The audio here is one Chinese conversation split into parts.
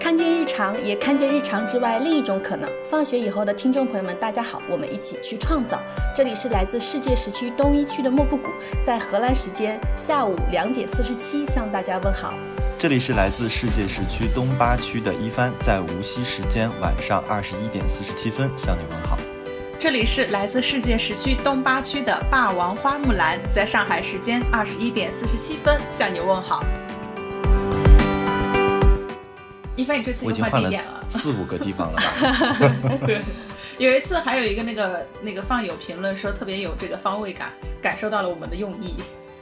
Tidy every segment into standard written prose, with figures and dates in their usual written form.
看见日常，也看见日常之外另一种可能。放学以后的听众朋友们，大家好，我们一起去创造。这里是来自世界时区东一区的莫布谷，在荷兰时间下午2点47向大家问好。 这里是来自世界时区东8区的一帆，在无锡时间晚上21点47分向你问好。 这里是来自世界时区东8区的霸王花木兰，在上海时间21点47分向你问好。一帆，你这次又换地点了 ，4-5个地方了吧？ 对，有一次还有一个那个放友评论说特别有这个方位感，感受到了我们的用意。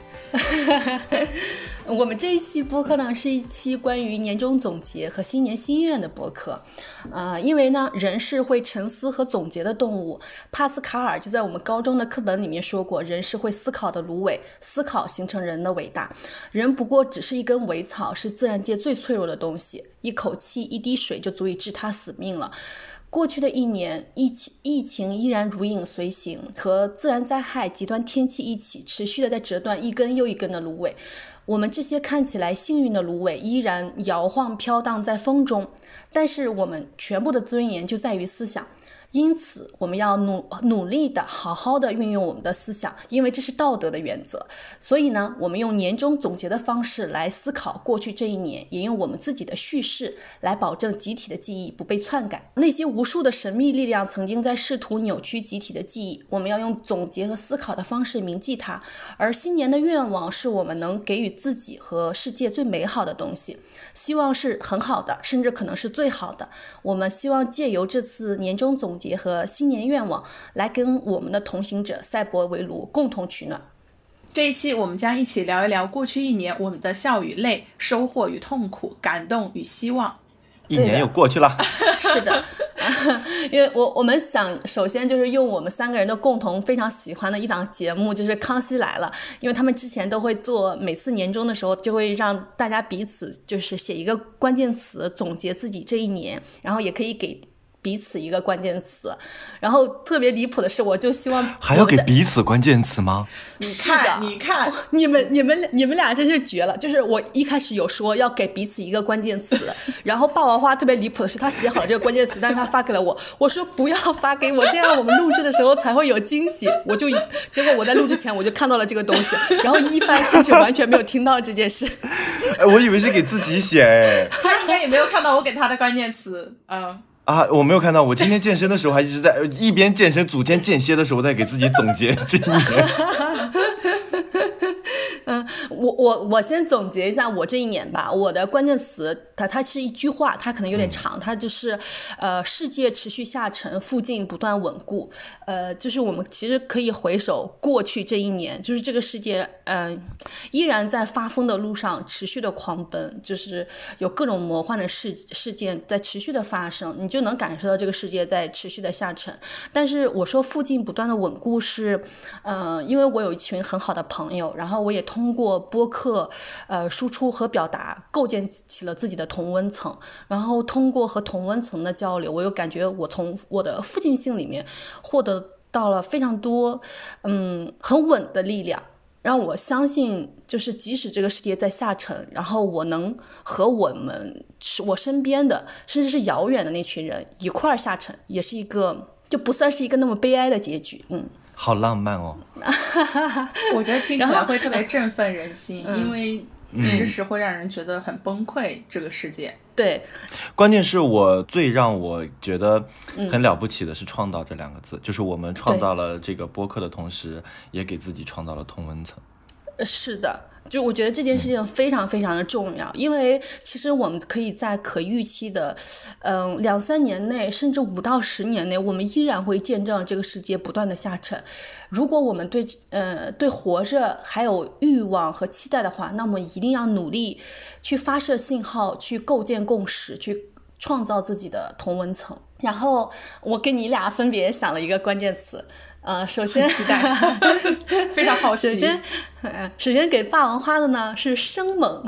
我们这一期播客呢是一期关于年终总结和新年心愿的播客。因为呢人是会沉思和总结的动物，帕斯卡尔就在我们高中的课本里面说过，人是会思考的芦苇，思考形成人的伟大。人不过只是一根苇草，是自然界最脆弱的东西，一口气一滴水就足以致他死命了。过去的一年，疫情依然如影随形，和自然灾害、极端天气一起持续的在折断一根又一根的芦苇。我们这些看起来幸运的芦苇依然摇晃飘荡在风中，但是我们全部的尊严就在于思想。因此我们要努力的好好的运用我们的思想，因为这是道德的原则。所以呢，我们用年终总结的方式来思考过去这一年，也用我们自己的叙事来保证集体的记忆不被篡改。那些无数的神秘力量曾经在试图扭曲集体的记忆，我们要用总结和思考的方式铭记它。而新年的愿望是我们能给予自己和世界最美好的东西，希望是很好的，甚至可能是最好的。我们希望借由这次年终总结和新年愿望来跟我们的同行者赛博维卢共同取暖。 这一期我们将一起聊一聊过去一年我们的笑与泪，收获与痛苦，感动与希望。 一年又过去了。 是的，因为我们想首先就是用我们3个人的共同非常喜欢的一档节目，就是康熙来了。因为他们之前都会做，每次年终的时候就会让大家彼此就是写一个关键词总结自己这一年，然后也可以给彼此一个关键词。然后特别离谱的是，我就希望还要给彼此关键词吗？ 你看你们俩真是绝了。就是我一开始有说要给彼此一个关键词，然后霸王花特别离谱的是，他写好了这个关键词，但是他发给了我，我说不要发给我，这样我们录制的时候才会有惊喜。结果我在录之前我就看到了这个东西，然后一帆甚至完全没有听到这件事。 我以为是给自己写。 他应该也没有看到我给他的关键词。 我没有看到。我今天健身的时候还一直在一边健身组间间歇的时候在给自己总结这一年。 我先总结一下我这一年吧。我的关键词它是一句话，它可能有点长，它就是世界持续下沉，附近不断稳固。就是我们其实可以回首过去这一年，就是这个世界依然在发疯的路上持续的狂奔，就是有各种魔幻的事件在持续的发生，你就能感受到这个世界在持续的下沉。但是我说附近不断的稳固是因为我有一群很好的朋友，然后我也通过播客输出和表达构建起了自己的同温层，然后通过和同温层的交流，我有感觉我从我的附近性里面获得到了非常多很稳的力量，让我相信就是即使这个世界在下沉，然后我能和我身边的甚至是遥远的那群人一块下沉，也是一个就不算是一个那么悲哀的结局。 好浪漫哦。 我觉得听起来会特别振奋人心，因为事实会让人觉得很崩溃，这个世界。 对， 关键是最让我觉得很了不起的是创造这2个字，就是我们创造了这个播客的同时，也给自己创造了同温层。 是的，就我觉得这件事情非常非常的重要，因为其实我们可以在可预期的2-3年内，甚至5到10年内，我们依然会见证这个世界不断的下沉。如果我们对活着还有欲望和期待的话，那么一定要努力去发射信号，去构建共识，去创造自己的同温层。然后我跟你俩分别想了一个关键词。首先期待非常好奇。 首先给霸王花的呢是生猛。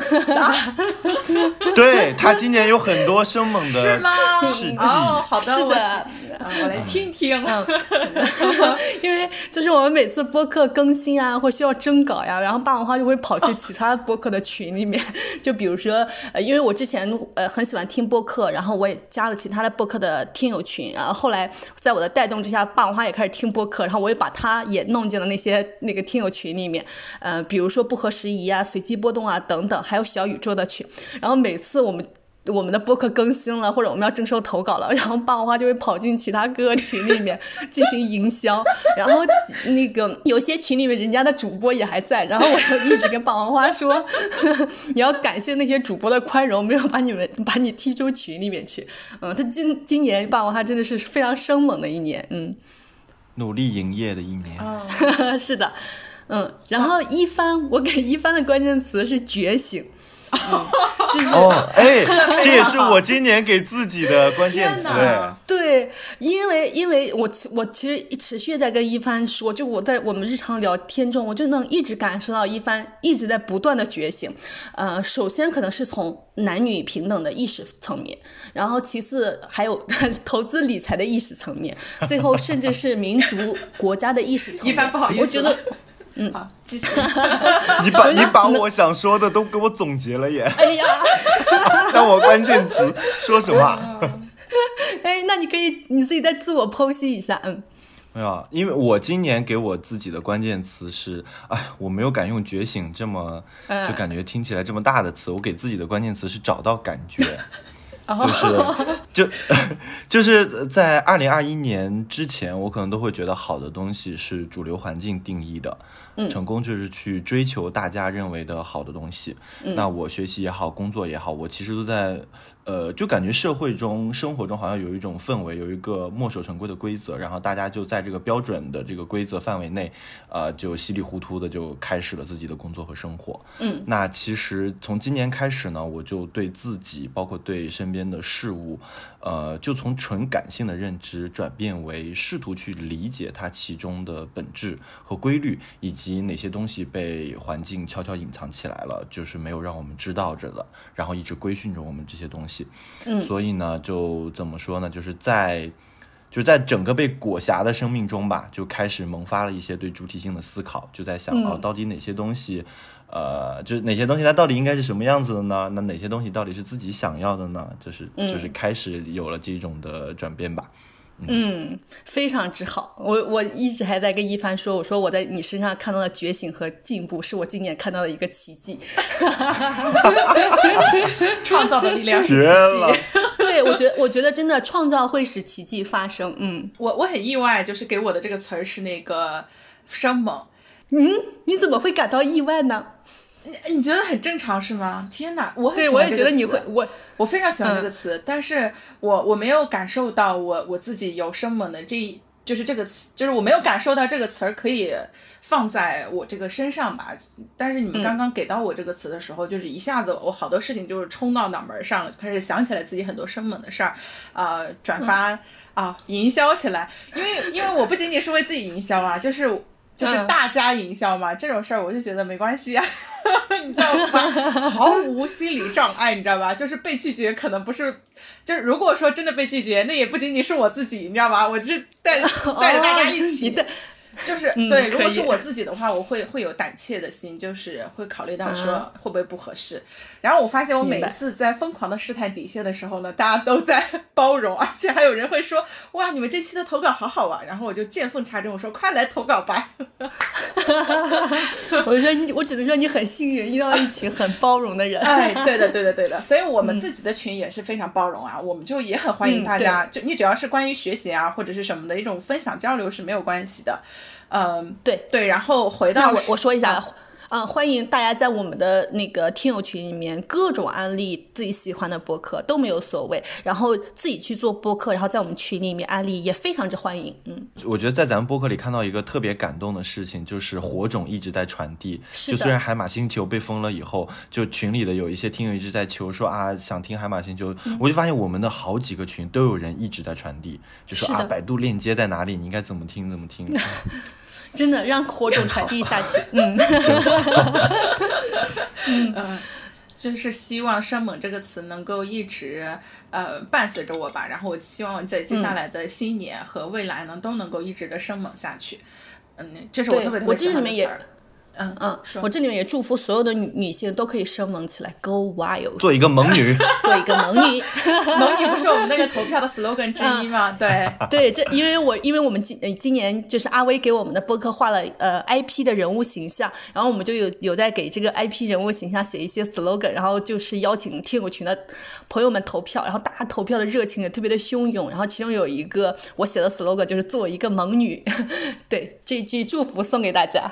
对，他今年有很多生猛的事迹。 好的， 是的。 我来听听。 因为就是我们每次播客更新啊，或需要征稿呀，然后霸王花就会跑去其他播客的群里面，就比如说因为我之前很喜欢听播客，然后我也加了其他的播客的听友群，然后后来在我的带动之下，霸王花也开始听播客，然后我也把他也弄进了那个听友群里面，比如说不合时宜啊、随机波动啊等等，还有小宇宙的群，然后每次我们的播客更新了，或者我们要征收投稿了，然后霸王花就会跑进其他各个群里面进行营销，然后那个有些群里面人家的主播也还在，然后我就一直跟霸王花说你要感谢那些主播的宽容，没有把你踢出群里面去。他今年霸王花真的是非常生猛的一年， 努力营业的一年。 是的，然后一帆，我给一帆的关键词是觉醒。就是这也是我今年给自己的关键词。 对，因为我其实持续在跟一帆说，就我在我们日常聊天中，我就能一直感受到一帆一直在不断的觉醒。首先可能是从男女平等的意识层面，然后其次还有投资理财的意识层面，最后甚至是民族国家的意识层面。 一帆不好意思， 我觉得。 好，继续。 你把我想说的都给我总结了耶！ 哎呀， 让我关键词说什么？ 那你可以你自己再自我剖析一下， 没有，因为我今年给我自己的关键词是，我没有敢用觉醒这么，就感觉听起来这么大的词，我给自己的关键词是找到感觉。就是在2021年之前，我可能都会觉得好的东西是主流环境定义的，成功就是去追求大家认为的好的东西。那我学习也好，工作也好，我其实都在就感觉社会中生活中好像有一种氛围，有一个墨守成规的规则，然后大家就在这个标准的这个规则范围内，就稀里糊涂的就开始了自己的工作和生活。那其实从今年开始呢，我就对自己包括对身边的事物就从纯感性的认知转变为试图去理解它其中的本质和规律，以及哪些东西被环境悄悄隐藏起来了，就是没有让我们知道着的，然后一直规训着我们这些东西。所以呢，就怎么说呢，就是在整个被裹挟的生命中吧，就开始萌发了一些对主体性的思考，就在想到底哪些东西就是哪些东西它到底应该是什么样子的呢？那哪些东西到底是自己想要的呢？就是开始有了这种的转变吧。 非常之好。我一直还在跟一帆说，我说我在你身上看到的觉醒和进步，是我今年看到的一个奇迹。 创造的力量是奇迹。 对，我觉得真的创造会使奇迹发生。 我很意外，就是给我的这个词儿是那个生猛。 你怎么会感到意外呢？ 你觉得很正常是吗？天哪，我很喜欢这个词。对，我也觉得你会， 我非常喜欢这个词，但是我没有感受到我自己有生猛的就是这个词，就是我没有感受到这个词儿可以放在我这个身上吧。但是你们刚刚给到我这个词的时候，就是一下子我好多事情就是冲到脑门上了，开始想起来自己很多生猛的事儿，转发营销起来，因为我不仅仅是为自己营销啊，就是大家营销嘛，这种事儿我就觉得没关系啊。你知道吗？毫无心理障碍，你知道吧？就是被拒绝可能不是，就是如果说真的被拒绝，那也不仅仅是我自己，你知道吧？我是带着大家一起。就是对，如果是我自己的话，我会有胆怯的心，就是会考虑到说会不会不合适。然后我发现我每一次在疯狂的试探底线的时候呢，大家都在包容，而且还有人会说哇，你们这期的投稿好好啊，然后我就见缝插针，我说快来投稿吧。 我只能说你很幸运遇到了一群很包容的人。 对的，所以我们自己的群也是非常包容啊，我们就也很欢迎大家，就你只要是关于学习啊或者是什么的一种分享交流是没有关系的。对，然后回到我说一下，欢迎大家在我们的那个听友群里面各种安利自己喜欢的播客都没有所谓，然后自己去做播客，然后在我们群里面安利也非常之欢迎。 我觉得在咱们播客里看到一个特别感动的事情，就是火种一直在传递。就虽然海马星球被封了以后，就群里的有一些听友一直在求说想听海马星球，我就发现我们的好几个群都有人一直在传递，就说百度链接在哪里，你应该怎么听。 真的让火种传递下去。 就是希望生猛这个词能够一直伴随着我吧，然后我希望在接下来的新年和未来呢都能够一直的生猛下去。这是我特别特别喜欢的词儿。 我这里面也祝福所有的女性都可以生猛起来 ，Go Wild， 做一个猛女， 做一个猛女。 猛女不是我们那个投票的 slogan 之一吗？ 对，这因为我们今年就是阿威给我们的播客画了IP 的人物形象，然后我们就有在给这个 IP 人物形象写一些 slogan， 然后就是邀请听友群的朋友们投票，然后大家投票的热情也特别的汹涌，然后其中有一个我写的 slogan 就是做一个猛女。对，这句祝福送给大家。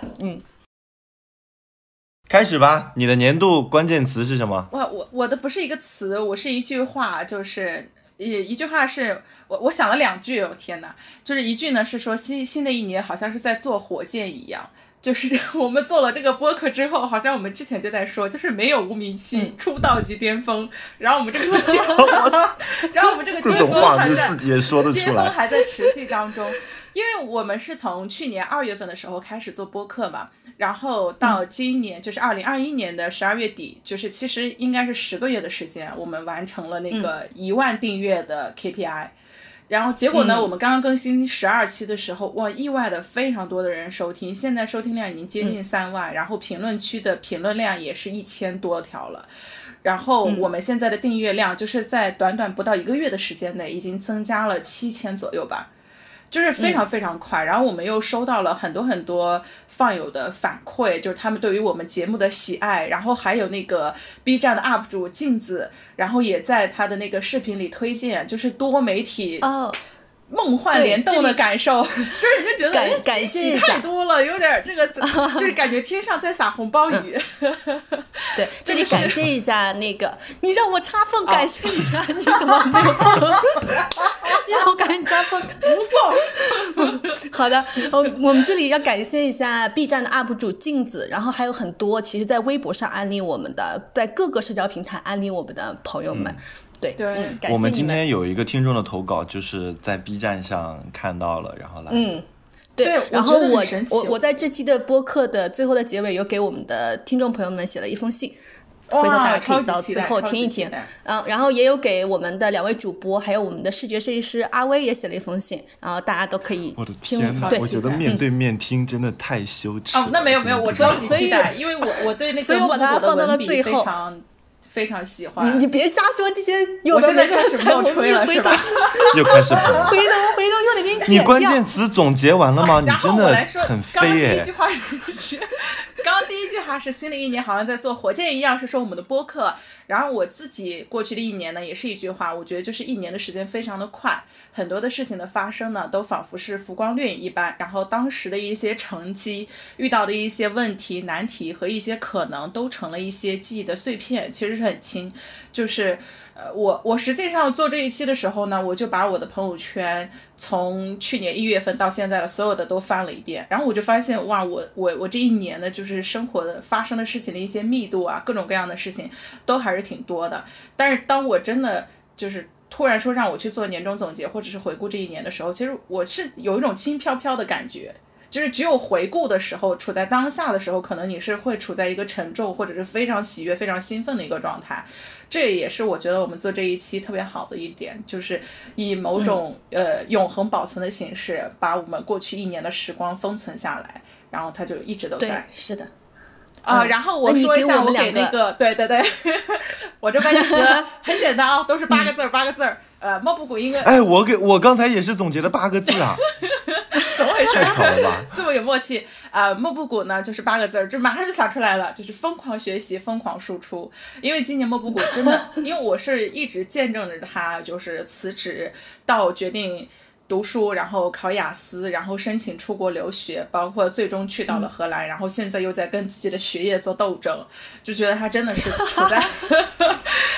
开始吧，你的年度关键词是什么？ 我的不是一个词，我是一句话，就是一句话是我想了2句，我天哪，就是一句呢是说新的一年好像是在做火箭一样，就是我们做了这个播客之后，好像我们之前就在说，就是没有无名期，出道即巅峰，然后我们这个然后我们这个巅峰还在自己也说得出来， 巅峰还在持续当中。因为我们是从去年2月份的时候开始做播客嘛，然后到今年就是2021年的12月底，就是其实应该是10个月的时间，我们完成了那个1万订阅的 KPI。然后结果呢，我们刚刚更新12期的时候，哇，意外的非常多的人收听，现在收听量已经接近3万，然后评论区的评论量也是1000多条了。然后我们现在的订阅量就是在短短不到1个月的时间内已经增加了7000左右吧。就是非常非常快，然后我们又收到了很多很多放友的反馈，就是他们对于我们节目的喜爱，然后还有那个 B 站的 UP 主镜子，然后也在他的那个视频里推荐，就是多媒体梦幻联动的感受，就是你就觉得感谢太多了，有点这个就是感觉天上在撒红包雨。 对，这里感谢一下那个，你让我插缝感谢一下，你怎么没有缝？让我赶紧插缝， 无缝。 好的，我们这里要感谢一下 B 站的 UP 主镜子，然后还有很多其实在微博上安利我们的，在各个社交平台安利我们的朋友们。对， 感谢你们。 我们今天有一个听众的投稿，就是在 B 站上看到了，然后来。 对， 然后我在这期的播客的最后的结尾有给我们的听众朋友们写了一封信，回头大家可以到最后听一听。然后也有给我们的2位主播，还有我们的视觉设计师阿威也写了一封信，然后大家都可以听。 我的天哪，我觉得面对面听真的太羞耻了。 那没有，我超级期待，因为我对那个我把它放到了最后。 非常喜欢。 你别瞎说这些有的没的彩虹屁， 又开始捧。 回头又得给你剪掉。 你关键词总结完了吗？你真的很飞耶。 刚刚第一句话是新的一年好像在做火箭一样，是说我们的播客。然后我自己过去的1年呢，也是一句话，我觉得就是1年的时间非常的快，很多的事情的发生呢，都仿佛是浮光掠影一般。然后当时的一些成绩，遇到的一些问题、难题和一些可能，都成了一些记忆的碎片，其实是很轻。就是我实际上做这一期的时候呢，我就把我的朋友圈从去年1月份到现在的所有的都翻了一遍，然后我就发现哇，我这1年呢，就是生活的发生的事情的一些密度啊，各种各样的事情都还是挺多的。但是当我真的就是突然说让我去做年终总结或者是回顾这1年的时候，其实我是有一种轻飘飘的感觉。就是只有回顾的时候，处在当下的时候，可能你是会处在一个沉重或者是非常喜悦非常兴奋的一个状态。这也是我觉得我们做这一期特别好的一点，就是以某种永恒保存的形式，把我们过去1年的时光封存下来，然后它就一直都在。 对，是的。 然后我说一下我给那个对我这关键词很简单都是8个字8个字莫布谷音乐。 我刚才也是总结的8个字啊。 怎么回事？ 太巧了吧， 这么有默契。莫布谷呢就是8个字，就马上就想出来了，就是疯狂学习疯狂输出。因为今年莫布谷真的因为我是一直见证着他就是辞职到决定读书，然后考雅思，然后申请出国留学，包括最终去到了荷兰，然后现在又在跟自己的学业做斗争，就觉得他真的是处在方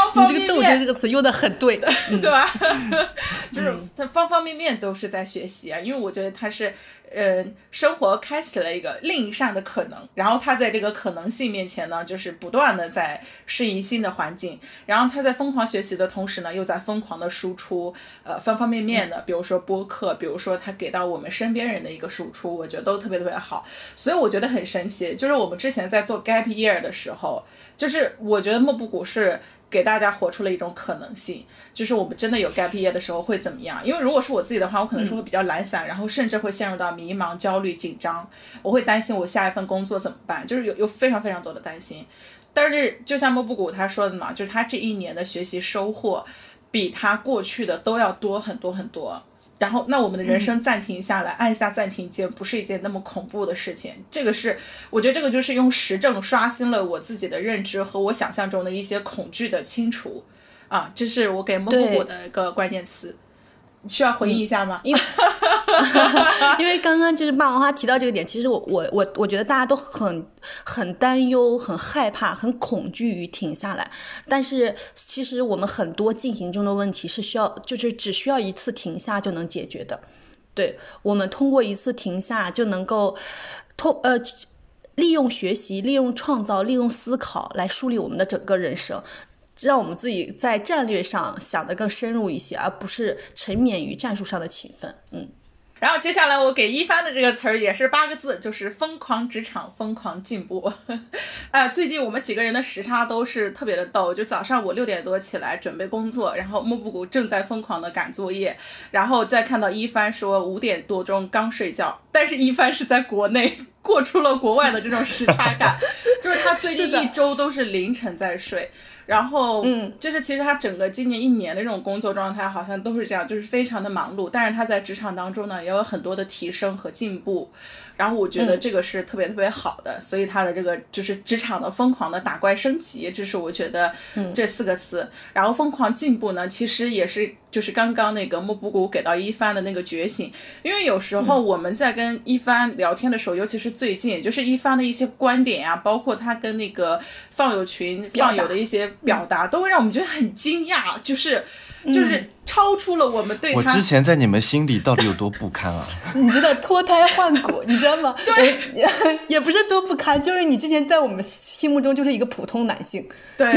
方面面， 你这个斗争这个词用的很对， 对吧？就是他方方面面都是在学习啊，因为我觉得他是生活开启了一个另一扇的可能，然后他在这个可能性面前呢，就是不断的在适应新的环境，然后他在疯狂学习的同时呢，又在疯狂的输出方方面面的，比如说播客，比如说他给到我们身边人的一个输出，我觉得都特别特别好，所以我觉得很神奇。就是我们之前在做 gap year 的时候，就是我觉得莫布谷是给大家活出了一种可能性，就是我们真的有 gap year 的时候会怎么样？因为如果是我自己的话，我可能是会比较懒散，然后甚至会陷入到迷茫、焦虑、紧张，我会担心我下一份工作怎么办，就是有非常非常多的担心。但是就像莫布谷他说的嘛，就是他这一年的学习收获比他过去的都要多很多很多。然后那我们的人生暂停下来，按下暂停键不是一件那么恐怖的事情，这个是我觉得这个就是用实证刷新了我自己的认知和我想象中的一些恐惧的清除啊，这是我给莫布谷的一个关键词。需要回应一下吗？ 因为刚刚就是霸王花提到这个点，其实我觉得大家都很担忧、很害怕、很恐惧于停下来，但是其实我们很多进行中的问题是就是只需要一次停下就能解决的。对，我们通过一次停下就能够利用学习、利用创造、利用思考来梳理我们的整个人生。让我们自己在战略上想得更深入一些，而不是沉湎于战术上的勤奋。 然后接下来我给一帆的这个词儿也是8个字，就是疯狂职场，疯狂进步。最近我们几个人的时差都是特别的逗，就早上我6点多起来准备工作，然后莫布谷正在疯狂的赶作业，然后再看到一帆说5点多钟刚睡觉，但是一帆是在国内过出了国外的这种时差感，就是他最近1周都是凌晨在睡。然后就是其实他整个今年1年的这种工作状态好像都是这样，就是非常的忙碌，但是他在职场当中呢也有很多的提升和进步，然后我觉得这个是特别特别好的，所以他的这个就是职场的疯狂的打怪升级，这是我觉得这4个词。然后疯狂进步呢其实也是就是刚刚那个莫布谷给到一帆的那个觉醒，因为有时候我们在跟一帆聊天的时候，尤其是最近就是一帆的一些观点啊，包括他跟那个放友群放友的一些表达都会让我们觉得很惊讶，就是超出了我们对他。 我之前在你们心里到底有多不堪啊？ 你知道脱胎换骨，你知道吗？对，也不是多不堪，就是你之前在我们心目中就是一个普通男性。 对，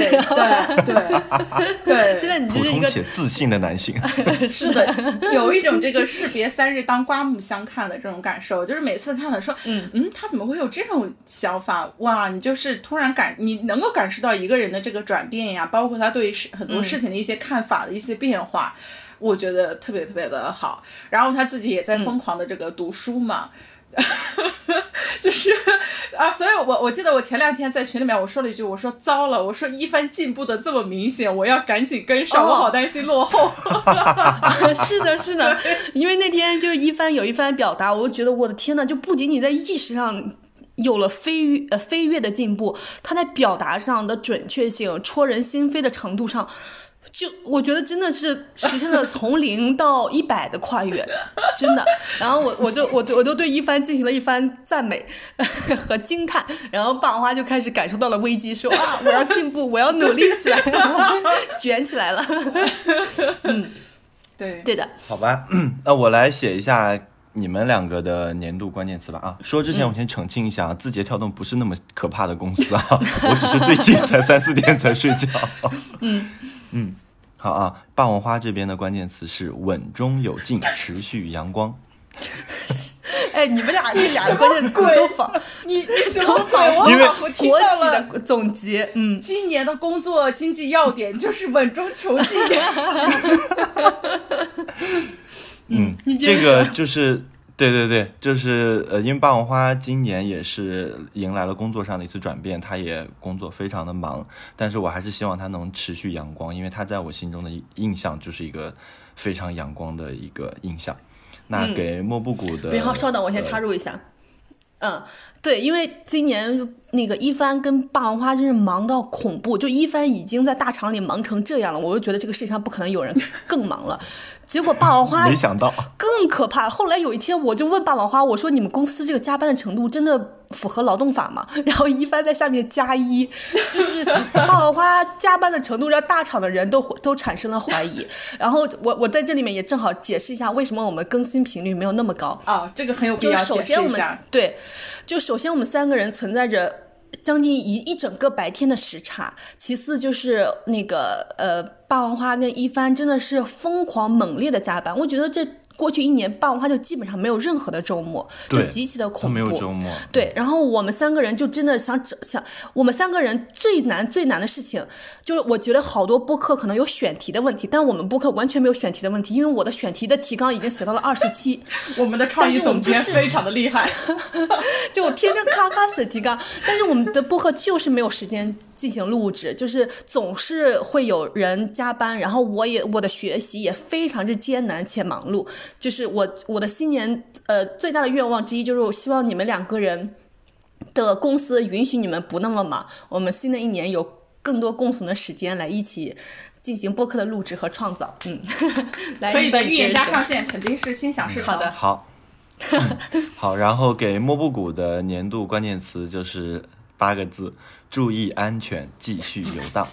现在你就是一个普通且自信的男性。 是的，有一种这个士别3日当刮目相看的这种感受，就是每次看了说，他怎么会有这种想法？哇，你就是突然你能够感受到一个人的这个转变呀，包括他对很多事情的一些看法的一些变化。我觉得特别特别的好，然后他自己也在疯狂的这个读书嘛，就是所以我记得我前2天在群里面我说了一句，我说糟了，我说一帆进步的这么明显，我要赶紧跟上，我好担心落后。 是的，因为那天就是一帆有一番表达，我就觉得我的天呐，就不仅仅在意识上有了飞跃的进步，他在表达上的准确性、戳人心扉的程度上。就我觉得真的是实现了从0到100的跨越，真的。然后我就对一帆进行了一番赞美和惊叹，然后霸王花就开始感受到了危机，说我要进步，我要努力起来，卷起来了。对的。 好吧，那我来写一下你们2个的年度关键词吧啊！说之前我先澄清一下，字节跳动不是那么可怕的公司啊，我只是最近才3、4点才睡觉。好啊，霸王花这边的关键词是稳中有进，持续阳光。 你们俩这2个关键词都仿， 你什么鬼？我仿佛听国到了企的总结。 今年的工作经济要点就是稳中求进。 这个就是对，就是因为霸王花今年也是迎来了工作上的一次转变，他也工作非常的忙，但是我还是希望他能持续阳光，因为他在我心中的印象就是一个非常阳光的一个印象。那给莫布谷的， 稍等，我先插入一下。对，因为今年那个一帆跟霸王花真是忙到恐怖，就一帆已经在大厂里忙成这样了，我就觉得这个世界上不可能有人更忙了。结果霸王花没想到更可怕。后来有一天我就问霸王花，我说你们公司这个加班的程度真的符合劳动法嘛，然后一帆在下面加1，就是霸王花加班的程度让大厂的人都产生了怀疑。然后我在这里面也正好解释一下为什么我们更新频率没有那么高。 这个很有必要解释一下。 首先我们3个人存在着将近一整个白天的时差，其次就是那个霸王花跟一帆真的是疯狂猛烈的加班，我觉得这过去1年霸王花就基本上没有任何的周末，就极其的恐怖， 没有周末。 对，然后我们3个人就真的想我们3个人最难的事情就是我觉得好多播客可能有选题的问题，但我们播客完全没有选题的问题，因为我的选题的提纲已经写到了27。 我们的创意总监非常的厉害， 就我天天咔写提纲，但是我们的播客就是没有时间进行录制，就是总是会有人加班，然后我的学习也非常之艰难且忙碌。就是我的新年最大的愿望之一，就是我希望你们2个人的公司允许你们不那么忙，我们新的一年有更多共同的时间来一起进行播客的录制和创造。 可以的，预言家上线肯定是心想事成。 好的， 好，然后给摸布谷的年度关键词就是8个字：注意安全，继续游荡。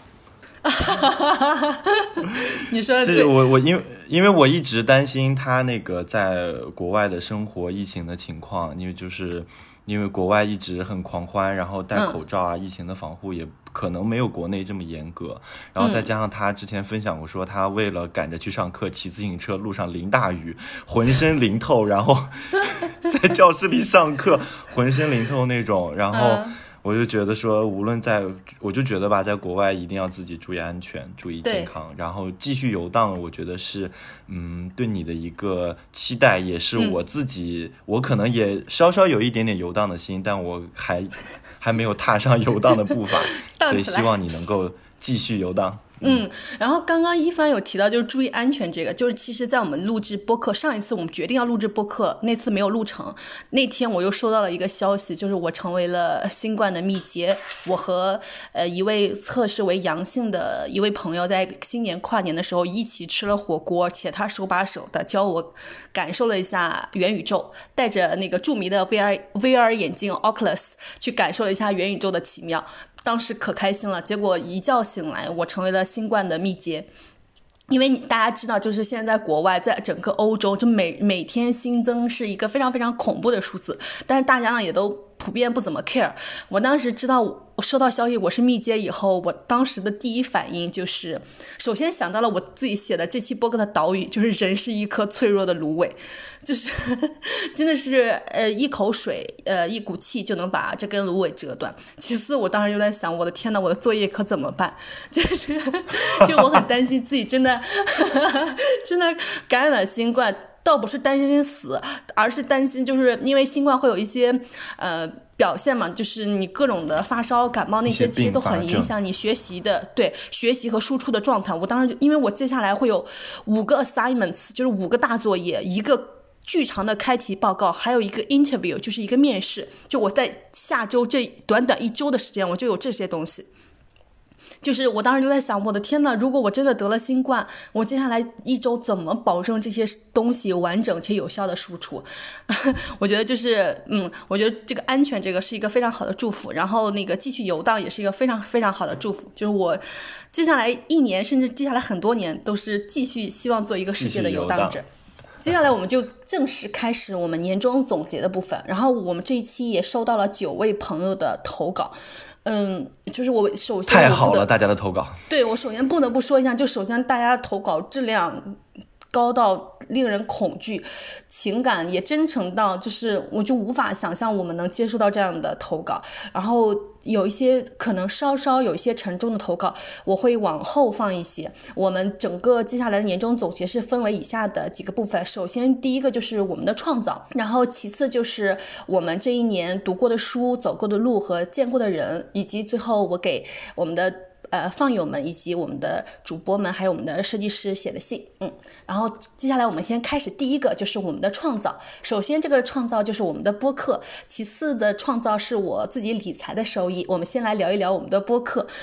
你说的对。 我因为我一直担心他那个在国外的生活疫情的情况，因为国外一直很狂欢，然后戴口罩啊，疫情的防护也可能没有国内这么严格，然后再加上他之前分享过说他为了赶着去上课骑自行车，路上淋大雨，浑身淋透，然后在教室里上课浑身淋透那种，然后我就觉得说我就觉得吧，在国外一定要自己注意安全，注意健康，然后继续游荡，我觉得是对你的一个期待，也是我自己我可能也稍稍有一点点游荡的心，但我还没有踏上游荡的步伐所以希望你能够继续游荡。 然后刚刚一帆有提到就是注意安全，这个就是其实在我们录制播客，上一次我们决定要录制播客那次没有录成，那天我又收到了一个消息，就是我成为了新冠的密接。我和一位测试为阳性的一位朋友在新年跨年的时候一起吃了火锅，且他手把手的教我感受了一下元宇宙，带着那个著名的 VR 眼镜 Oculus 去感受了一下元宇宙的奇妙，当时可开心了。结果一觉醒来，我成为了新冠的密接。因为大家知道，就是现在国外，在整个欧洲，就每天新增是一个非常非常恐怖的数字，但是大家呢也都普遍不怎么 care。我当时知道我收到消息我是密接以后，我当时的第一反应就是首先想到了我自己写的这期播客的导语，就是人是一颗脆弱的芦苇，就是真的是一口水一股气就能把这根芦苇折断。其次我当时就在想，我的天哪，我的作业可怎么办，就我很担心自己真的感染了新冠，倒不是担心死，而是担心就是因为新冠会有一些表现嘛，就是你各种的发烧感冒那些其实都很影响你学习的，对，学习和输出的状态。我当时因为我接下来会有5个 assignments， 就是5个大作业，一个巨长的开题报告，还有一个 interview， 就是一个面试。就我在下周这短短1周的时间，我就有这些东西。就是我当时就在想，我的天哪，如果我真的得了新冠，我接下来1周怎么保证这些东西完整且有效的输出我觉得就是我觉得这个安全这个是一个非常好的祝福，然后那个继续游荡也是一个非常非常好的祝福，就是我接下来1年甚至接下来很多年都是继续希望做一个世界的游荡者。接下来我们就正式开始我们年终总结的部分，然后我们这一期也收到了9位朋友的投稿。就是我首先太好了，大家的投稿。 对，我首先不得不说一下，就首先大家的投稿质量高到令人恐惧，情感也真诚到就是我就无法想象我们能接收到这样的投稿。然后有一些可能稍稍有一些沉重的投稿，我会往后放一些。我们整个接下来的年终总结是分为以下的几个部分，首先第一个就是我们的创造，然后其次就是我们这一年读过的书、走过的路和见过的人，以及最后我给我们的放友们以及我们的主播们还有我们的设计师写的信。然后接下来我们先开始第一个，就是我们的创造。首先这个创造就是我们的播客，其次的创造是我自己理财的收益。我们先来聊一聊我们的播客。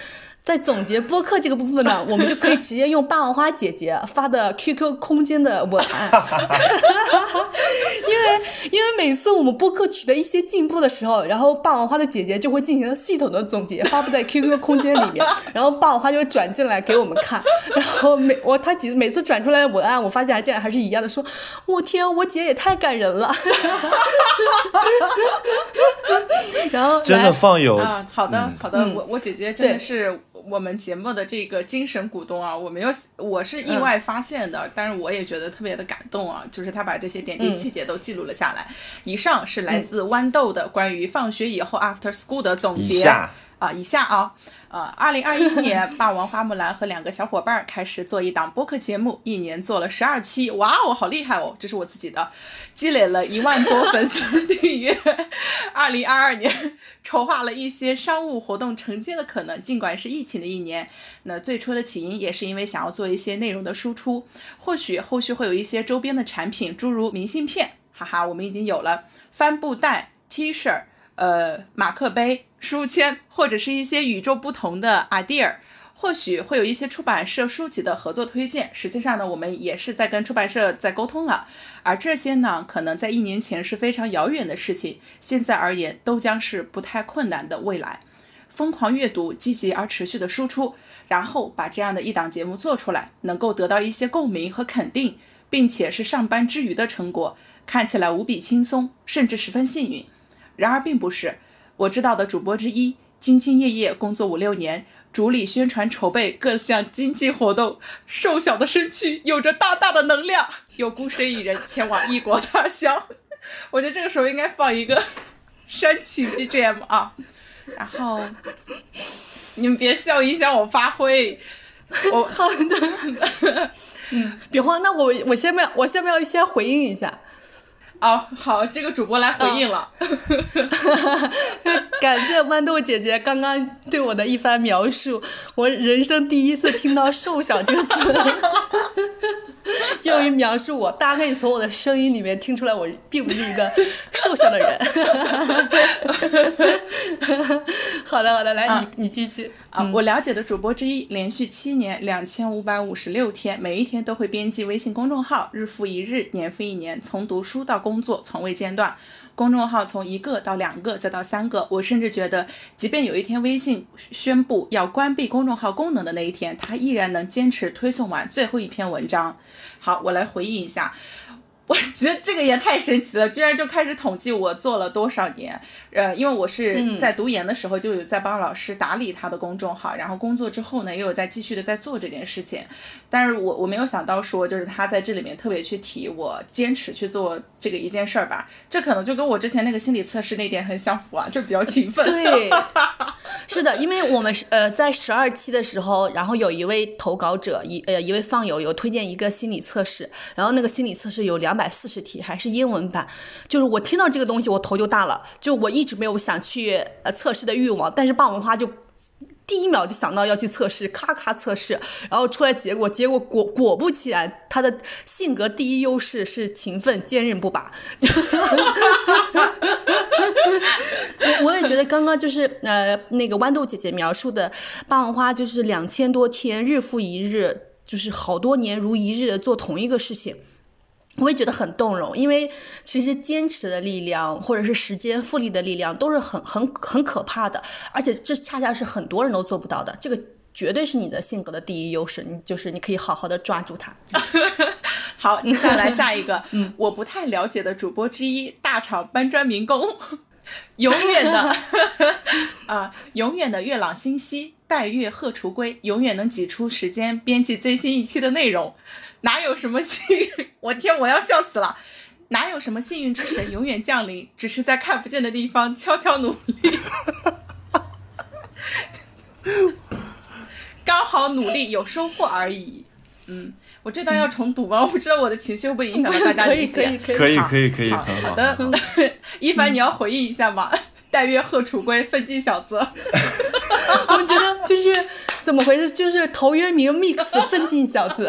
在总结播客这个部分呢，我们就可以直接用霸王花姐姐发的 QQ 空间的文案，因为每次我们播客取得一些进步的时候，然后霸王花的姐姐就会进行系统的总结，发布在 QQ 空间里面，然后霸王花就会转进来给我们看，然后他每次转出来的文案，我发现竟然还是一样的，说我天，我姐也太感人了，然后真的放有啊，好的，我姐姐真的是我们节目的这个精神股东啊，我是意外发现的，但是我也觉得特别的感动啊，就是她把这些点滴细节都记录了下来。以上是来自豌豆的关于放学以后 after school 的总结以下2021年霸王花木兰和2个小伙伴开始做一档播客节目，一年做了12期，哇哦，好厉害哦，这是我自己的，积累了1万多粉丝订阅。2022年筹划了一些商务活动承接的可能，尽管是疫情的一年，那最初的起因也是因为想要做一些内容的输出，或许后续会有一些周边的产品，诸如明信片，哈哈，我们已经有了帆布袋、T 恤、马克杯、书签，或者是一些与众不同的 idea， 或许会有一些出版社书籍的合作推荐。实际上呢，我们也是在跟出版社在沟通了，而这些呢，可能在1年前是非常遥远的事情，现在而言都将是不太困难的未来。疯狂阅读，积极而持续的输出，然后把这样的一档节目做出来，能够得到一些共鸣和肯定，并且是上班之余的成果，看起来无比轻松，甚至十分幸运。然而并不是，我知道的主播之一，兢兢业业工作5-6年，主理宣传筹备各项经济活动，瘦小的身躯有着大大的能量，又孤身一人前往异国他乡。我觉得这个时候应该放一个煽情 BGM 啊，然后你们别笑，影响我发挥。 好的，别慌，那我先不要先回应一下。 好，这个主播来回应了。 感谢豌豆姐姐刚刚对我的一番描述，我人生第一次听到瘦小这个词用于描述我，大家可以从我的声音里面听出来我并不是一个瘦小的人。好的来，你继续。 我了解的主播之一，连续7年2556天，每一天都会编辑微信公众号，日复一日，年复一年，从读书到工作从未间断。公众号从1个到2个再到3个，我甚至觉得即便有一天微信宣布要关闭公众号功能的那一天，他依然能坚持推送完最后一篇文章。好，我来回忆一下，我觉得这个也太神奇了，居然就开始统计我做了多少年。因为我是在读研的时候就有在帮老师打理他的公众号，然后工作之后呢，也有在继续的在做这件事情。但是我没有想到说，就是他在这里面特别去提我坚持去做这个一件事儿吧，这可能就跟我之前那个心理测试那点很相符啊，就比较勤奋。 对，是的，因为我们在12期的时候，然后有一位投稿者一位放友有推荐一个心理测试，然后那个心理测试有240题，还是英文版。就是我听到这个东西我头就大了，就我一直没有想去测试的欲望，但是霸王花就第一秒就想到要去测试，咔咔测试，然后出来结果果不其然，他的性格第一优势是勤奋坚韧不拔。我也觉得刚刚就是那个豌豆姐姐描述的霸王花，就是2000多天日复一日，就是好多年如一日的做同一个事情。我也觉得很动容，因为其实坚持的力量或者是时间复利的力量都是很可怕的，而且这恰恰是很多人都做不到的，这个绝对是你的性格的第一优势，就是你可以好好的抓住它。 好，接下来下一个我不太了解的主播之一，大厂搬砖民工，永远的月朗星稀，待月荷锄归，永远能挤出时间编辑最新一期的内容。哪有什么幸运，我天，我要笑死了！哪有什么幸运之神永远降临，只是在看不见的地方悄悄努力。刚好努力有收获而已。我这段要重读吗？我不知道我的情绪会不会影响到大家理解。 可以，很好的。一凡，你要回应一下吗？待月荷锄归，奋进小泽。 我觉得就是怎么回事，就是陶渊明 mix 奋进小泽。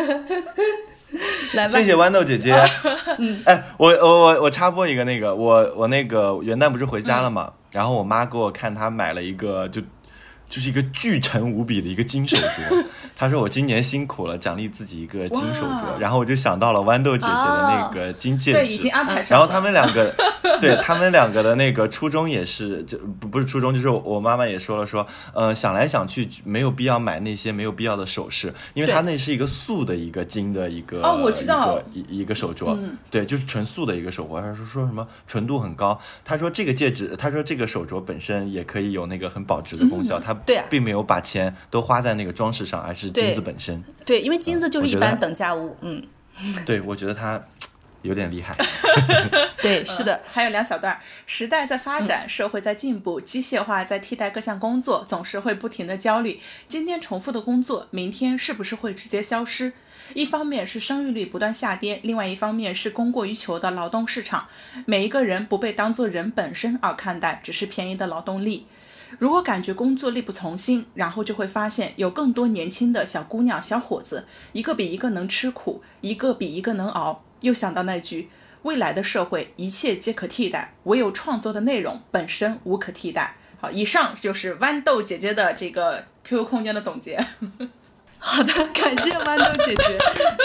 来吧， 谢谢豌豆姐姐。我插播一个，那个我那个元旦不是回家了嘛，然后我妈给我看她买了一个就就是一个巨沉无比的一个金手镯。他说我今年辛苦了，奖励自己一个金手镯。然后我就想到了豌豆姐姐的那个金戒指， 对，已经安排上了。 然后他们两个，对他们两个的那个初衷也是，就不是初衷，就是我妈妈也说了说，想来想去没有必要买那些没有必要的首饰，因为它那是一个素的一个金的一个我知道一个手镯，对，就是纯素的一个手镯。他说什么纯度很高，他说这个戒指，他说这个手镯本身也可以有那个很保值的功效，他并没有把钱都花在那个装饰上，而是金子本身。 对，因为金子就是一般等价物， 对，我觉得他有点厉害。 对，是的。 还有2小段，时代在发展，社会在进步，机械化在替代各项工作，总是会不停的焦虑，今天重复的工作，明天是不是会直接消失？一方面是生育率不断下跌，另外一方面是供过于求的劳动市场，每一个人不被当作人本身而看待，只是便宜的劳动力。如果感觉工作力不从心，然后就会发现有更多年轻的小姑娘小伙子，一个比一个能吃苦，一个比一个能熬。又想到那句未来的社会一切皆可替代，唯有创作的内容本身无可替代。好，以上就是豌豆姐姐的这个 QQ 空间的总结。 好的，感谢豌豆姐姐。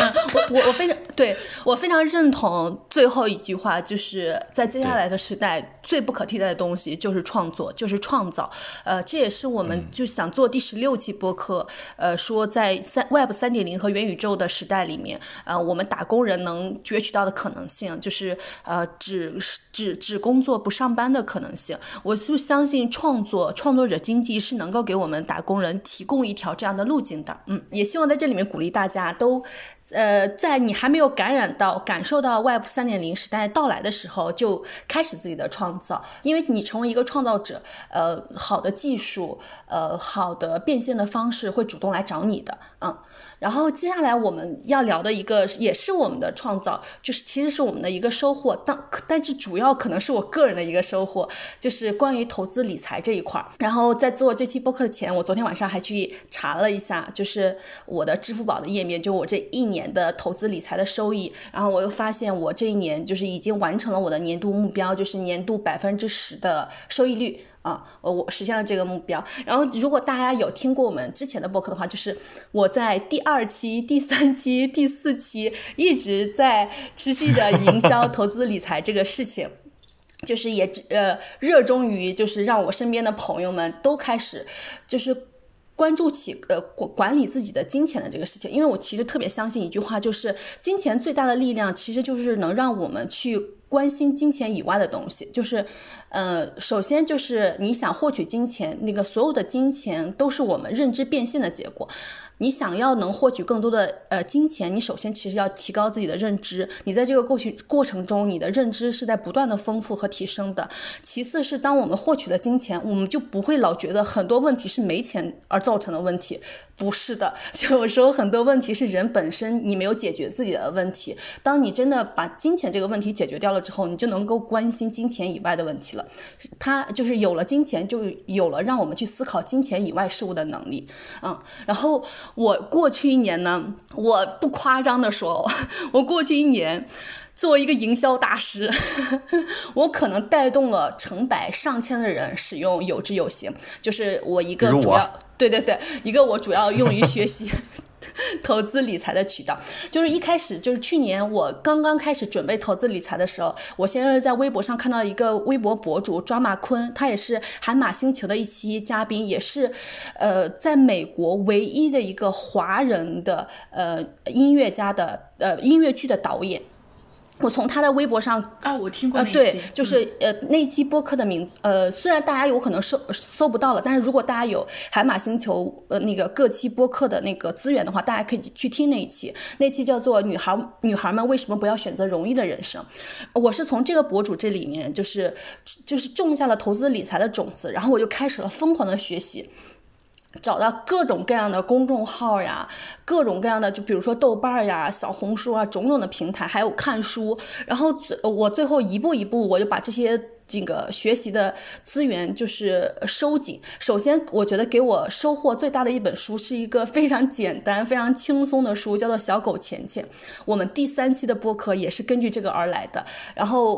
我非常认同最后一句话，就是在接下来的时代，最不可替代的东西就是创作，就是创造。这也是我们就想做第16期播客，说在Web 3.0和元宇宙的时代里面，我们打工人能攫取到的可能性，就是只工作不上班的可能性。我就相信创作者经济是能够给我们打工人提供一条这样的路径的。也希望在这里面鼓励大家都在你还没有感受到 Web 3.0 时代到来的时候，就开始自己的创造，因为你成为一个创造者，好的技术，好的变现的方式会主动来找你的。然后接下来我们要聊的一个也是我们的创造，就是其实是我们的一个收获，但是主要可能是我个人的一个收获，就是关于投资理财这一块。然后在做这期播客前，我昨天晚上还去查了一下，就是我的支付宝的页面，就我这1年的投资理财的收益，然后我又发现我这1年就是已经完成了我的年度目标，就是年度10%的收益率。我实现了这个目标。然后如果大家有听过我们之前的播客的话，就是我在第2期、第3期、第4期一直在持续的营销投资理财这个事情。就是也热衷于就是让我身边的朋友们都开始就是关注起管理自己的金钱的这个事情。因为我其实特别相信一句话，就是金钱最大的力量其实就是能让我们去关心金钱以外的东西。就是首先就是你想获取金钱，那个所有的金钱都是我们认知变现的结果。你想要能获取更多的金钱，你首先其实要提高自己的认知，你在这个过程中你的认知是在不断的丰富和提升的。其次是当我们获取了金钱，我们就不会老觉得很多问题是没钱而造成的问题，不是的，有时候很多问题是人本身你没有解决自己的问题。当你真的把金钱这个问题解决掉了之后，你就能够关心金钱以外的问题了。它就是有了金钱，就有了让我们去思考金钱以外事物的能力。然后我过去1年呢，我不夸张的说，我过去1年作为一个营销大师，我可能带动了成百上千的人使用有知有行。就是我一个主要对，一个我主要用于学习投资理财的渠道。就是一开始就是去年我刚刚开始准备投资理财的时候，我先是在微博上看到一个微博博主抓马坤，他也是海马星球的一期嘉宾，也是在美国唯一的一个华人的音乐家的音乐剧的导演。我从他的微博上我听过那一期， 对，就是那一期播客的名字虽然大家有可能搜不到了，但是如果大家有海马星球那个各期播客的那个资源的话，大家可以去听那一期。那期叫做女孩们为什么不要选择容易的人生。我是从这个博主这里面就是种下了投资理财的种子，然后我就开始了疯狂的学习，找到各种各样的公众号呀，各种各样的就比如说豆瓣呀、小红书啊，种种的平台，还有看书。然后我最后一步一步我就把这个学习的资源就是收紧。首先我觉得给我收获最大的一本书是一个非常简单非常轻松的书，叫做小狗钱钱。我们第3期的播客也是根据这个而来的。然后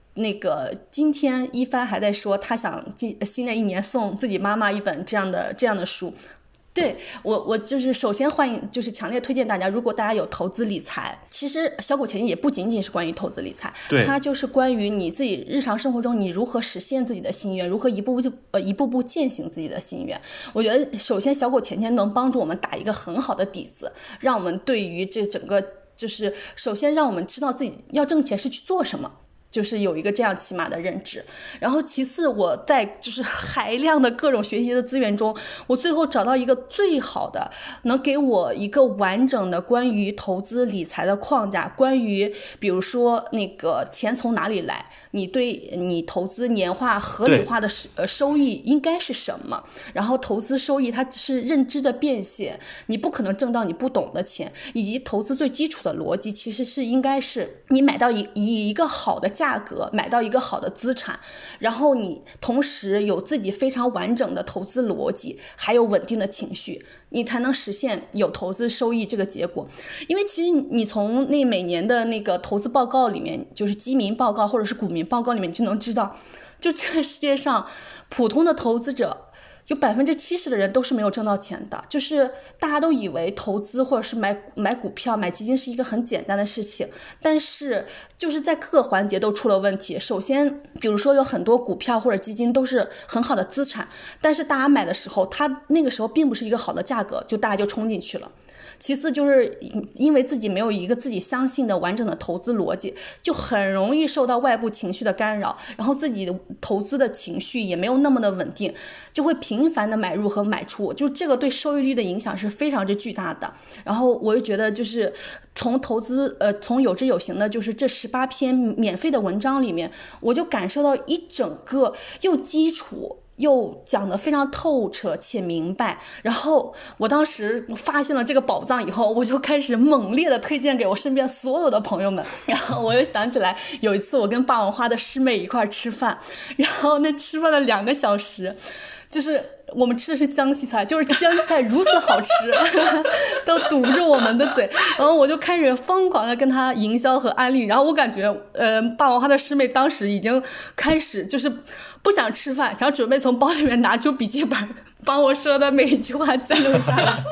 那个今天一帆还在说他想新的一年送自己妈妈一本这样的书。对，我就是首先欢迎，就是强烈推荐大家，如果大家有投资理财，其实小狗钱也不仅仅是关于投资理财，它就是关于你自己日常生活中你如何实现自己的心愿，如何一步步践行自己的心愿。我觉得首先小狗钱钱能帮助我们打一个很好的底子，让我们对于这整个就是首先让我们知道自己要挣钱是去做什么，就是有一个这样起码的认知。然后其次，我在就是海量的各种学习的资源中，我最后找到一个最好的能给我一个完整的关于投资理财的框架，关于比如说那个钱从哪里来，你对你投资年化合理化的收益应该是什么，然后投资收益它是认知的变现，你不可能挣到你不懂的钱，以及投资最基础的逻辑其实是应该是你买到以一个好的价格买到一个好的资产，然后你同时有自己非常完整的投资逻辑，还有稳定的情绪，你才能实现有投资收益这个结果。因为其实你从那每年的那个投资报告里面，就是基民报告或者是股民报告里面，就能知道，就这个世界上普通的投资者有70%的人都是没有挣到钱的。就是大家都以为投资或者是买股票买基金是一个很简单的事情，但是就是在各个环节都出了问题。首先比如说有很多股票或者基金都是很好的资产，但是大家买的时候它那个时候并不是一个好的价格，就大家就冲进去了。其次就是因为自己没有一个自己相信的完整的投资逻辑，就很容易受到外部情绪的干扰，然后自己的投资的情绪也没有那么的稳定，就会频繁的买入和买出，就这个对收益率的影响是非常之巨大的。然后我就觉得就是从投资从有知有行的就是这18篇免费的文章里面，我就感受到一整个又基础又讲得非常透彻且明白。然后我当时发现了这个宝藏以后，我就开始猛烈的推荐给我身边所有的朋友们。然后我又想起来有一次我跟霸王花的师妹一块吃饭，然后那吃饭了2个小时，就是我们吃的是江西菜，就是江西菜如此好吃都堵住我们的嘴。然后我就开始疯狂的跟他营销和安利，然后我感觉霸王花的师妹当时已经开始就是不想吃饭，想准备从包里面拿出笔记本帮我说的每一句话记录下来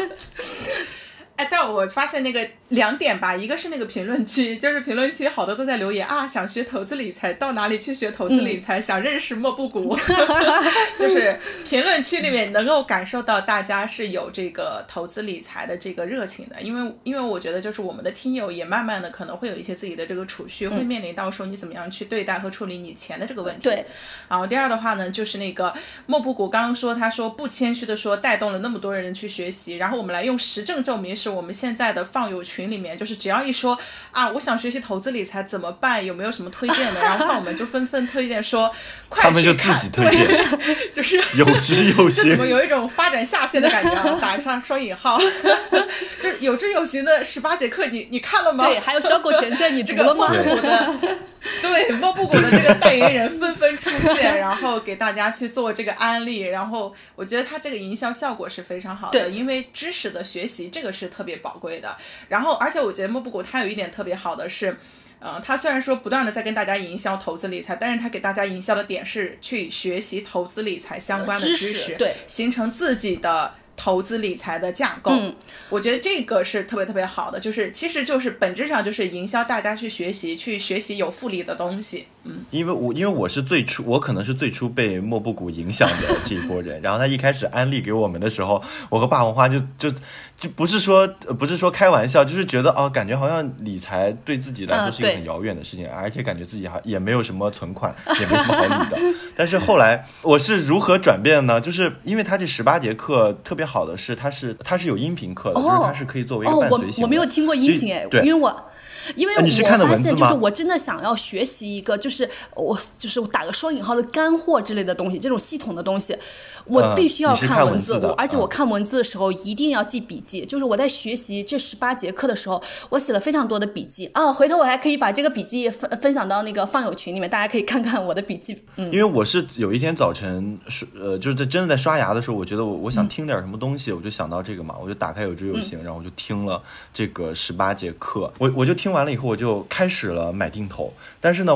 但我发现那个2点吧，一个是那个评论区，就是评论区好多都在留言啊，想学投资理财，到哪里去学投资理财，想认识莫布谷就是评论区里面能够感受到大家是有这个投资理财的这个热情的。因为我觉得就是我们的听友也慢慢的可能会有一些自己的这个储蓄，会面临到说你怎么样去对待和处理你钱的这个问题。 对， 然后第二的话呢，就是那个莫布谷刚刚说，他说不谦虚的说带动了那么多人去学习，然后我们来用实证证明，是我们现在的放友群里面，就是只要一说啊，我想学习投资理财怎么办，有没有什么推荐的，然后放友们就纷纷推荐说快去看， 他们就自己推荐就是有知有行， 我有一种发展下线的感觉啊，打一下双引号就是有知有行的18节课你看了吗？ 对，还有小狗钱钱你读了吗？ 对，莫布谷的这个代言人纷纷出现，然后给大家去做这个安利，然后我觉得他这个营销效果是非常好的，因为知识的学习这个是特别宝贵的。然后而且我觉得莫布谷他有一点特别好的是他虽然说不断的在跟大家营销投资理财，但是他给大家营销的点是去学习投资理财相关的知识， 对， 形成自己的投资理财的架构。我觉得这个是特别特别好的，就是其实就是本质上就是营销大家去学习有复利的东西。 因为我可能是最初被莫布谷影响的这一波人，然后他一开始安利给我们的时候，我和霸王花就不是说开玩笑，就是觉得感觉好像理财对自己来说是一个很遥远的事情，而且感觉自己也没有什么存款，也没什么好理的。但是后来我是如何转变的呢？就是因为他这18节课特别好的是，它是有音频课的，就是它是可以作为一个伴随型的。 我没有听过音频哎，因为我发现就是我真的想要学习一个就是我打个双引号的干货之类的东西，这种系统的东西我必须要看文字，而且我看文字的时候一定要记笔记。就是我在学习这18节课的时候，我写了非常多的笔记回头我还可以把这个笔记分享到那个放友群里面，大家可以看看我的笔记。 因为我是有一天早晨就是真的在刷牙的时候，我觉得我想听点什么东西，我就想到这个嘛，我就打开有知有行，然后我就听了这个18节课。我就听完了以后，我就开始了买定投。但是呢，我也不太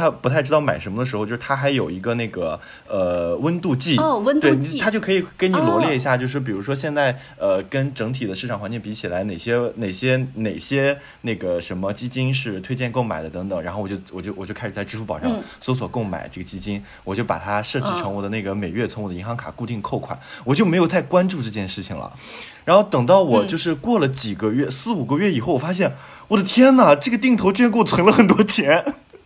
不太知道买什么的时候，就是它还有一个那个温度计温度计， 它就可以给你罗列一下，就是比如说现在跟整体的市场环境比起来，哪些那个什么基金是推荐购买的等等，然后我就开始在支付宝上搜索购买这个基金，我就把它设置成我的那个每月从我的银行卡固定扣款，我就没有太关注这件事情了。然后等到我就是过了几个月，4-5个月以后，我发现我的天哪，这个定投居然给我存了很多钱。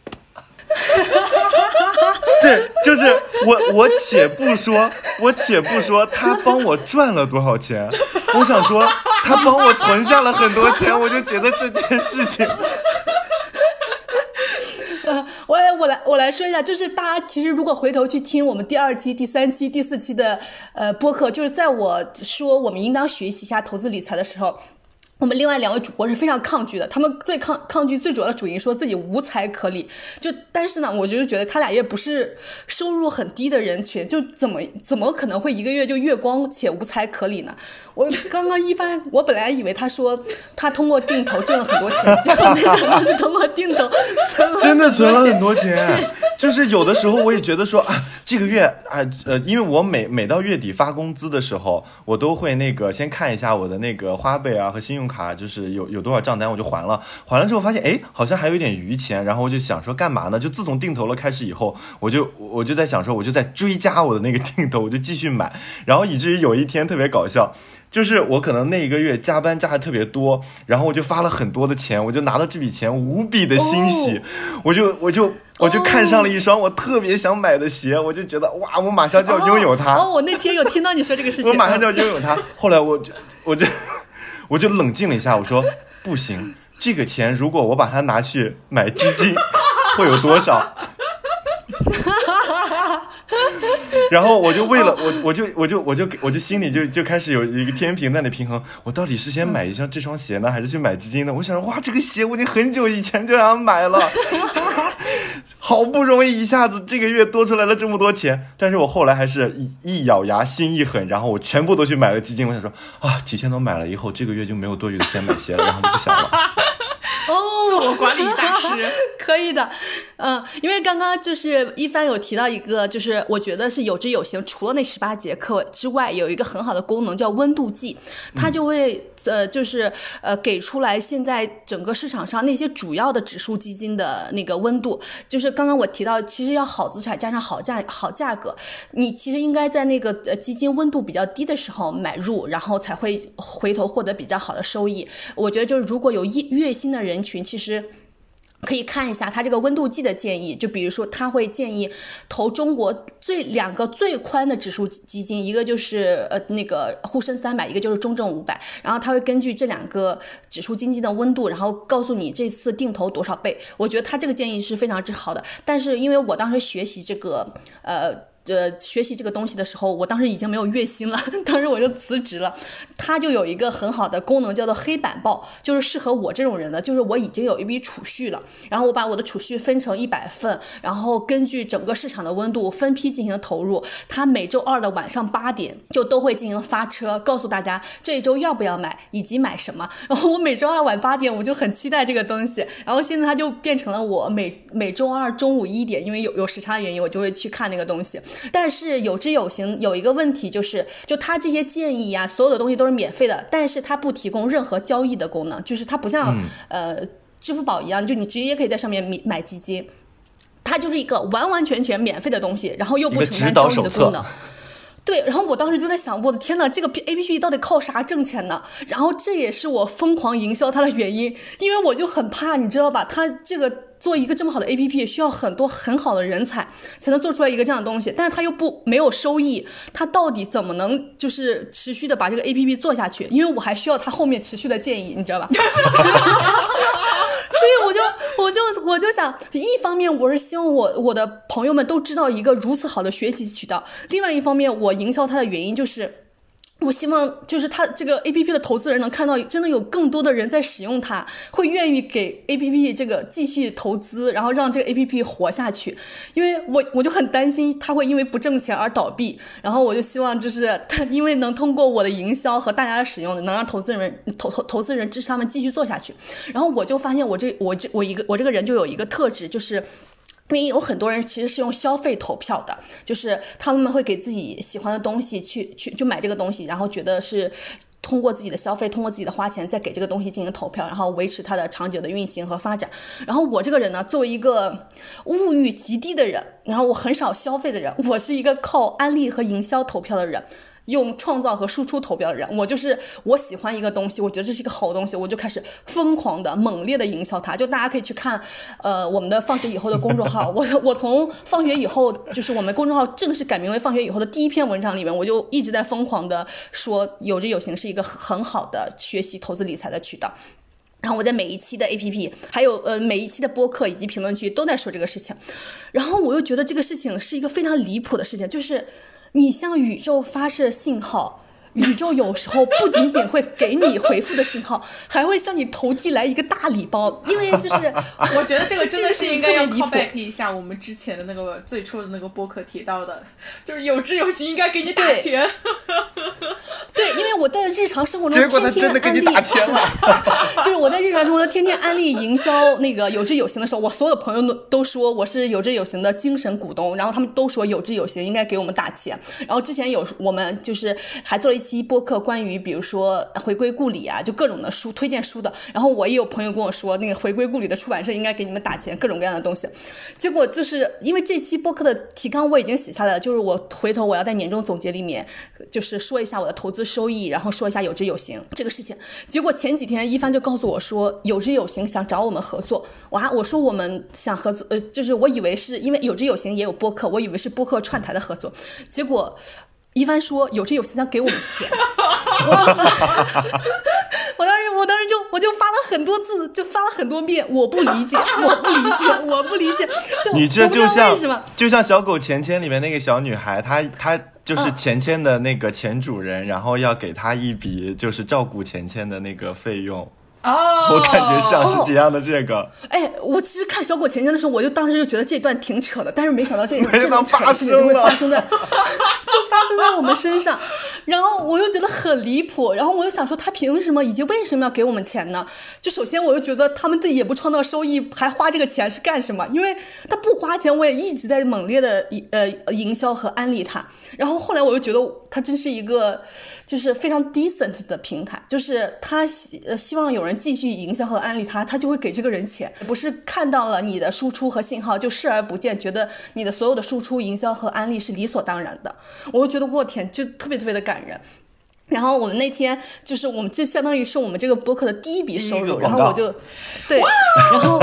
对，就是我且不说他帮我赚了多少钱，我想说他帮我存下了很多钱，我就觉得这件事情。 我来说一下，就是大家其实如果回头去听我们第2期、第3期、第4期的播客，就是在我说我们应当学习一下投资理财的时候，我们另外2位主播是非常抗拒的，他们最抗拒最主要的主因说自己无财可理，但是呢，我就是觉得他俩也不是收入很低的人群，就怎么可能会一个月就月光且无财可理呢？我刚刚一番，我本来以为他说他通过定投挣了很多钱，结果没想到是通过定投真的存了很多钱。就是有的时候我也觉得说啊，这个月因为我每到月底发工资的时候，我都会那个先看一下我的那个花呗啊和信用卡，就是有多少账单我就还了之后发现好像还有点余钱，然后我就想说干嘛呢？就自从定投了开始以后，我就在想说，我就在追加我的那个定投，我就继续买，然后以至于有一天特别搞笑。就是我可能那一个月加班加的特别多，然后我就发了很多的钱，我就拿到这笔钱无比的欣喜，我就看上了一双我特别想买的鞋，我就觉得哇，我马上就要拥有它。 我那天有听到你说这个事情， 我马上就要拥有它。后来我就冷静了一下，我说不行，这个钱如果我把它拿去买基金，会有多少？然后我就为了我就心里就开始有一个天平在那平衡，我到底是先买这双鞋呢，还是去买基金呢？我想哇，这个鞋我已经很久以前就想买了，好不容易一下子这个月多出来了这么多钱，但是我后来还是一咬牙心一狠，然后我全部都去买了基金。我想说啊，提前都买了以后，这个月就没有多余的钱买鞋了，然后就不想了。 自我管理大师。 可以的。因为刚刚就是一帆有提到一个，就是我觉得是有知有行，除了那18节课之外，有一个很好的功能叫温度计，它就会给出来现在整个市场上那些主要的指数基金的那个温度。就是刚刚我提到，其实要好资产加上好价格，你其实应该在那个基金温度比较低的时候买入，然后才会回头获得比较好的收益。我觉得就是如果有月薪的人群，其实可以看一下他这个温度计的建议，就比如说他会建议投中国2个最宽的指数基金，一个就是那个沪深300，一个就是中证500，然后他会根据这2个指数基金的温度，然后告诉你这次定投多少倍。我觉得他这个建议是非常之好的，但是因为我当时学习这个东西的时候，我当时已经没有月薪了，当时我就辞职了。它就有一个很好的功能叫做黑板报，就是适合我这种人的，就是我已经有一笔储蓄了，然后我把我的储蓄分成100份，然后根据整个市场的温度分批进行投入。它每周2的晚上8点就都会进行发车，告诉大家这一周要不要买以及买什么。然后我每周2晚8点我就很期待这个东西，然后现在它就变成了我每周2中午1点，因为有时差的原因，我就会去看那个东西。但是有知有行有一个问题，就他这些建议啊，所有的东西都是免费的，但是他不提供任何交易的功能，就是它不像支付宝一样，就你直接可以在上面买基金，它就是一个完完全全免费的东西，然后又不承担交易的功能。对，然后我当时就在想，我的天哪，这个 APP 到底靠啥挣钱呢？然后这也是我疯狂营销它的原因，因为我就很怕，你知道吧，它这个做一个这么好的 APP 需要很多很好的人才才能做出来一个这样的东西，但是它又没有收益，它到底怎么能就是持续的把这个 APP 做下去？因为我还需要它后面持续的建议，你知道吧？所以我就想，一方面我是希望我的朋友们都知道一个如此好的学习渠道，另外一方面我营销它的原因就是我希望就是他这个 APP 的投资人能看到真的有更多的人在使用它，会愿意给 APP 这个继续投资，然后让这个 APP 活下去。因为我就很担心它会因为不挣钱而倒闭，然后我就希望就是它因为能通过我的营销和大家的使用，能让投资人支持他们继续做下去。然后我就发现我这个人就有一个特质，就是因为有很多人其实是用消费投票的，就是他们会给自己喜欢的东西去就买这个东西，然后觉得是通过自己的消费，通过自己的花钱再给这个东西进行投票，然后维持它的长久的运行和发展。然后我这个人呢，作为一个物欲极低的人，然后我很少消费的人，我是一个靠安利和营销投票的人，用创造和输出投标的人。我就是我喜欢一个东西，我觉得这是一个好东西，我就开始疯狂的猛烈的营销它。就大家可以去看我们的放学以后的公众号，我从放学以后，就是我们公众号正式改名为放学以后的第一篇文章里面，我就一直在疯狂的说有知有行是一个很好的学习投资理财的渠道。然后我在每一期的 APP 还有每一期的播客以及评论区都在说这个事情，然后我又觉得这个事情是一个非常离谱的事情，就是你向宇宙发射信号，宇宙有时候不仅仅会给你回复的信号，还会向你投递来一个大礼包。因为就是我觉得这个真的是应该要 callback 一下我们之前的那个最初的那个播客提到的，就是有知有行应该给你打钱。 对，因为我在日常生活中结果他真的给你打钱了。 就是我在日常生活中天天安利营销那个有知有行的时候，我所有的朋友都说我是有知有行的精神股东，然后他们都说有知有行应该给我们打钱。然后之前我们就是还做了一期播客关于比如说回归故里啊，就各种的书推荐书的，然后我也有朋友跟我说那个回归故里的出版社应该给你们打钱，各种各样的东西。结果就是因为这期播客的提纲我已经写下来了，就是我回头我要在年终总结里面就是说一下我的投资收益，然后说一下有知有行这个事情。结果前几天一帆就告诉我说有知有行想找我们合作，我说我们想合作就是我以为是因为有知有行也有播客，我以为是播客串台的合作，结果一帆说有知有行想给我们钱。我当时我就发了很多字，就发了很多遍，我不理解。 你这就像小狗钱钱里面那个小女孩，她就是钱钱的那个前主人，然后要给她一笔就是照顾钱钱的那个费用。我感觉像是这样的这个。 我其实看小狗钱钱的时候，我就当时就觉得这段挺扯的，但是没想到这种扯的事情就会发生在我们身上，然后我又觉得很离谱，然后我又想说他凭什么以及为什么要给我们钱呢？就首先我又觉得他们自己也不创造收益，还花这个钱是干什么？因为他不花钱，我也一直在猛烈的营销和安利他。然后后来我又觉得他真是一个就是非常 decent 的平台，就是他希望有人继续营销和安利他就会给这个人钱，不是看到了你的输出和信号就视而不见，觉得你的所有的输出营销和安利是理所当然的。我就觉得我天，就特别特别的感人。然后我们那天就是我们这相当于是我们这个播客的第一笔收入，然后我就对，然后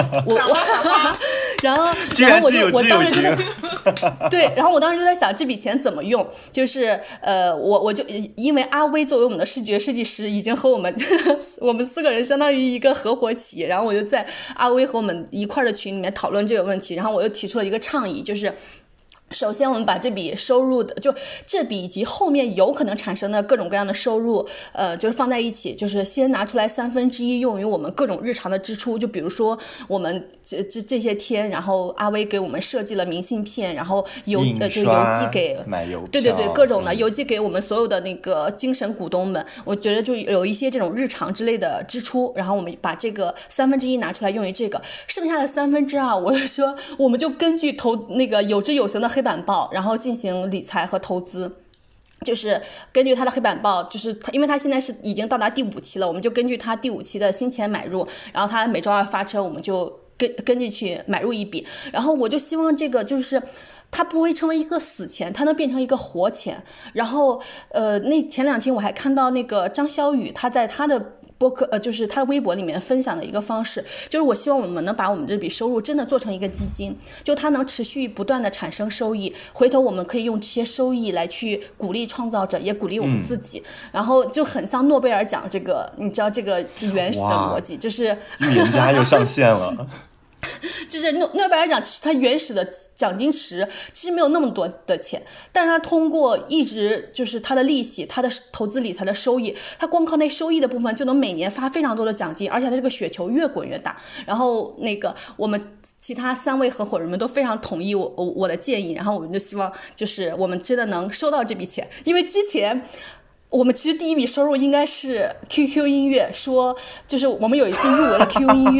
我当时就在对，然后我当时就在想这笔钱怎么用，就是我就因为阿威作为我们的视觉设计师，已经和我们4个人相当于一个合伙企业，然后我就在阿威和我们一块的群里面讨论这个问题，然后我又提出了一个倡议，就是首先我们把这笔收入的就这笔以及后面有可能产生的各种各样的收入就是放在一起，就是先拿出来1/3用于我们各种日常的支出，就比如说我们这些天，然后阿威给我们设计了明信片，然后就邮寄给买邮票， 对各种的邮寄给我们所有的那个精神股东们，我觉得就有一些这种日常之类的支出，然后我们把这个1/3拿出来用于这个，剩下的2/3我就说我们就根据那个有知有行的黑板报，然后进行理财和投资。就是根据他的黑板报，就是因为他现在是已经到达第5期了，我们就根据他第5期的新钱买入，然后他每周2发车，我们就根据去买入一笔。然后我就希望这个就是它不会成为一个死钱，它能变成一个活钱。然后那前2天我还看到那个张小雨他在他的播客就是他的微博里面分享的一个方式，就是我希望我们能把我们这笔收入真的做成一个基金，就它能持续不断的产生收益，回头我们可以用这些收益来去鼓励创造者，也鼓励我们自己。然后就很像诺贝尔奖这个，你知道这个原始的逻辑，就是预言家又上线了。 就是诺贝尔奖，其实它原始的奖金池其实没有那么多的钱，但是它通过一直就是它的利息，它的投资理财的收益，它光靠那收益的部分就能每年发非常多的奖金，而且它这个雪球越滚越大。然后那个我们其他3位合伙人们都非常同意我的建议，然后我们就希望就是我们真的能收到这笔钱，因为之前我们其实第一笔收入应该是 QQ 音乐，说就是我们有一次入围了 QQ 音乐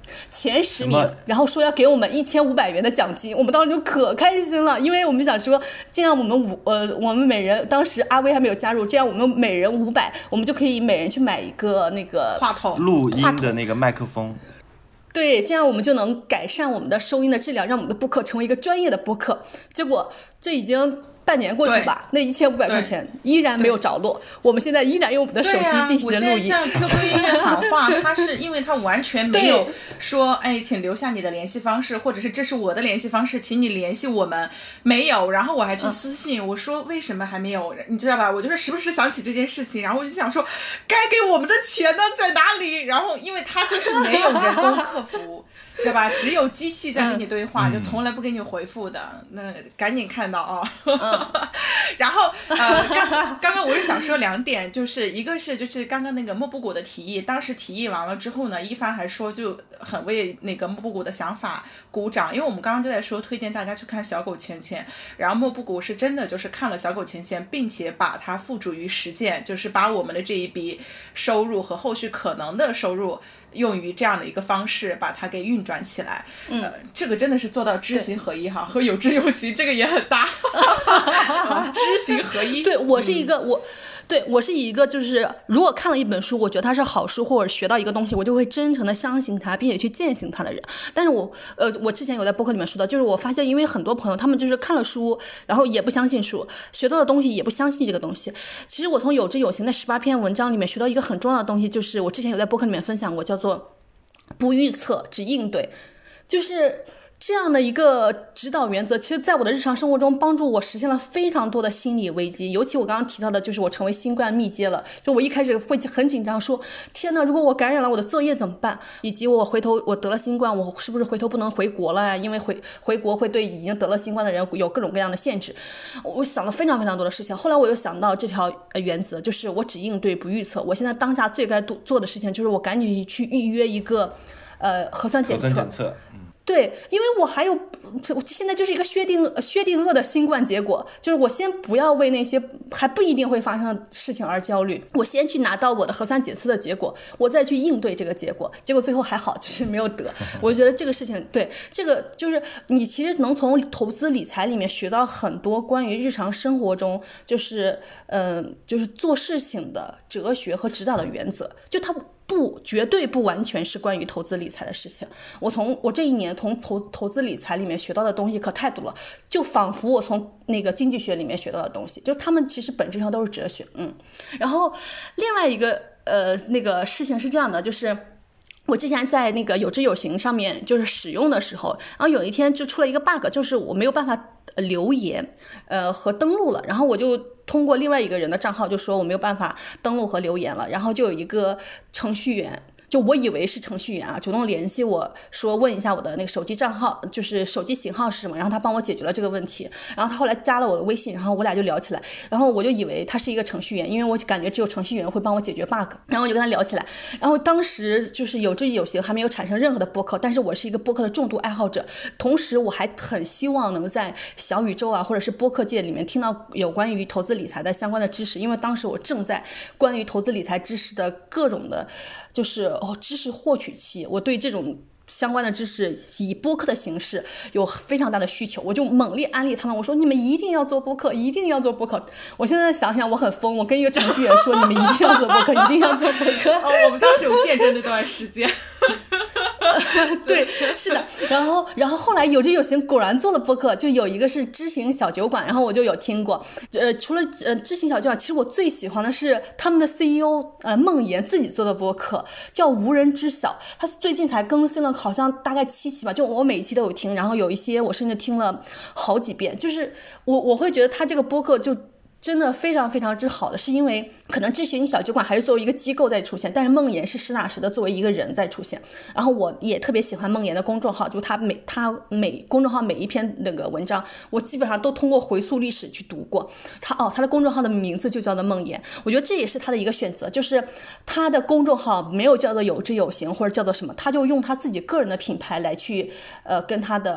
前10名，然后说要给我们1500元的奖金，我们当时就可开心了，因为我们想说，这样我们每人，当时阿威还没有加入，这样我们每人500，我们就可以每人去买一个那个话筒录音的那个麦克风。 对，这样我们就能改善我们的收音的质量，让我们的播客成为一个专业的播客。结果这已经半年过去吧，那1500块钱依然没有着落。我们现在依然用我们的手机进行的录音。 我现在向 QQ 音乐喊话，它是因为它完全没有说，哎，请留下你的联系方式，或者是这是我的联系方式，请你联系我们，没有。然后我还去私信，我说为什么还没有？你知道吧？我就是时不时想起这件事情，然后我就想说，该给我们的钱呢在哪里？然后因为它就是没有人工客服。对吧？只有机器在跟你对话，就从来不给你回复的。那赶紧看到啊！然后刚刚我是想说2点，就是一个是就是刚刚那个莫布谷的提议，当时提议完了之后呢，一帆还说就很为那个莫布谷的想法鼓掌，因为我们刚刚就在说推荐大家去看小狗钱钱，然后莫布谷是真的就是看了小狗钱钱，并且把它付诸于实践，就是把我们的这一笔收入和后续可能的收入用于这样的一个方式把它给运转起来。这个真的是做到知行合一哈，和有知有行这个也很大。知行合一。 对，我是一个我是一个就是如果看了一本书，我觉得它是好书或者学到一个东西，我就会真诚的相信它，并且去践行它的人。但是我之前有在播客里面说的，就是我发现因为很多朋友他们就是看了书，然后也不相信书，学到的东西也不相信这个东西。其实我从有知有行的18篇文章里面学到一个很重要的东西，就是我之前有在播客里面分享过，叫做不预测只应对，就是这样的一个指导原则，其实在我的日常生活中帮助我实现了非常多的心理危机。尤其我刚刚提到的就是我成为新冠密接了，就我一开始会很紧张，说天哪，如果我感染了我的作业怎么办，以及我得了新冠，我是不是回头不能回国了呀？因为回国会对已经得了新冠的人有各种各样的限制。我想了非常非常多的事情，后来我又想到这条原则，就是我只应对不预测。我现在当下最该做的事情就是我赶紧去预约一个核酸检测。对，因为我现在就是一个薛定谔的新冠结果，就是我先不要为那些还不一定会发生的事情而焦虑，我先去拿到我的核酸检测的结果，我再去应对这个结果，结果最后还好，就是没有得。我觉得这个事情，对，这个就是你其实能从投资理财里面学到很多关于日常生活中就是做事情的哲学和指导的原则，就它绝对不完全是关于投资理财的事情。我这一年从投资理财里面学到的东西可太多了，就仿佛我从那个经济学里面学到的东西，就他们其实本质上都是哲学。然后另外一个那个事情是这样的，就是我之前在那个有知有行上面就是使用的时候，然后有一天就出了一个 bug， 就是我没有办法留言和登录了，然后我就通过另外一个人的账号就说我没有办法登录和留言了，然后就有一个程序员，就我以为是程序员啊，主动联系我说问一下我的那个手机账号，就是手机型号是什么，然后他帮我解决了这个问题，然后他后来加了我的微信，然后我俩就聊起来，然后我就以为他是一个程序员，因为我感觉只有程序员会帮我解决 bug， 然后我就跟他聊起来，然后当时就是有知有行还没有产生任何的播客，但是我是一个播客的重度爱好者，同时我还很希望能在小宇宙啊或者是播客界里面听到有关于投资理财的相关的知识，因为当时我正在关于投资理财知识的各种的就是知识获取期，我对这种相关的知识以播客的形式有非常大的需求，我就猛烈安利他们，我说你们一定要做播客，一定要做播客。我现在想想我很疯，我跟一个程序员说你们一定要做播客，一定要做播客。 我们当时有见证那段时间。 对，是的。然后后来有知有行果然做了播客，就有一个是知行小酒馆，然后我就有听过。除了知行小酒馆，其实我最喜欢的是他们的 CEO 孟岩自己做的播客，叫无人知晓。他最近才更新了，好像大概7期吧，就我每一期都有听，然后有一些我甚至听了好几遍。就是我会觉得他这个播客就真的非常非常之好的，是因为可能知行小酒馆还是作为一个机构在出现，但是孟岩是实打实的作为一个人在出现。然后我也特别喜欢孟岩的公众号，就他公众号每一篇那个文章，我基本上都通过回溯历史去读过。他的公众号的名字就叫做孟岩，我觉得这也是他的一个选择，就是他的公众号没有叫做有知有行或者叫做什么，他就用他自己个人的品牌来去跟他的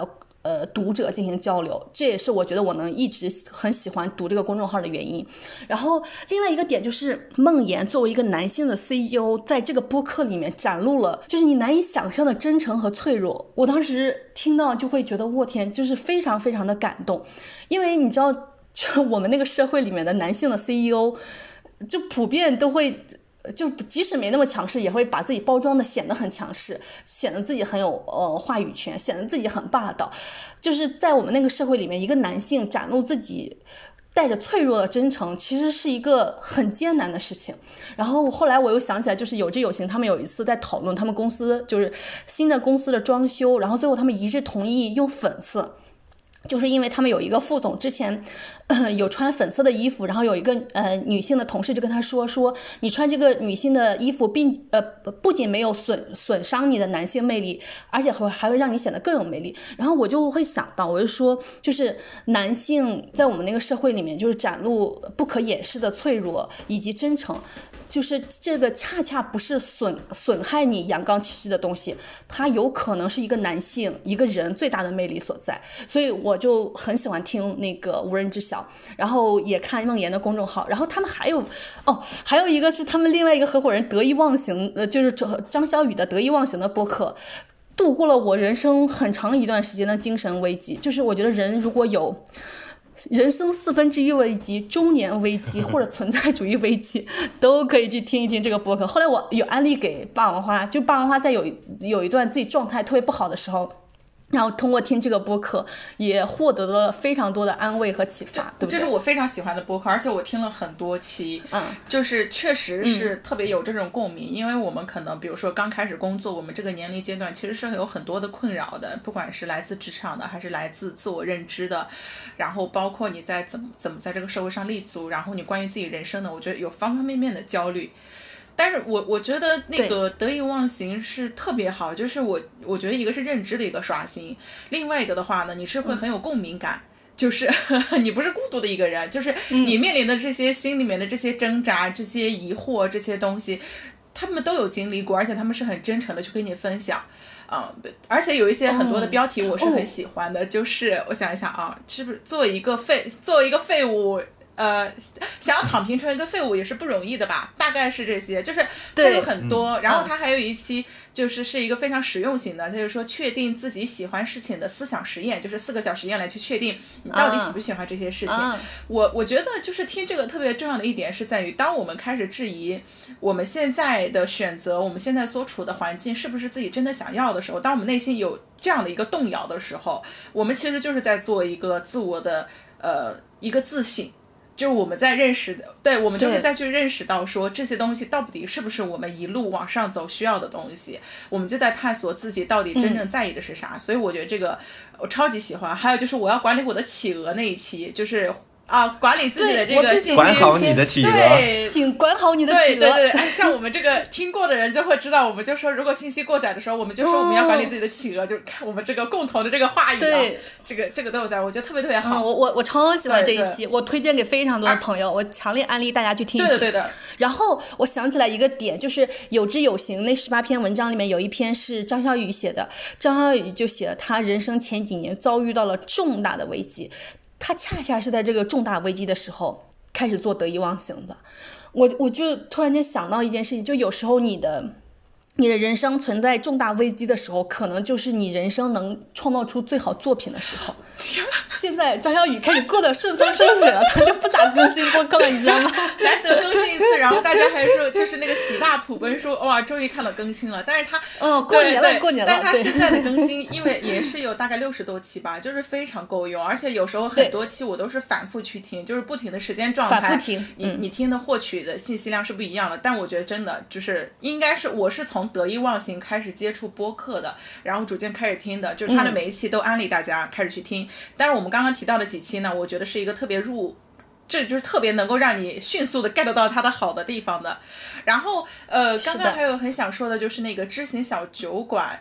读者进行交流，这也是我觉得我能一直很喜欢读这个公众号的原因。然后另外一个点就是孟岩作为一个男性的 CEO， 在这个播客里面展露了就是你难以想象的真诚和脆弱。我当时听到就会觉得我天，就是非常非常的感动。因为你知道就我们那个社会里面的男性的 CEO 就普遍都会就即使没那么强势，也会把自己包装的显得很强势，显得自己很有话语权，显得自己很霸道。就是在我们那个社会里面，一个男性展露自己带着脆弱的真诚，其实是一个很艰难的事情。然后后来我又想起来，就是有志有行他们有一次在讨论他们公司就是新的公司的装修，然后最后他们一致同意用粉色。就是因为他们有一个副总之前有穿粉色的衣服，然后有一个女性的同事就跟他说你穿这个女性的衣服不仅没有损伤你的男性魅力，而且还会让你显得更有魅力。然后我就会想到，我就说就是男性在我们那个社会里面就是展露不可掩饰的脆弱以及真诚，就是这个恰恰不是损害你阳刚气质的东西，它有可能是一个男性一个人最大的魅力所在。所以我就很喜欢听那个无人知晓，然后也看孟岩的公众号。然后他们还有一个是他们另外一个合伙人得意忘形，就是张小雨的得意忘形的播客，度过了我人生很长一段时间的精神危机。就是我觉得人如果有人生1/4危机、中年危机或者存在主义危机，都可以去听一听这个播客。后来我有安利给霸王花，就霸王花在有一段自己状态特别不好的时候，然后通过听这个播客也获得了非常多的安慰和启发，对不对？ 这是我非常喜欢的播客，而且我听了很多期，就是确实是特别有这种共鸣。因为我们可能比如说刚开始工作，我们这个年龄阶段其实是有很多的困扰的，不管是来自职场的还是来自自我认知的，然后包括你在怎么在这个社会上立足，然后你关于自己人生的，我觉得有方方面面的焦虑。但是我觉得那个得意忘形是特别好，就是我觉得一个是认知的一个刷新，另外一个的话呢，你是会很有共鸣感，就是你不是孤独的一个人，就是你面临的这些心里面的这些挣扎、这些疑惑、这些东西，他们都有经历过，而且他们是很真诚的去跟你分享。而且有一些很多的标题我是很喜欢的，就是我想一想啊，是不是作为一个废物。想要躺平成为一个废物也是不容易的吧，大概是这些，就是它有很多。然后它还有一期是一个非常实用型的，它就是说确定自己喜欢事情的思想实验，就是4个小实验来去确定你到底喜不喜欢这些事情。我觉得就是听这个特别重要的一点是在于，当我们开始质疑我们现在的选择，我们现在所处的环境是不是自己真的想要的时候，当我们内心有这样的一个动摇的时候，我们其实就是在做一个自我的一个自省。就是我们在认识的，对，我们就是再去认识到说这些东西到底是不是我们一路往上走需要的东西，我们就在探索自己到底真正在意的是啥。所以我觉得这个我超级喜欢。还有就是我要管理我的企鹅那一期，就是管理自己的这个信息， 管好你的企鹅， 对，请管好你的企鹅。 对，像我们这个听过的人就会知道，我们就说如果信息过载的时候，我们就说我们要管理自己的企鹅，就看我们这个共同的这个话语对， 这个都有在，我觉得特别特别好。 我超喜欢这一期，我推荐给非常多的朋友，我强烈安利大家去听一听。 对的。 然后我想起来一个点，就是有知有行那18篇文章里面有一篇是张小雨写的，张小雨就写了他人生前几年遭遇到了重大的危机。他恰恰是在这个重大危机的时候开始做得意忘形的。我就突然间想到一件事情，就有时候你的人生存在重大危机的时候，可能就是你人生能创造出最好作品的时候。现在张小雨开始过得顺风顺水了，他就不咋更新播客了，你知道吗？ 难得更新一次，然后大家还说就是那个喜大普奔说哇，终于看到更新了。但是他过年了， 但他现在的更新，因为也是有大概60多期吧，就是非常够用，而且有时候很多期我都是反复去听，就是不停的时间状态， 反复听， 你听的获取的信息量是不一样的。但我觉得真的就是应该是我是从得意忘形开始接触播客的，然后逐渐开始听的，就是他的每一期都安利大家开始去听。但是我们刚刚提到的几期呢，我觉得是一个特别这就是特别能够让你迅速的 get 到它的好的地方的。然后刚刚还有很想说的就是那个知行小酒馆，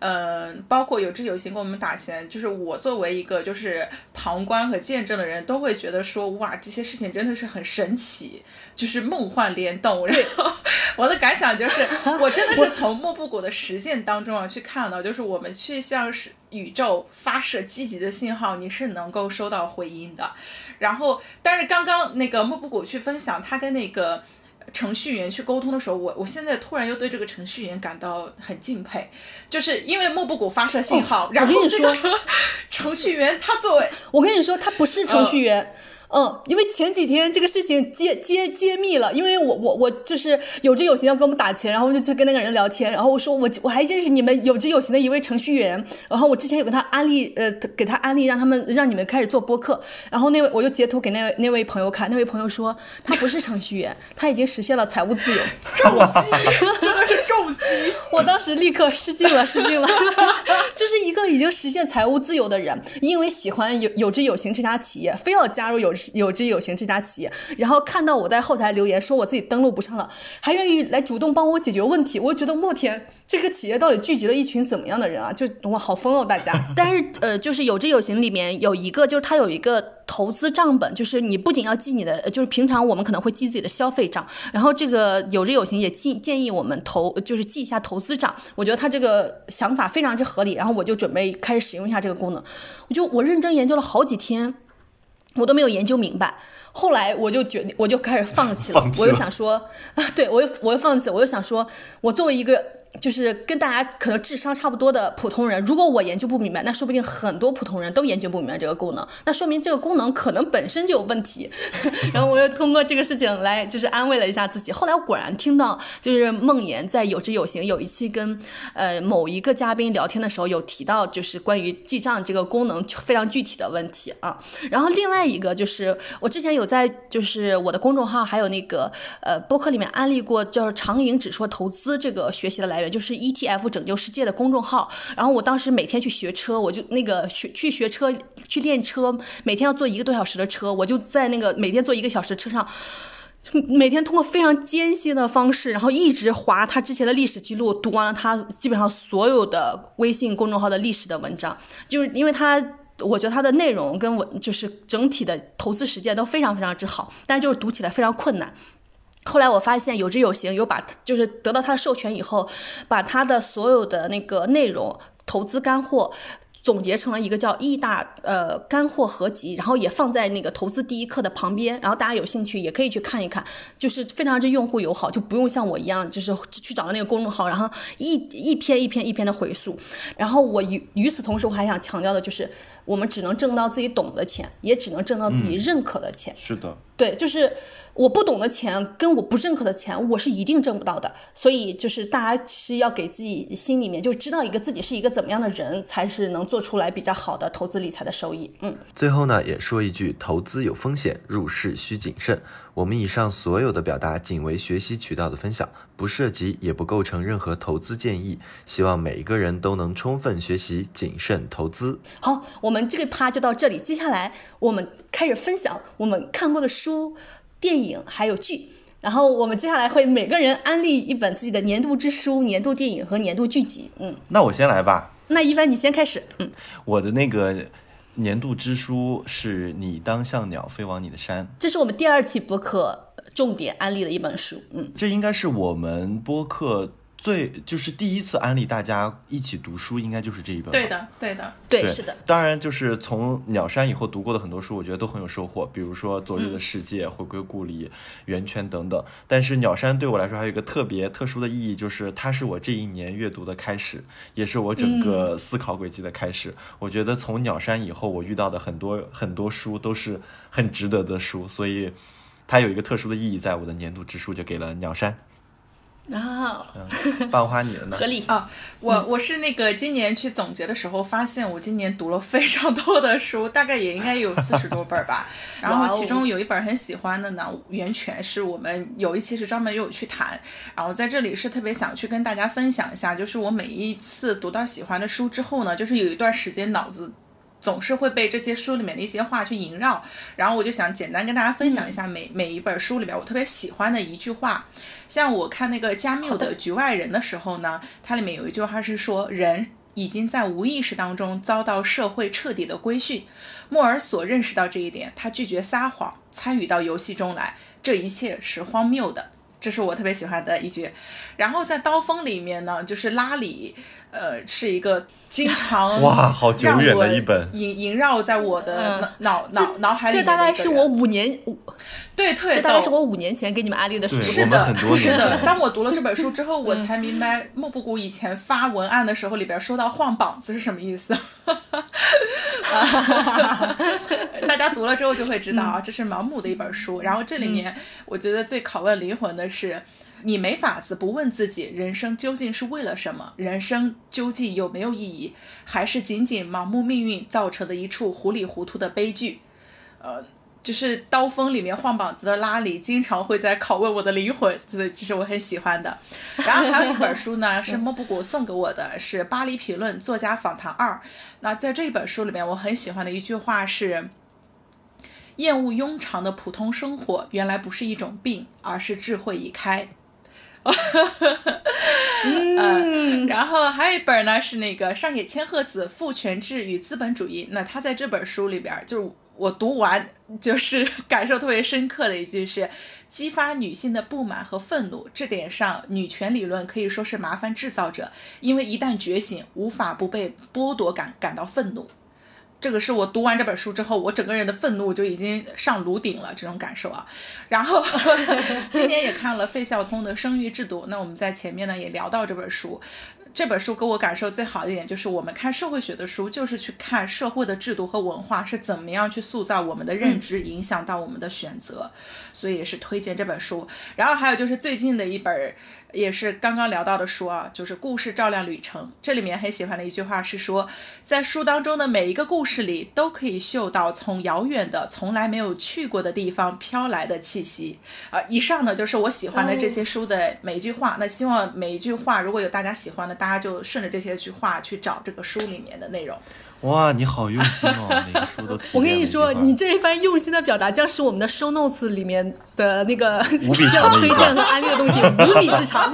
包括有志有行给我们打钱，就是我作为一个就是旁观和见证的人，都会觉得说哇，这些事情真的是很神奇，就是梦幻联动。然后我的感想就是，我真的是从莫布谷的实践当中去看到，就是我们去向宇宙发射积极的信号，你是能够收到回音的。然后，但是刚刚那个莫布谷去分享他跟那个程序员去沟通的时候，我现在突然又对这个程序员感到很敬佩，就是因为莫布谷发射信号，然后这个程序员他作为， 我跟你说，他不是程序员。因为前几天这个事情揭秘了，因为我就是有志有行要给我们打钱，然后我就去跟那个人聊天，然后我说我还认识你们有志有行的一位程序员，然后我之前有跟他安利给他安利让你们开始做播客，然后我就截图给那位朋友看，那位朋友说他不是程序员，他已经实现了财务自由， 重击，真的是重击， 我当时立刻失敬了，就是一个已经实现财务自由的人，因为喜欢有志有行这家企业，非要加入有志有行这家企业，然后看到我在后台留言说我自己登录不上了，还愿意来主动帮我解决问题，我就觉得我天，这个企业到底聚集了一群怎么样的人啊？就哇，好疯哦，大家！但是就是有志有行里面有一个，就是它有一个投资账本，就是你不仅要记你的，就是平常我们可能会记自己的消费账，然后这个有志有行也建议我们就是记一下投资账。我觉得他这个想法非常之合理，然后我就准备开始使用一下这个功能。我认真研究了好几天。我都没有研究明白，后来我就开始放弃了。我就想说，对，我又放弃了。我就想说，我作为一个就是跟大家可能智商差不多的普通人，如果我研究不明白，那说不定很多普通人都研究不明白这个功能，那说明这个功能可能本身就有问题。然后我又通过这个事情来就是安慰了一下自己。后来我果然听到，就是梦妍在有志有行有一期跟某一个嘉宾聊天的时候有提到，就是关于记账这个功能非常具体的问题啊。然后另外一个就是我之前有在就是我的公众号还有那个播客里面安利过，就是长盈只说投资这个学习的来源，就是 ETF 拯救世界的公众号。然后我当时每天去学车，我就那个去学车去练车，每天要坐1个多小时的车，我就在那个每天坐1个小时车上，每天通过非常艰辛的方式，然后一直划他之前的历史记录，读完了他基本上所有的微信公众号的历史的文章，就是因为我觉得它的内容跟就是整体的投资实践都非常非常之好，但是就是读起来非常困难。后来我发现有志有行有就是得到他的授权以后，把他的所有的那个内容投资干货总结成了一个叫易大干货合集，然后也放在那个投资第一课的旁边，然后大家有兴趣也可以去看一看，就是非常之用户友好，就不用像我一样就是去找到那个公众号，然后一篇的回溯。然后我与此同时我还想强调的就是我们只能挣到自己懂的钱，也只能挣到自己认可的钱。 是的， 对，就是我不懂的钱跟我不认可的钱我是一定挣不到的，所以就是大家其实要给自己心里面就知道自己是一个怎么样的人，才是能做出来比较好的投资理财的收益。 最后呢，也说一句，投资有风险，入市需谨慎。我们以上所有的表达仅为学习渠道的分享，不涉及也不构成任何投资建议，希望每一个人都能充分学习，谨慎投资。 好，我们这个趴就到这里，接下来我们开始分享我们看过的书、电影还有剧，然后我们接下来会每个人安利一本自己的年度之书、年度电影和年度剧集。 那我先来吧。 那一帆你先开始。 我的那个年度之书是你当像鸟飞往你的山， 这是我们第2期播客重点安利的一本书。 这应该是我们播客就是第一次安利大家一起读书，应该就是这一本。 对，是的。 当然就是从鸟山以后读过的很多书，我觉得都很有收获，比如说昨日的世界、回归故里、圆圈等等。但是鸟山对我来说还有一个特别特殊的意义，就是它是我这一年阅读的开始，也是我整个思考轨迹的开始。我觉得从鸟山以后我遇到的很多书都是很值得的书，所以它有一个特殊的意义，在我的年度之书就给了鸟山。半花你的呢？ 合理啊！我是那个今年去总结的时候发现，我今年读了非常多的书，大概也应该有40多本吧。然后其中有一本很喜欢的呢，源泉是我们有一期是专门有去谈，然后在这里是特别想去跟大家分享一下，就是我每一次读到喜欢的书之后呢，就是有一段时间脑子总是会被这些书里面的一些话去萦绕，然后我就想简单跟大家分享一下每一本书里边我特别喜欢的一句话。像我看那个加缪的《局外人》的时候呢，它里面有一句话是说，人已经在无意识当中遭到社会彻底的规训。莫尔索认识到这一点，他拒绝撒谎，参与到游戏中来，这一切是荒谬的。这是我特别喜欢的一句。然后在刀锋里面呢，就是拉里是一个经常哇，好久远的一本， 萦绕在我的脑海里面的一个人。 这大概是我5年， 对， 这大概是我5年前给你们安利的书。 是的， 很多年是的。当我读了这本书之后，我才明白莫布谷以前发文案的时候里边说到晃膀子是什么意思。大家读了之后就会知道啊，这是盲目的一本书。然后这里面我觉得最拷问灵魂的是，你没法子不问自己，人生究竟是为了什么？人生究竟有没有意义？还是仅仅盲目命运造成的一处糊里糊涂的悲剧？就是刀锋里面晃膀子的拉里经常会在拷问我的灵魂，这是我很喜欢的。然后还有一本书呢，是莫布谷送给我的，是《巴黎评论作家访谈2》。那在这本书里面，我很喜欢的一句话是：厌恶庸常的普通生活，原来不是一种病，而是智慧已开。然后还有一本呢，是那个上野千鹤子《父权制与资本主义》。那他在这本书里边，就是我读完就是感受特别深刻的一句是：激发女性的不满和愤怒。这点上，女权理论可以说是麻烦制造者，因为一旦觉醒，无法不被剥夺感到愤怒。这个是我读完这本书之后，我整个人的愤怒就已经上炉顶了，这种感受啊。然后今年也看了费孝通的《生育制度》，那我们在前面呢也聊到这本书。这本书给我感受最好的一点就是，我们看社会学的书就是去看社会的制度和文化是怎么样去塑造我们的认知，影响到我们的选择，所以也是推荐这本书。然后还有就是最近的一本也是刚刚聊到的书啊，就是《故事照亮旅程》。这里面很喜欢的一句话是说，在书当中的每一个故事里都可以嗅到从遥远的从来没有去过的地方飘来的气息。以上呢就是我喜欢的这些书的每一句话。那希望每一句话如果有大家喜欢的，大家就顺着这些句话去找这个书里面的内容。 哇，你好用心哦，每个书都提。 我跟你说，你这一番用心的表达将使我们的 show notes 里面的那个无比长的推荐和安利的东西无比之长。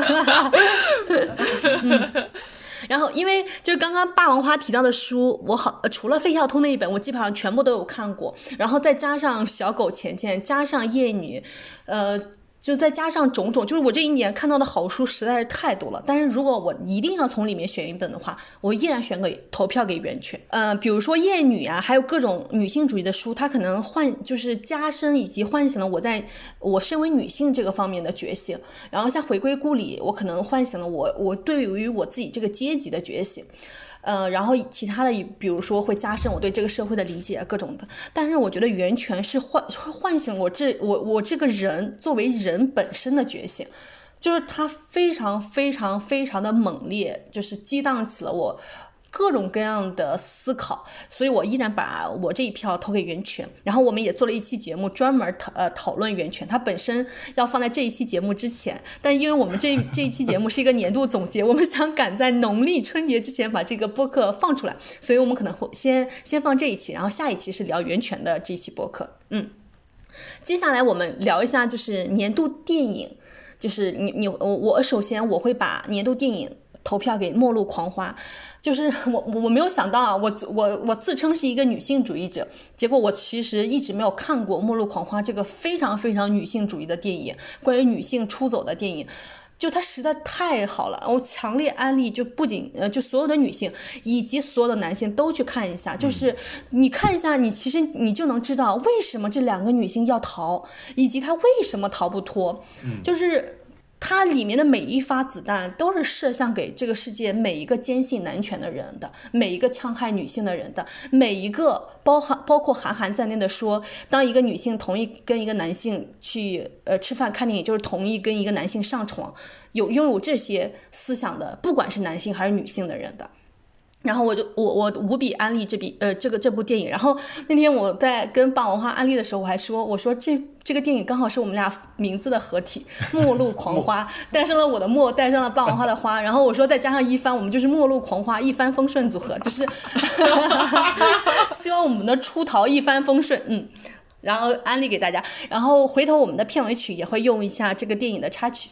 然后因为就是刚刚霸王花提到的书，我除了费孝通那一本我基本上全部都有看过，然后再加上小狗钱钱，加上夜女，就再加上种种，就是我这一年看到的好书实在是太多了。但是如果我一定要从里面选一本的话，我依然投票给袁泉。比如说厌女啊，还有各种女性主义的书，它可能就是加深以及唤醒了我身为女性这个方面的觉醒。然后像回归故里，我可能唤醒了我对于我自己这个阶级的觉醒。然后其他的比如说会加深我对这个社会的理解各种的，但是我觉得袁泉是唤醒我这个人作为人本身的觉醒，就是它非常非常非常的猛烈，就是激荡起了我各种各样的思考，所以我依然把我这一票投给袁泉。然后我们也做了一期节目专门讨论袁泉，它本身要放在这一期节目之前，但因为我们这一期节目是一个年度总结，我们想赶在农历春节之前把这个播客放出来，所以我们可能会先放这一期，然后下一期是聊袁泉的这一期播客。接下来我们聊一下就是年度电影，就是我首先我会把年度电影投票给《末路狂花》。就是我没有想到啊，我自称是一个女性主义者，结果我其实一直没有看过《末路狂花》这个非常非常女性主义的电影，关于女性出走的电影。就它实在太好了，我强烈安利，就不仅就所有的女性以及所有的男性都去看一下，就是你看一下，其实你就能知道为什么这两个女性要逃，以及她为什么逃不脱。就是它里面的每一发子弹都是射向给这个世界每一个坚信男权的人的，每一个戕害女性的人的，每一个包括韩寒在内的说，当一个女性同意跟一个男性去吃饭看电影，就是同意跟一个男性上床，拥有这些思想的，不管是男性还是女性的人的。然后我无比安利这部电影。然后那天我在跟霸王花安利的时候，我说这个电影刚好是我们俩名字的合体，末路狂花，带上了我的末，带上了霸王花的花，然后我说再加上一番，我们就是末路狂花一帆风顺组合，就是希望我们的出逃一帆风顺。然后安利给大家，然后回头我们的片尾曲也会用一下这个电影的插曲。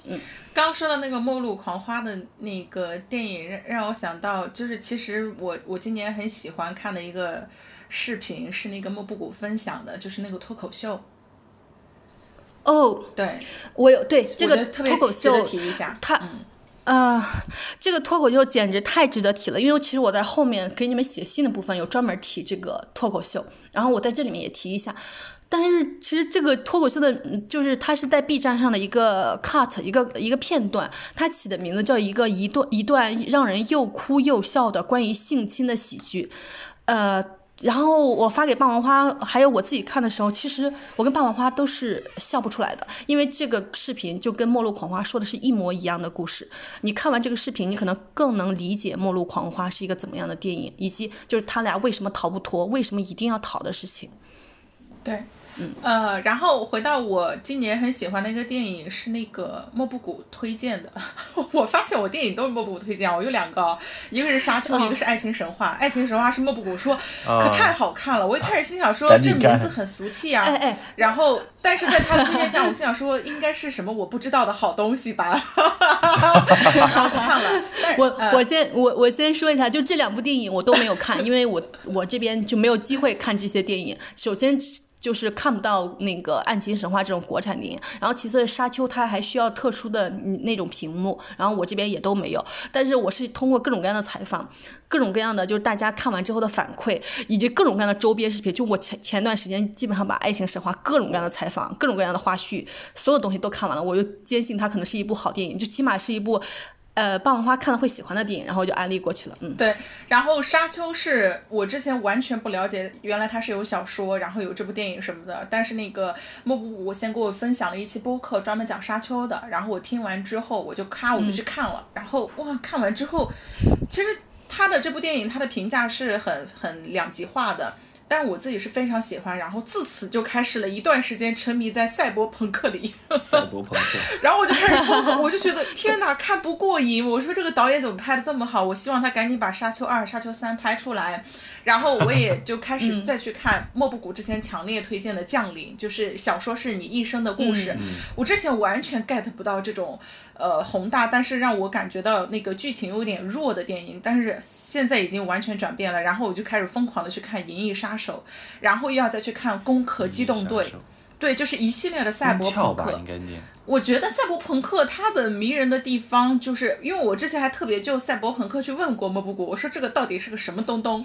刚刚说到那个《末路狂花》的那个电影，让我想到，就是其实我今年很喜欢看的一个视频是那个莫布谷分享的，就是那个脱口秀。 哦， 对， 我有对这个脱口秀特别提一下， 这个脱口秀简直太值得提了，因为其实我在后面给你们写信的部分有专门提这个脱口秀，然后我在这里面也提一下。但是其实这个脱口秀的，就是它是在 B 站上的一个 cut 一个片段，它起的名字叫一段让人又哭又笑的关于性侵的喜剧，然后我发给霸王花还有我自己看的时候，其实我跟霸王花都是笑不出来的，因为这个视频就跟末路狂花说的是一模一样的故事。你看完这个视频，你可能更能理解末路狂花是一个怎么样的电影，以及就是他俩为什么逃不脱，为什么一定要逃的事情。 对。然后回到我今年很喜欢的一个电影是那个莫布谷推荐的。我发现我电影都是莫布谷推荐，我有2个，一个是沙丘，一个是爱情神话。爱情神话是莫布谷说可太好看了，我一开始心想说这名字很俗气啊，然后但是在他的推荐下，我心想说应该是什么我不知道的好东西吧。然后去看了。 我先说一下，就这2部电影我都没有看，因为我这边就没有机会看这些电影。首先就是看不到那个爱情神话这种国产电影，然后其次沙丘它还需要特殊的那种屏幕，然后我这边也都没有。但是我是通过各种各样的采访，各种各样的就是大家看完之后的反馈，以及各种各样的周边视频，就我前段时间基本上把爱情神话各种各样的采访，各种各样的花絮，所有东西都看完了，我就坚信它可能是一部好电影，就起码是一部霸王花看了会喜欢的电影，然后就安利过去了。 对。然后沙丘是我之前完全不了解，原来它是有小说，然后有这部电影什么的。但是那个莫布谷先给我分享了一期播客，专门讲沙丘的。然后我听完之后，我就去看了。然后哇，看完之后，其实他的这部电影，他的评价是很两极化的。但是我自己是非常喜欢，然后自此就开始了一段时间沉迷在赛博朋克里。 赛博朋克， 然后我就开始疯狂，我就觉得天哪，看不过瘾。我说这个导演怎么拍的这么好？我希望他赶紧把沙丘2、沙丘3拍出来。然后我也就开始再去看莫布谷之前强烈推荐的《降临》，就是小说是你一生的故事。我之前完全 get 不到这种宏大，但是让我感觉到那个剧情有点弱的电影，但是现在已经完全转变了。然后我就开始疯狂的去看《银翼杀手》，然后又要再去看《攻壳机动队》。对，就是一系列的赛博朋克。 应该念。 我觉得赛博朋克它的迷人的地方，就是因为我之前还特别就赛博朋克去问过莫布谷，我说这个到底是个什么东东？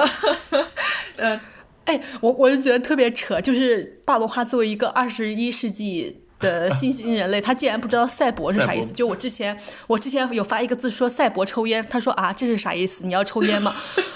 我就觉得特别扯，就是霸王花作为一个21世纪的新型人类，他竟然不知道赛博是啥意思。就我之前有发一个字说赛博抽烟，他说啊这是啥意思？你要抽烟吗？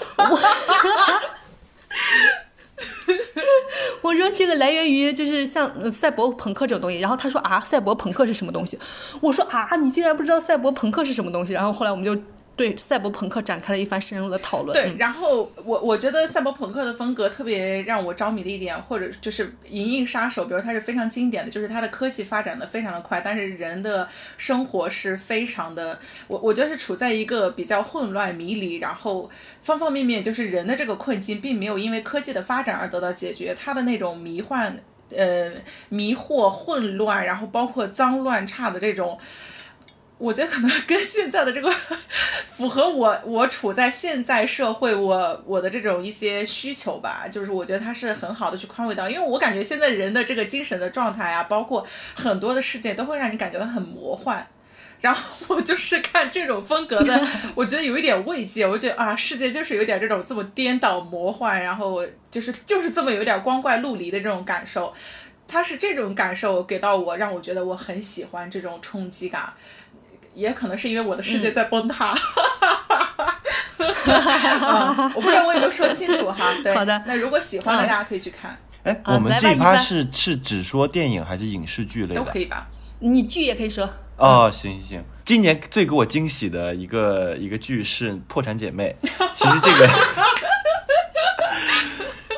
我说这个来源于就是像赛博朋克这种东西，然后他说啊赛博朋克是什么东西？我说啊你竟然不知道赛博朋克是什么东西？然后后来我们就对赛博朋克展开了一番深入的讨论。 对，然后我觉得赛博朋克的风格特别让我着迷的一点，或者就是《银翼杀手》，比如它是非常经典的，就是它的科技发展的非常的快，但是人的生活是非常的，我觉得是处在一个比较混乱迷离，然后方方面面就是人的这个困境并没有因为科技的发展而得到解决，它的那种迷惑、混乱，然后包括脏乱差的这种。我觉得可能跟现在的这个符合我处在现在社会我的这种一些需求吧，就是我觉得它是很好的去宽慰到，因为我感觉现在人的这个精神的状态啊，包括很多的事件都会让你感觉到很魔幻，然后我就是看这种风格的我觉得有一点慰藉，我觉得啊世界就是有点这么颠倒魔幻，然后就是这么有点光怪陆离的这种感受，它是这种感受给到我，让我觉得我很喜欢这种冲击感，也可能是因为我的世界在崩塌。我不知道我有没有说清楚哈。对， 好的。 那如果喜欢的大家可以去看。 我们这一趴是只说电影还是影视剧类的？ 都可以吧。 你剧也可以说。 行，今年最给我惊喜的一个剧是《破产姐妹》。其实这个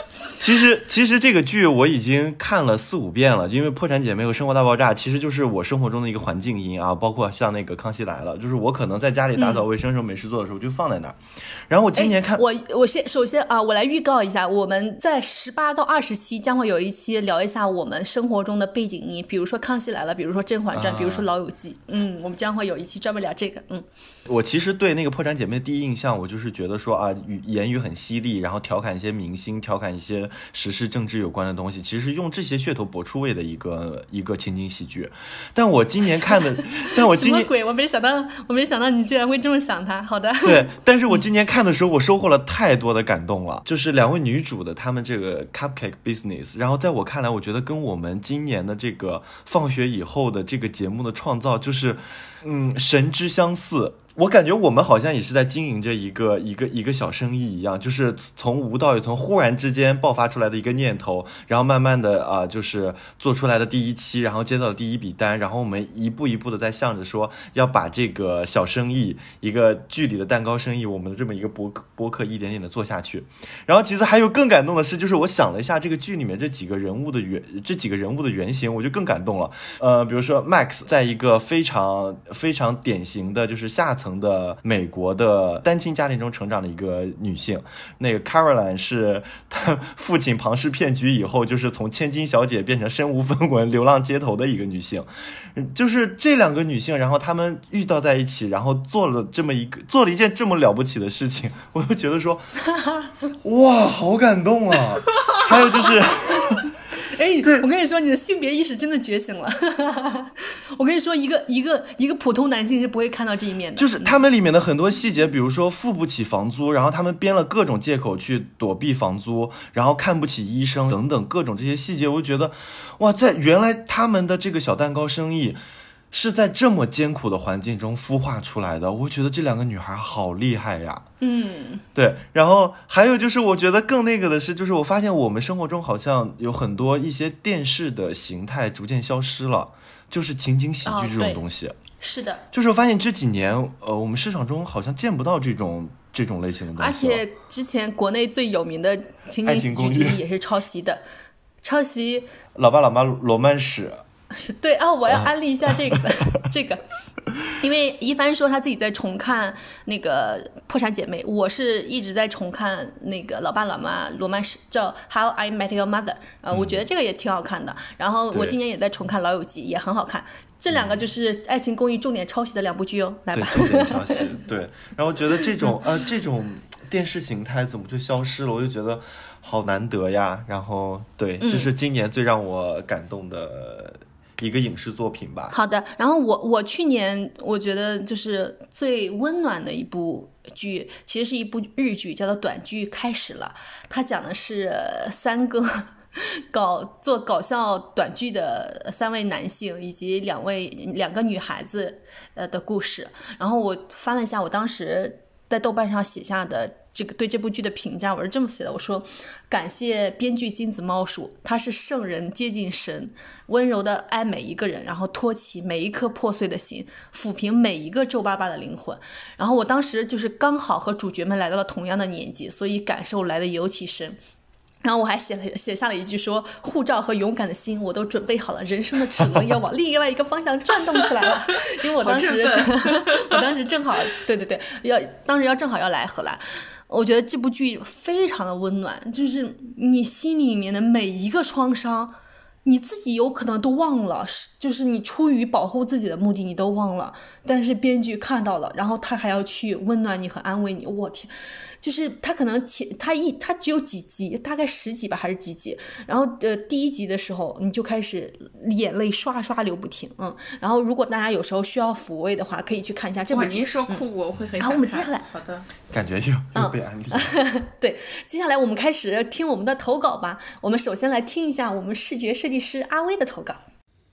其实这个剧我已经看了4-5遍了，因为《破产姐妹》和《生活大爆炸》其实就是我生活中的一个环境音啊，包括像那个《康熙来了》，就是我可能在家里打扫卫生时候没事做的时候就放在那儿。然后我今年看， 我首先啊，我来预告一下，我们在18到20期将会有一期聊一下我们生活中的背景音，比如说《康熙来了》，比如说《甄嬛传》，比如说《老友记》。我们将会有一期专门聊这个。 我其实对那个《破产姐妹》第一印象，我就是觉得说啊，言语很犀利，然后调侃一些明星，调侃一些时事政治有关的东西，其实用这些噱头博出位的一个情景喜剧。但我今年看的，但我今年什么鬼？我没想到你竟然会这么想它。好的， 对，但是我今年看的时候，我收获了太多的感动了。就是2位女主的她们这个 cupcake business， 然后在我看来，我觉得跟我们今年的这个放学以后的这个节目的创造，就是神之相似。我感觉我们好像也是在经营着一个小生意一样，就是从无到有，从忽然之间爆发出来的一个念头，然后慢慢的就是做出来的第1期，然后接到了第1笔单，然后我们一步一步的在向着说要把这个小生意，一个剧里的蛋糕生意，我们的这么一个播客一点点的做下去。然后其实还有更感动的是，就是我想了一下这个剧里面这几个人物的原型，我就更感动了。比如说 Max 在一个非常非常典型的就是下层的美国的单亲家庭中成长的一个女性，那个 Caroline 是她父亲庞氏骗局以后，就是从千金小姐变成身无分文流浪街头的一个女性。就是这2个女性，然后她们遇到在一起，然后做了一件这么了不起的事情，我就觉得说哇好感动啊。还有就是我跟你说，你的性别意识真的觉醒了。我跟你说，一个普通男性是不会看到这一面的。 就是他们里面的很多细节，比如说付不起房租，然后他们编了各种借口去躲避房租，然后看不起医生等等各种这些细节，我就觉得哇，在原来他们的这个小蛋糕生意是在这么艰苦的环境中孵化出来的，我觉得这2个女孩好厉害呀。对。然后还有就是我觉得更那个的是，就是我发现我们生活中好像有很多一些电视的形态逐渐消失了，就是情景喜剧这种东西。 是的， 就是我发现这几年我们市场中好像见不到这种类型的东西。 而且之前国内最有名的情景喜剧之一也是抄袭的，抄袭老爸老妈罗曼史。 是对啊，我要安利一下这个这个，因为一帆说他自己在重看那个《破产姐妹》，我是一直在重看那个老爸老妈罗曼史，叫《How I Met Your Mother》，我觉得这个也挺好看的。然后我今年也在重看《老友记》，也很好看。这2个就是《爱情公寓》重点抄袭的2部剧哦，来吧。 对，重点抄袭。对，然后我觉得这种电视形态怎么就消失了？我就觉得好难得呀。然后对，这是今年最让我感动的一个影视作品吧。 好的，然后我去年我觉得就是最温暖的一部剧，其实是一部日剧，叫做《短剧开始了》。它讲的是3个做搞笑短剧的3位男性以及两个女孩子的故事。然后我翻了一下，我当时在豆瓣上写下的对这部剧的评价，我是这么写的，我说感谢编剧金子猫鼠，他是圣人接近神，温柔的爱每一个人，然后托起每一颗破碎的心，抚平每一个皱巴巴的灵魂。然后我当时就是刚好和主角们来到了同样的年纪，所以感受来的尤其深。然后我还写下了一句说，护照和勇敢的心我都准备好了，人生的齿轮要往另外一个方向转动起来了。因为我当时正好当时正好要来荷兰。我觉得这部剧非常的温暖，就是你心里面的每一个创伤你自己有可能都忘了，就是你出于保护自己的目的你都忘了，但是编剧看到了，然后他还要去温暖你和安慰你。我天，就是他可能他只有几集，大概10集吧还是几集，然后第1集的时候你就开始眼泪刷刷流不停。然后如果大家有时候需要抚慰的话，可以去看一下这部剧。 您说酷我会很想看。 然后我们接下来好的， 感觉又被安利。 对，接下来我们开始听我们的投稿吧。我们首先来听一下我们视觉设计师阿威的投稿。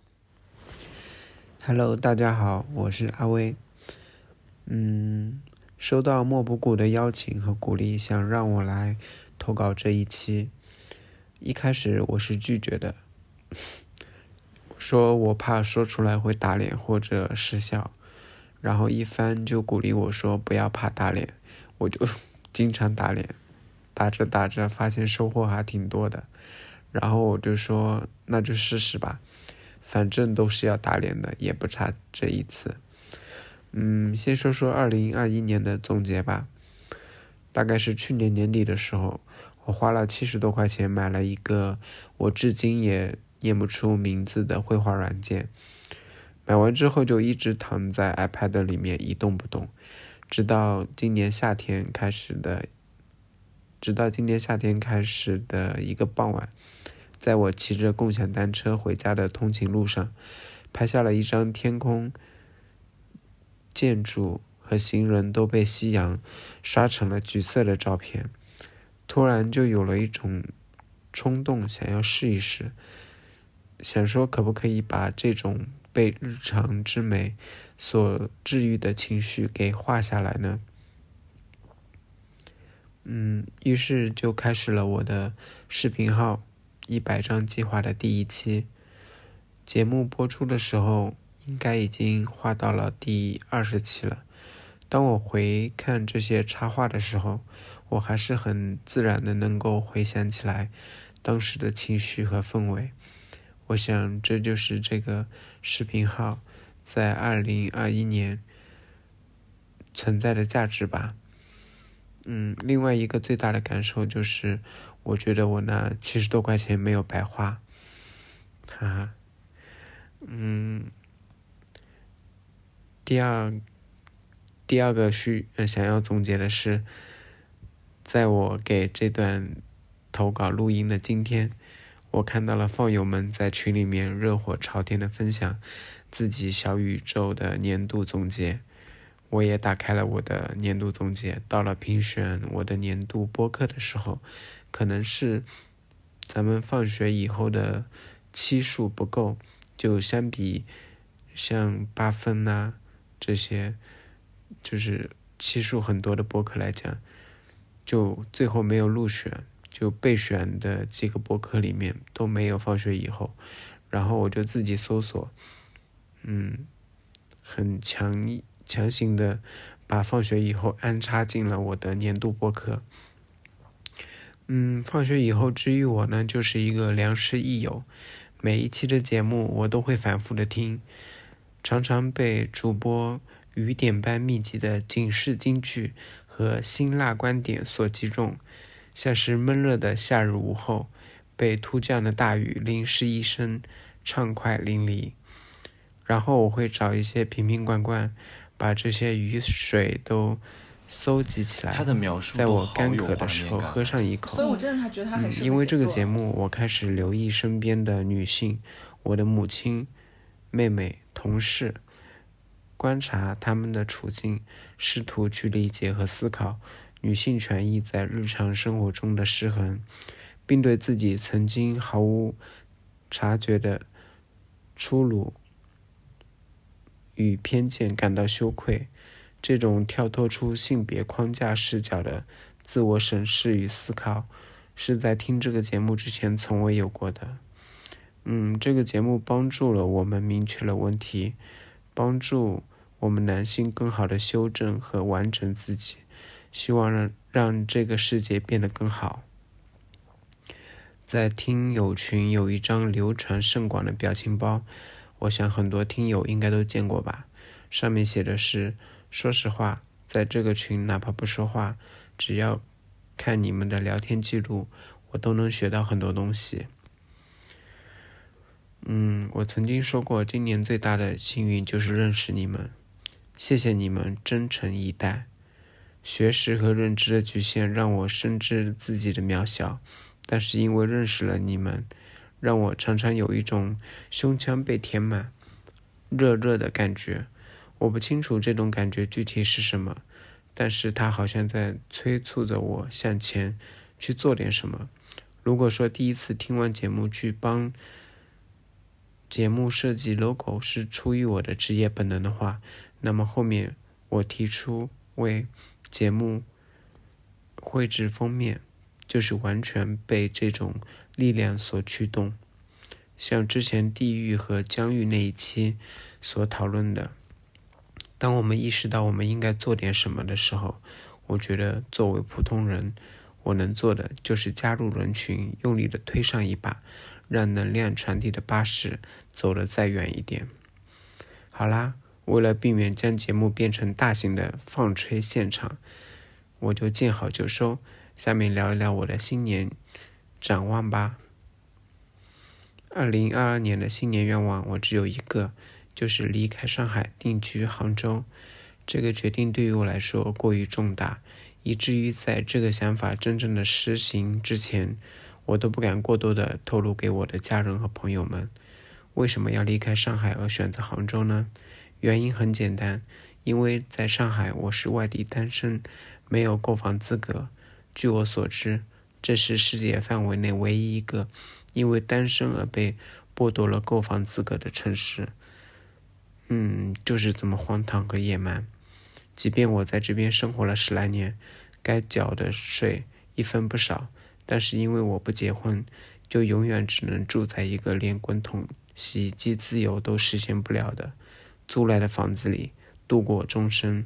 Hello， 大家好，我是阿威。收到莫布谷的邀请和鼓励，想让我来投稿这一期。一开始我是拒绝的，说我怕说出来会打脸或者失效。然后一帆就鼓励我说不要怕打脸，我就经常打脸打着打着发现收获还挺多的，然后我就说那就试试吧，反正都是要打脸的，也不差这一次。先说说2021年的总结吧。大概是去年年底的时候，我花了70多块钱买了一个我至今也念不出名字的绘画软件。买完之后就一直躺在 iPad 里面一动不动，直到今年夏天开始的一个傍晚，在我骑着共享单车回家的通勤路上，拍下了一张天空、建筑和行人都被夕阳刷成了橘色的照片。突然就有了一种冲动，想要试一试，想说可不可以把这种被日常之美所治愈的情绪给画下来呢？于是就开始了我的视频号100张计划的第1期。节目播出的时候应该已经画到了第20期了。当我回看这些插画的时候，我还是很自然的能够回想起来当时的情绪和氛围。我想这就是这个视频号在2021年存在的价值吧。另外一个最大的感受就是，我觉得我那70多块钱没有白花，哈哈。第二个想要总结的是，在我给这段投稿录音的今天，我看到了放友们在群里面热火朝天的分享自己小宇宙的年度总结。我也打开了我的年度总结，到了评选我的年度播客的时候，可能是咱们放学以后的期数不够，就相比像8分啊这些就是期数很多的播客来讲，就最后没有入选，就备选的几个播客里面都没有放学以后，然后我就自己搜索，很强行的把放学以后安插进了我的年度播客。放学以后治愈我呢，就是一个良师益友，每一期的节目我都会反复的听，常常被主播雨点般密集的警示金句和辛辣观点所击中，像是闷热的夏日午后被突降的大雨淋湿一身，畅快淋漓。然后我会找一些瓶瓶罐罐，把这些雨水都搜集起来， 他的描述在我干渴的时候喝上一口。 所以我真的还觉得他很适合因为这个写作节目，我开始留意身边的女性，我的母亲、妹妹、同事，观察他们的处境，试图去理解和思考女性权益在日常生活中的失衡，并对自己曾经毫无察觉的粗鲁与偏见感到羞愧。这种跳脱出性别框架视角的自我审视与思考，是在听这个节目之前从未有过的。这个节目帮助了我们明确了问题，帮助我们男性更好的修正和完整自己，希望让这个世界变得更好。在听友群有一张流传甚广的表情包，我想很多听友应该都见过吧。上面写的是：说实话，在这个群哪怕不说话，只要看你们的聊天记录，我都能学到很多东西。我曾经说过，今年最大的幸运就是认识你们，谢谢你们真诚以待。学识和认知的局限让我深知自己的渺小，但是因为认识了你们，让我常常有一种胸腔被填满、热热的感觉。我不清楚这种感觉具体是什么，但是它好像在催促着我向前去做点什么。如果说第一次听完节目去帮节目设计 logo 是出于我的职业本能的话，那么后面我提出为节目绘制封面，就是完全被这种力量所驱动。像之前地狱和疆域那一期所讨论的，当我们意识到我们应该做点什么的时候，我觉得作为普通人， 我能做的就是加入人群，用力的推上一把，让能量传递的巴士走得再远一点。好啦，为了避免将节目变成大型的放吹现场，我就见好就收，下面聊一聊我的新年展望吧。2022年的新年愿望我只有一个，就是离开上海定居杭州。这个决定对于我来说过于重大，以至于在这个想法真正的实行之前，我都不敢过多的透露给我的家人和朋友们。为什么要离开上海而选择杭州呢？原因很简单，因为在上海我是外地单身，没有购房资格。据我所知，这是世界范围内唯一一个因为单身而被剥夺了购房资格的城市。就是这么荒唐和野蛮。即便我在这边生活了10来年，该缴的税一分不少，但是因为我不结婚，就永远只能住在一个连滚筒洗衣机自由都实现不了的租来的房子里度过终身。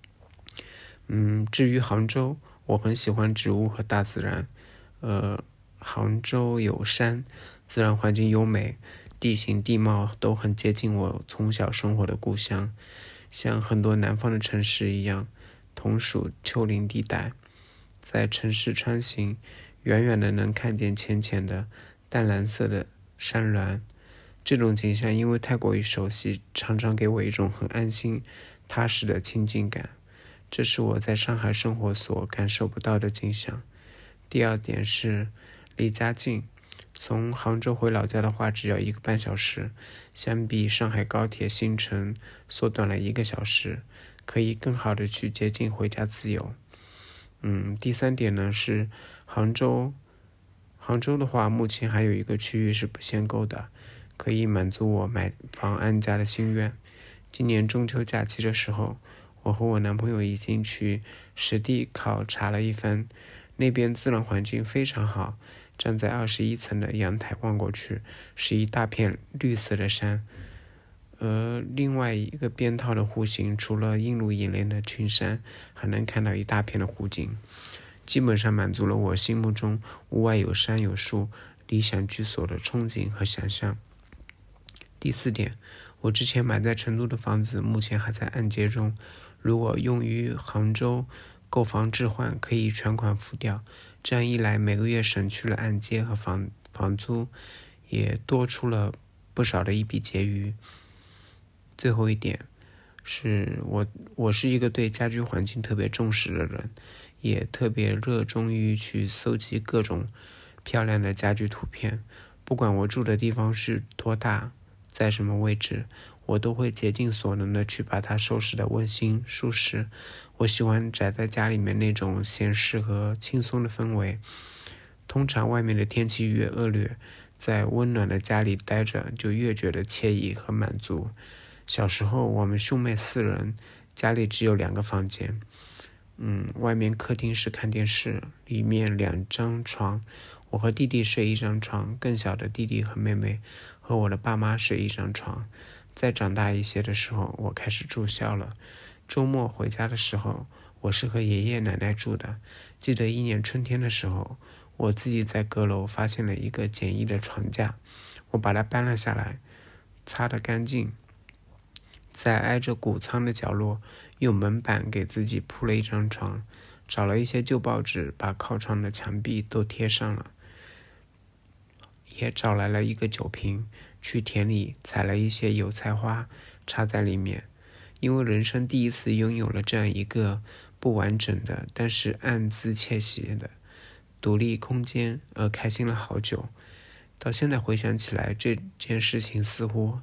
至于杭州，我很喜欢植物和大自然。杭州有山，自然环境优美，地形地貌都很接近我从小生活的故乡。像很多南方的城市一样，同属丘陵地带。在城市穿行，远远的能看见浅浅的淡蓝色的山峦。这种景象因为太过于熟悉，常常给我一种很安心踏实的亲近感，这是我在上海生活所感受不到的景象。第二点是离家近，从杭州回老家的话只要1个半小时，相比上海高铁行程缩短了1个小时，可以更好的去接近回家自由。第三点呢是杭州的话，目前还有一个区域是不限购的，可以满足我买房安家的心愿。今年中秋假期的时候，我和我男朋友已经去实地考察了一番，那边自然环境非常好，站在21层的阳台望过去，是一大片绿色的山。另外一个边套的户型，除了映入眼帘的群山，还能看到一大片的湖景，基本上满足了我心目中屋外有山有树、理想居所的憧憬和想象。第4点，我之前买在成都的房子目前还在按揭中，如果用于杭州购房置换，可以全款付掉，这样一来每个月省去了按揭和房租，也多出了不少的一笔结余。最后一点是我是一个对家居环境特别重视的人，也特别热衷于去搜集各种漂亮的家居图片，不管我住的地方是多大，在什么位置，我都会竭尽所能的去把它收拾的温馨舒适。我喜欢宅在家里面那种闲适和轻松的氛围。通常外面的天气越恶劣，在温暖的家里待着就越觉得惬意和满足。小时候我们兄妹4人，家里只有2个房间，外面客厅是看电视，里面2张床，我和弟弟睡一张床，更小的弟弟和妹妹和我的爸妈睡一张床。再长大一些的时候，我开始住校了，周末回家的时候，我是和爷爷奶奶住的。记得1年春天的时候，我自己在阁楼发现了一个简易的床架，我把它搬了下来，擦得干净，在挨着谷仓的角落用门板给自己铺了一张床，找了一些旧报纸把靠窗的墙壁都贴上了，也找来了一个酒瓶，去田里采了一些油菜花插在里面。因为人生第一次拥有了这样一个不完整的但是暗自窃喜的独立空间而开心了好久。到现在回想起来，这件事情似乎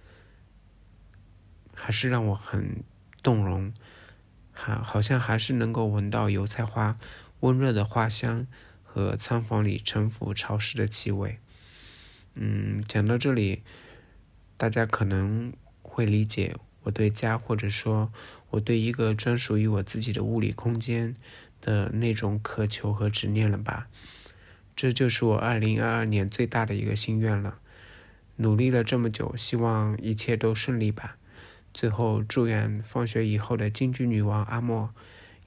还是让我很动容，好像还是能够闻到油菜花温热的花香和仓房里陈腐潮湿的气味。讲到这里，大家可能会理解我对家，或者说我对一个专属于我自己的物理空间的那种渴求和执念了吧。这就是我2022年最大的一个心愿了。努力了这么久，希望一切都顺利吧。最后祝愿放学以后的京剧女王阿莫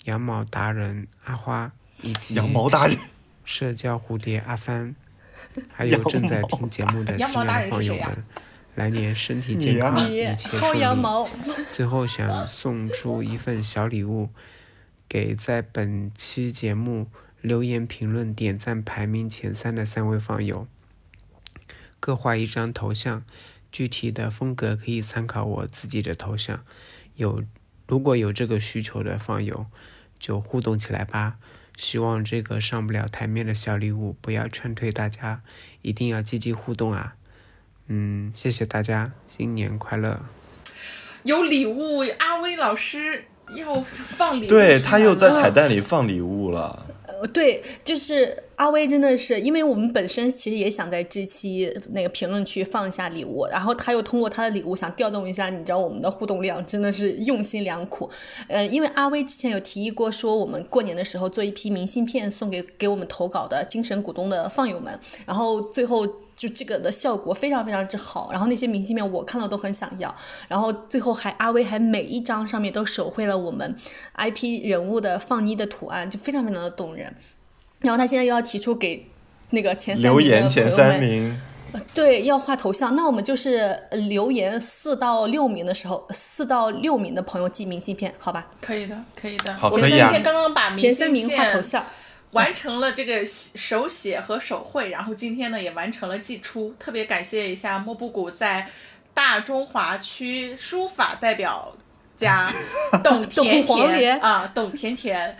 羊毛达人阿花以及羊毛达人社交蝴蝶阿帆，还有正在听节目的亲爱的放友们，来年身体健康，一切顺利。最后想送出一份小礼物给在本期节目留言评论点赞排名前3的3位放友，各画一张头像，具体的风格可以参考我自己的头像。如果有这个需求的放友就互动起来吧，希望这个上不了台面的小礼物不要劝退大家，一定要积极互动啊。谢谢大家，新年快乐。 有礼物，阿威老师要放礼物， 对，他又在彩蛋里放礼物了。 对，就是阿威真的是，因为我们本身其实也想在这期那个评论区放一下礼物，然后他又通过他的礼物想调动一下，你知道我们的互动量真的是用心良苦。因为阿威之前有提议过说我们过年的时候做一批明信片送给我们投稿的精神股东的放友们，然后最后就这个的效果非常非常之好，然后那些明信片我看到都很想要，然后最后阿威还每一张上面都手绘了我们 IP 人物的放妮的图案，就非常非常的动人。然后他现在又要提出给那个前3名的留言前3 名，对，要画头像，那我们就是留言4到6名的时候，4到6名的朋友寄明信片，好吧？ 可以的，可以的。 好，可以啊。 我刚刚把明信片前3名画头像完成了这个手写和手绘，然后今天呢也完成了寄出，特别感谢一下莫布谷在大中华区书法代表家董甜甜啊，董甜甜，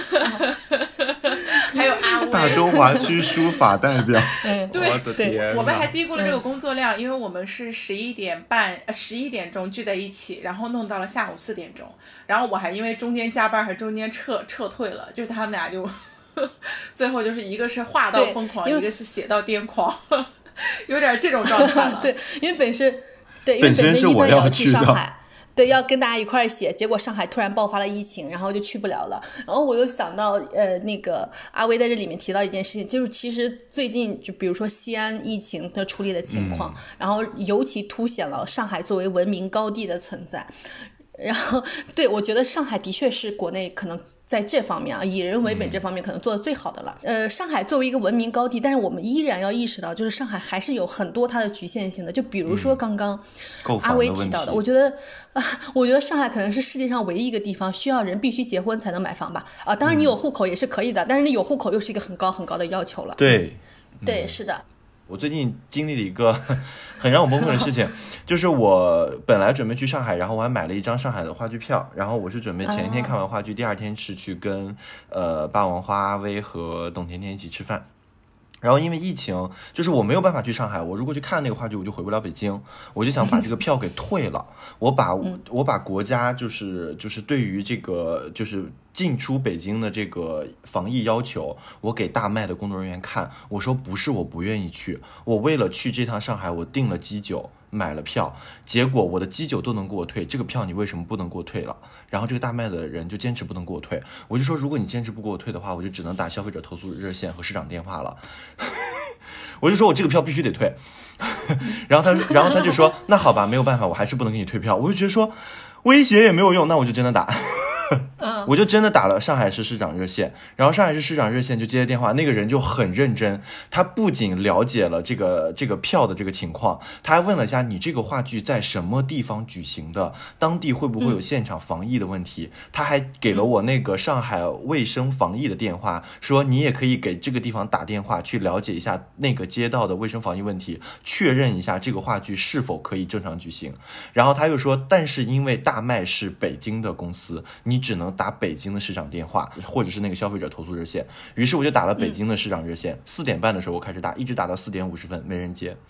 还有阿威， 大中华区书法代表。 对， 我的天， 我们还低估了这个工作量，因为我们是11点钟聚在一起，然后弄到了下午4点钟，然后我还因为中间加班还中间撤退了，就是他们俩就最后就是一个是画到疯狂，一个是写到癫狂，有点这种状态了。 对，因为本身一般要去上海。对，要跟大家一块儿写，结果上海突然爆发了疫情，然后就去不了了。然后我又想到，那个阿威在这里面提到一件事情，就是其实最近就比如说西安疫情的处理的情况，然后尤其凸显了上海作为文明高地的存在。然后对，我觉得上海的确是国内可能在这方面啊，以人为本这方面可能做的最好的了。上海作为一个文明高地，但是我们依然要意识到，就是上海还是有很多它的局限性的。就比如说刚刚阿威提到的，我觉得上海可能是世界上唯一一个地方需要人必须结婚才能买房吧。当然你有户口也是可以的，但是你有户口又是一个很高很高的要求了。 对， 对，是的。 我最近经历了一个很让我崩溃的事情，就是我本来准备去上海，然后我还买了一张上海的话剧票，然后我是准备前一天看完话剧，第2天是去跟霸王花阿威和董甜甜一起吃饭。然后因为疫情，就是我没有办法去上海，我如果去看那个话剧，我就回不了北京，我就想把这个票给退了。我把国家就是对于这个就是进出北京的这个防疫要求，我给大麦的工作人员看，我说不是我不愿意去，我为了去这趟上海，我订了机酒，买了票，结果我的机酒都能给我退，这个票你为什么不能给我退了？然后这个大麦的人就坚持不能给我退，我就说如果你坚持不给我退的话，我就只能打消费者投诉热线和市长电话了。我就说我这个票必须得退。然后他就说那好吧，没有办法，我还是不能给你退票。我就觉得说威胁也没有用，那我就真的打。我就真的打了上海市市长热线，然后上海市市长热线就接了电话，那个人就很认真，他不仅了解了这个票的这个情况，他还问了一下你这个话剧在什么地方举行的，当地会不会有现场防疫的问题，他还给了我那个上海卫生防疫的电话，说你也可以给这个地方打电话去了解一下那个街道的卫生防疫问题，确认一下这个话剧是否可以正常举行。然后他又说但是因为大麦是北京的公司，你只能打北京的市长电话或者是那个消费者投诉热线。于是我就打了北京的市长热线，4点半的时候我开始打，一直打到4点50分没人接，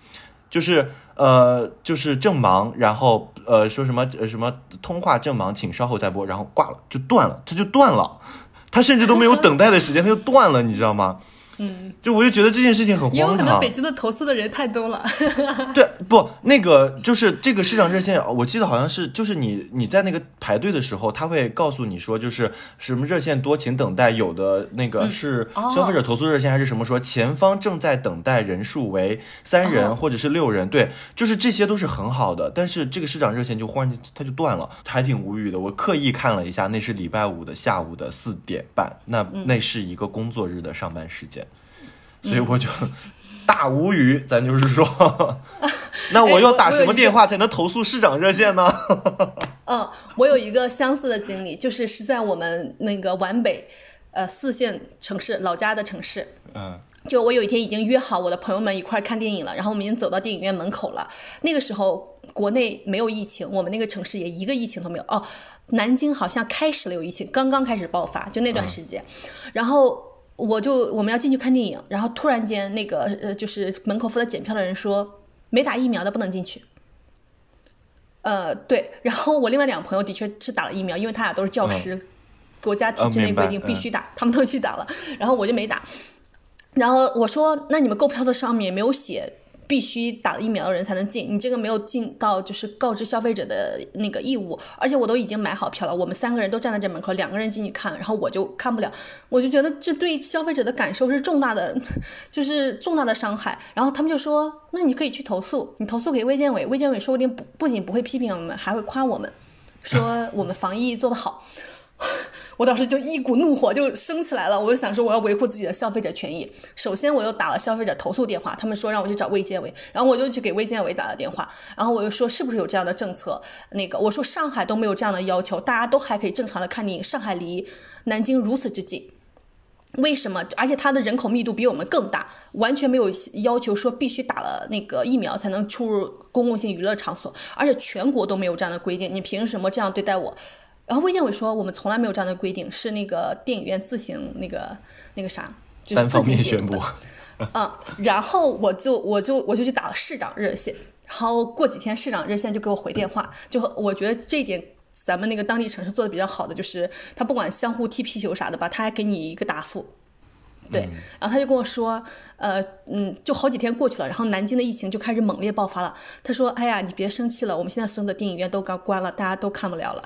就是正忙，然后说什么通话正忙请稍后再拨，然后挂了，就断了，这就断了，他甚至都没有等待的时间他就断了，你知道吗？ 就我就觉得这件事情很荒唐。 也有可能北京的投诉的人太多了。 对，不，那个就是这个市长热线，我记得好像是就是你在那个排队的时候，他会告诉你说，就是什么热线多请等待，有的那个是消费者投诉热线还是什么说前方正在等待人数为3人或者是6人，对，就是这些都是很好的。但是这个市长热线就忽然它就断了，还挺无语的。我刻意看了一下，那是礼拜5的下午的4点半，那是一个工作日的上班时间，所以我就大无语。咱就是说，那我要打什么电话才能投诉市长热线呢？ 我有一个相似的经历，是在我们那个皖北4线城市老家的城市。就我有一天已经约好我的朋友们一块看电影了，然后我们已经走到电影院门口了。那个时候国内没有疫情，我们那个城市也一个疫情都没有。南京好像开始了有疫情，刚刚开始爆发，就那段时间。然后我们要进去看电影，然后突然间那个就是门口负责检票的人说，没打疫苗的不能进去。对，然后我另外2个朋友的确是打了疫苗，因为他俩都是教师，国家体制内规定必须打，他们都去打了，然后我就没打。然后我说，那你们购票的上面没有写必须打了疫苗的人才能进，你这个没有尽到就是告知消费者的那个义务，而且我都已经买好票了，我们3个人都站在这门口，2个人进去看，然后我就看不了，我就觉得这对消费者的感受是重大的，就是重大的伤害。然后他们就说，那你可以去投诉，你投诉给卫健委，卫健委说不定不仅不会批评我们，还会夸我们，说我们防疫做得好。我当时就一股怒火就升起来了，我就想说我要维护自己的消费者权益。首先我又打了消费者投诉电话，他们说让我去找卫健委，然后我就去给卫健委打了电话，然后我就说是不是有这样的政策，我说上海都没有这样的要求，大家都还可以正常的看电影，上海离南京如此之近，为什么？而且它的人口密度比我们更大，完全没有要求说必须打了那个疫苗才能出入公共性娱乐场所，而且全国都没有这样的规定，你凭什么这样对待我？然后卫健委说我们从来没有这样的规定，是那个电影院自行那个啥，就是自行宣布。然后我就去打了市长热线，然后过几天市长热线就给我回电话，就我觉得这一点咱们那个当地城市做的比较好的，就是他不管相互踢皮球啥的吧，他还给你一个答复。对，然后他就跟我说，就好几天过去了，然后南京的疫情就开始猛烈爆发了。他说：“哎呀，你别生气了，我们现在所有的电影院都刚关了，大家都看不了了。”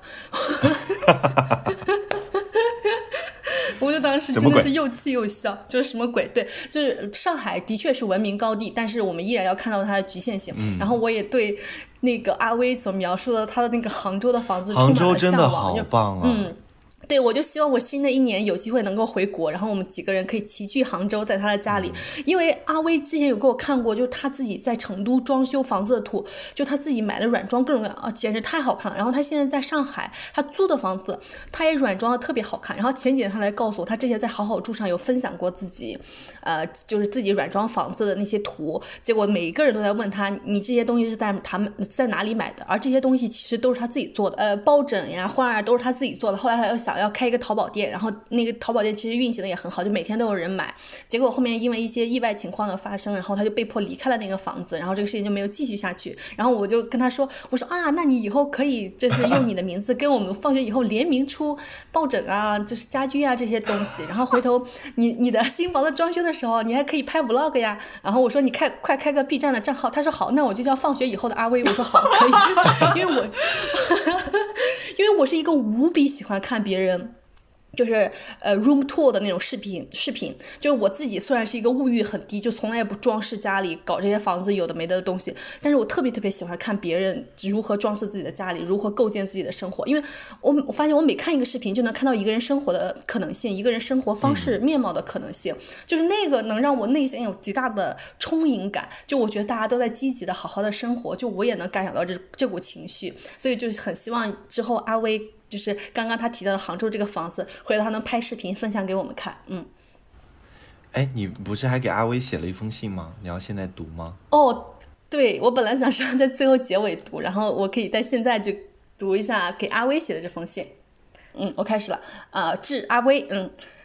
我就当时真的是又气又笑，就是什么鬼？对，就是上海的确是文明高地，但是我们依然要看到它的局限性。然后我也对那个阿威所描述的他的那个杭州的房子充满了向往。 杭州真的好棒啊！ 对，我就希望我新的一年有机会能够回国，然后我们几个人可以齐聚杭州，在他的家里。因为阿威之前有给我看过，就是他自己在成都装修房子的图，就他自己买的软装各种各样简直太好看了。然后他现在在上海，他租的房子，他也软装的特别好看。然后前几天他来告诉我，他之前在好好住上有分享过自己，就是自己软装房子的那些图。结果每一个人都在问他，你这些东西是在哪里买的？而这些东西其实都是他自己做的，抱枕呀、花啊都是他自己做的。后来他又想要开一个淘宝店，然后那个淘宝店其实运行的也很好，就每天都有人买。结果后面因为一些意外情况的发生，然后他就被迫离开了那个房子，然后这个事情就没有继续下去。然后我就跟他说，我说啊，那你以后可以就是用你的名字跟我们放学以后联名出抱枕啊，就是家居啊这些东西，然后回头你的新房子装修的时候，你还可以拍 vlog 呀。然后我说你快开个 B 站的账号，他说好，那我就叫放学以后的阿威。我说好，可以，因为我是一个无比喜欢看别人就是room tour 的那种视频，就是我自己虽然是一个物欲很低，就从来也不装饰家里，搞这些房子有的没的东西，但是我特别特别喜欢看别人如何装饰自己的家里，如何构建自己的生活。因为我发现我每看一个视频就能看到一个人生活的可能性，一个人生活方式面貌的可能性，就是那个能让我内心有极大的充盈感，就我觉得大家都在积极的好好的生活，就我也能感受到这股情绪，所以就很希望之后阿威就是刚刚他提到的杭州这个房子，回头他能拍视频分享给我们看。 哎，你不是还给阿威写了一封信吗？你要现在读吗？ 哦，对，我本来想说在最后结尾读，然后我可以在现在就读一下给阿威写的这封信。我开始了。致阿威，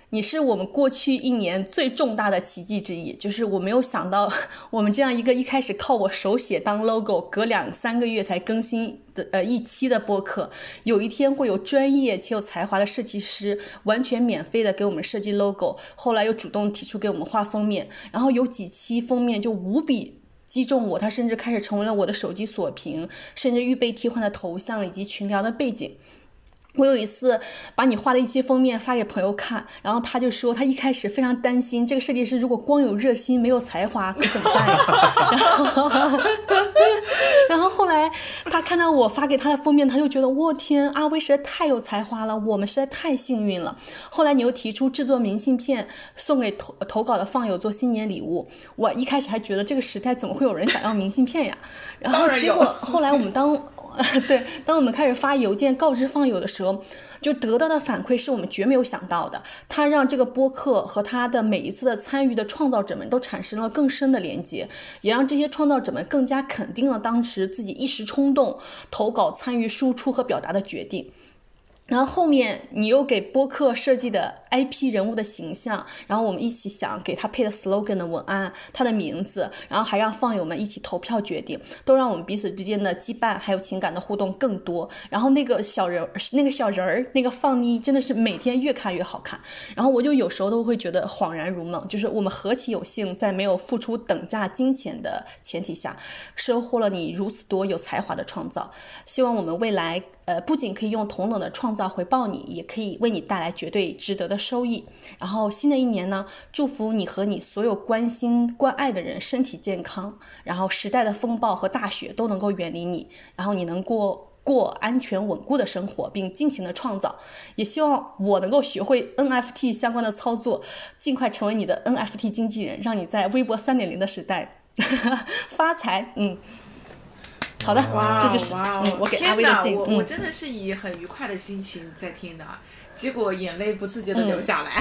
你是我们过去1年最重大的奇迹之一，就是我没有想到我们这样一个一开始靠我手写当 logo， 隔2-3个月才更新的一期的播客，有一天会有专业且有才华的设计师完全免费的给我们设计 logo， 后来又主动提出给我们画封面，然后有几期封面就无比击中我，它甚至开始成为了我的手机锁屏，甚至预备替换的头像以及群聊的背景。我有一次把你画的一期封面发给朋友看，然后他就说他一开始非常担心这个设计师如果光有热心没有才华可怎么办呀然后后来他看到我发给他的封面，他就觉得我天，阿威实在太有才华了，我们实在太幸运了。后来你又提出制作明信片送给投稿的放友做新年礼物，我一开始还觉得这个时代怎么会有人想要明信片呀，然后结果后来我们当我们开始发邮件告知放友的时候，就得到的反馈是我们绝没有想到的，它让这个播客和他的每一次的参与的创造者们都产生了更深的连接，也让这些创造者们更加肯定了当时自己一时冲动投稿参与输出和表达的决定。然后后面你又给播客设计的 IP 人物的形象，然后我们一起想给他配的 slogan 的文案，他的名字，然后还让放友们一起投票决定，都让我们彼此之间的羁绊还有情感的互动更多。然后那个小人儿那个放妮真的是每天越看越好看，然后我就有时候都会觉得恍然如梦，就是我们何其有幸在没有付出等价金钱的前提下收获了你如此多有才华的创造。希望我们未来不仅可以用同等的创造回报你，也可以为你带来绝对值得的收益。然后新的一年呢，祝福你和你所有关心关爱的人身体健康，然后时代的风暴和大雪都能够远离你，然后你能过安全稳固的生活，并尽情的创造。也希望我能够学会 NFT 相关的操作，尽快成为你的 NFT 经纪人，让你在微博 3.0 的时代发财。好的，这就是我给阿威的信。 我真的是以很愉快的心情在听的，结果眼泪不自觉的流下来。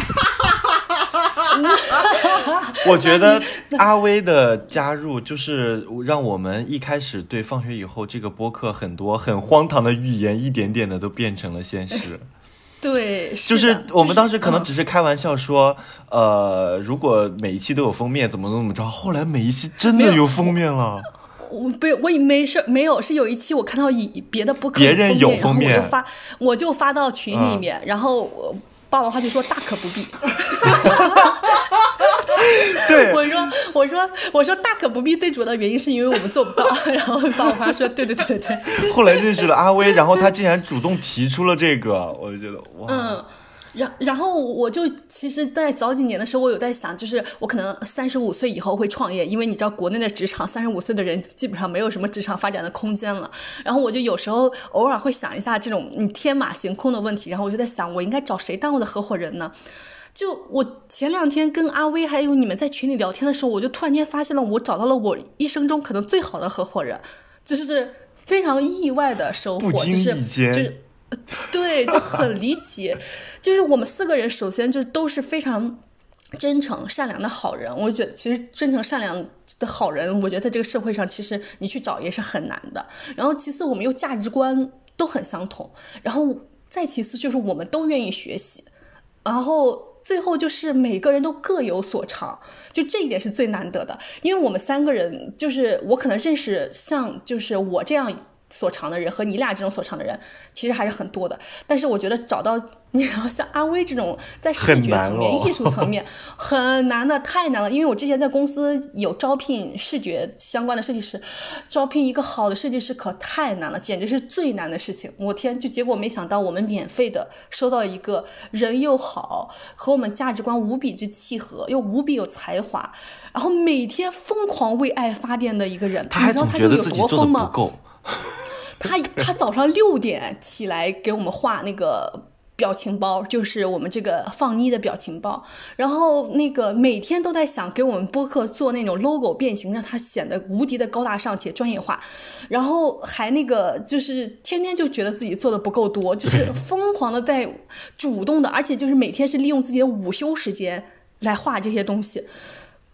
我觉得阿威的加入就是让我们一开始对放学以后这个播客很多很荒唐的预言一点点的都变成了现实。 对， 就是我们当时可能只是开玩笑说，如果每一期都有封面怎么着，后来每一期真的有封面了。 我以没有，是有一期我看到别的播客别人有封面， 然后我就发到群里面，然后爸爸话就说大可不必。 对， 我说大可不必，最主要的原因是因为我们做不到。然后爸爸说对。 后来认识了阿威，然后他竟然主动提出了这个，我就觉得哇。 然后我就其实在早几年的时候我有在想，就是我可能35岁以后会创业，因为你知道国内的职场35岁的人基本上没有什么职场发展的空间了，然后我就有时候偶尔会想一下这种天马行空的问题，然后我就在想我应该找谁当我的合伙人呢。就我前2天跟阿威还有你们在群里聊天的时候，我就突然间发现了我找到了我一生中可能最好的合伙人，就是非常意外的收获， 不经意间对，就很离奇。就是我们4个人首先就都是非常真诚善良的好人，我觉得其实真诚善良的好人，我觉得在这个社会上其实你去找也是很难的。然后其次我们又价值观都很相同，然后再其次就是我们都愿意学习，然后最后就是每个人都各有所长，就这一点是最难得的。因为我们3个人就是我可能认识像就是我这样所长的人和你俩这种所长的人其实还是很多的，但是我觉得找到你要像阿威这种在视觉层面、艺术层面很难的，太难了。因为我之前在公司有招聘视觉相关的设计师，招聘一个好的设计师可太难了，简直是最难的事情。我天，就结果没想到我们免费的收到一个人又好，和我们价值观无比之契合，又无比有才华，然后每天疯狂为爱发电的一个人。 他还总觉得自己做的不够。 他早上6点起来给我们画那个表情包，就是我们这个放妮的表情包，然后那个每天都在想给我们播客做那种 logo 变形，让它显得无敌的高大上且专业化，然后还那个就是天天就觉得自己做的不够多，就是疯狂的在主动的，而且就是每天是利用自己的午休时间来画这些东西。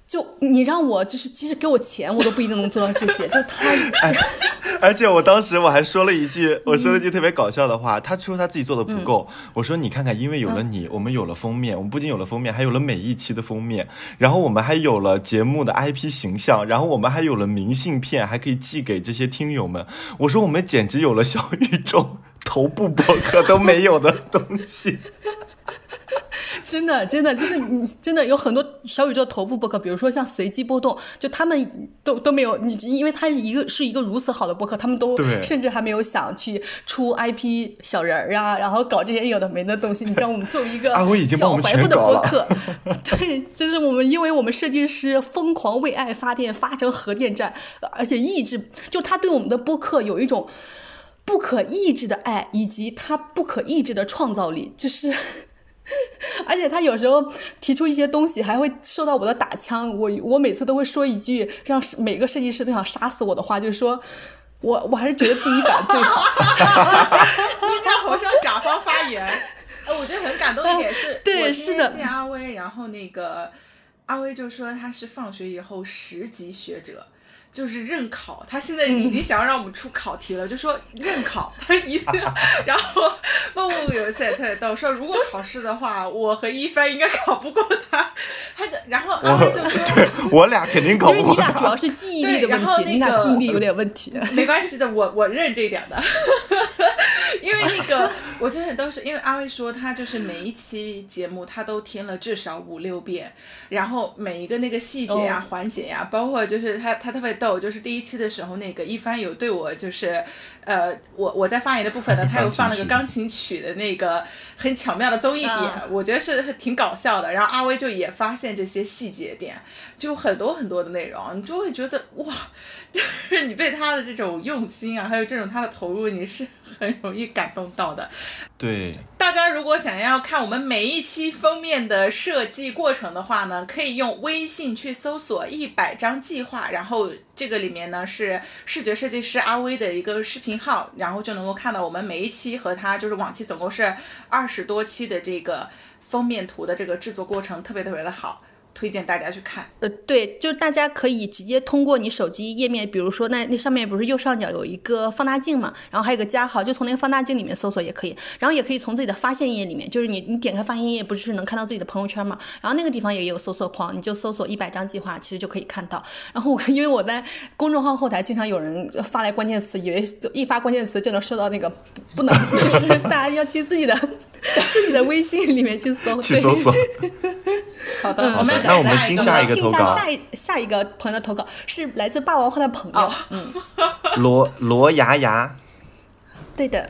就你让我就是即使给我钱，我都不一定能做到这些。就他， 而且我当时我还说了一句特别搞笑的话，他说他自己做的不够，我说你看看，因为有了你，我们有了封面，我们不仅有了封面，还有了每一期的封面，然后我们还有了节目的 IP 形象，然后我们还有了明信片，还可以寄给这些听友们。我说我们简直有了小宇宙头部博客都没有的东西。 真的就是你真的有很多小宇宙头部播客，比如说像随机波动，就他们都没有你，因为它是一个如此好的播客，他们都甚至还没有想去出 IP 小人儿啊，然后搞这些有的没的东西。你知道我们作为一个小怀抱的播客，对，就是因为我们设计师疯狂为爱发电，发成核电站，而且意志就他对我们的播客有一种不可抑制的爱，以及他不可抑制的创造力，就是而且他有时候提出一些东西还会受到我的打枪，我每次都会说一句让每个设计师都想杀死我的话，就是说我还是觉得第一版最好。 应该好像甲方发言。我觉得很感动一点是， 对， 我是的， 见阿威，然后那个阿威就说他是放学以后10级学者。就是认考，他现在已经想要让我们出考题了，就说认考，他一定要。然后梦梦有一次也特别逗，说如果考试的话，我和一帆应该考不过他。然后阿威就说， 对我俩肯定考不过他。 因为你俩主要是记忆力的问题，你俩记忆力有点问题。 没关系的，我认这一点的。因为那个，我觉得都是因为阿威说他就是每一期节目他都听了至少5-6遍，然后每一个那个细节呀、环节呀，包括就是他特别逗，就是第一期的时候那个一帆有对我就是我在发言的部分呢，他有放了个钢琴曲的那个很巧妙的综艺点，我觉得是挺搞笑的。然后阿威就也发现这些细节点，就很多很多的内容，你就会觉得哇，就是你被他的这种用心啊，还有这种他的投入，你是很容易感动到的。 对， 大家如果想要看我们每一期封面的设计过程的话呢，可以用微信去搜索100张计划，然后这个里面呢是视觉设计师阿威的一个视频号，然后就能够看到我们每一期和他就是往期总共是20多期的这个封面图的这个制作过程，特别特别的好。推荐大家去看。 对，就是大家可以直接通过你手机页面，比如说那上面不是右上角有一个放大镜嘛，然后还有个加号，就从那个放大镜里面搜索也可以，然后也可以从自己的发现页里面，就是你点开发现页不是能看到自己的朋友圈嘛，然后那个地方也有搜索框，你就搜索100张计划，其实就可以看到。然后因为我在公众号后台经常有人发来关键词，以为一发关键词就能收到那个，不能，就是大家要去自己的微信里面去搜索。 好的， 那我们听下一个投稿。 下一个朋友的投稿是来自霸王花的朋友，罗牙牙。 对的。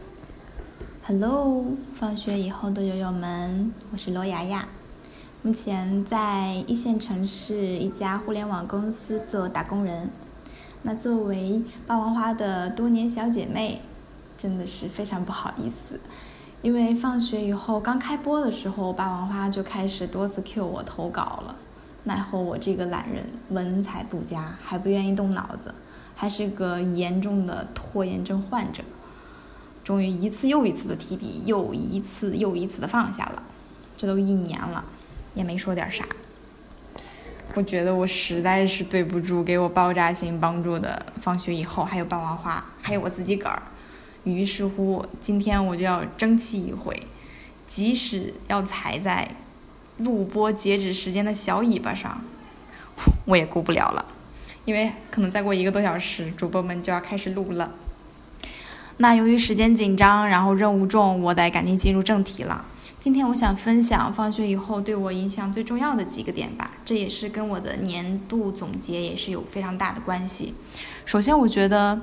Hello， 放学以后的友友们，我是罗牙牙，目前在一线城市一家互联网公司做打工人。那作为霸王花的多年小姐妹，真的是非常不好意思。因为放学以后刚开播的时候，霸王花就开始多次 Q 我投稿了，奈何我这个懒人文采不佳，还不愿意动脑子，还是个严重的拖延症患者，终于一次又一次的提笔，又一次又一次的放下了，这都1年了，也没说点啥。我觉得我实在是对不住给我爆炸性帮助的放学以后，还有霸王花，还有我自己个儿。于是乎，今天我就要争气一回，即使要踩在录播截止时间的小尾巴上，我也顾不了了，因为可能再过1个多小时，主播们就要开始录了。那由于时间紧张，然后任务重，我得赶紧进入正题了。今天我想分享放学以后对我影响最重要的几个点吧，这也是跟我的年度总结也是有非常大的关系。首先我觉得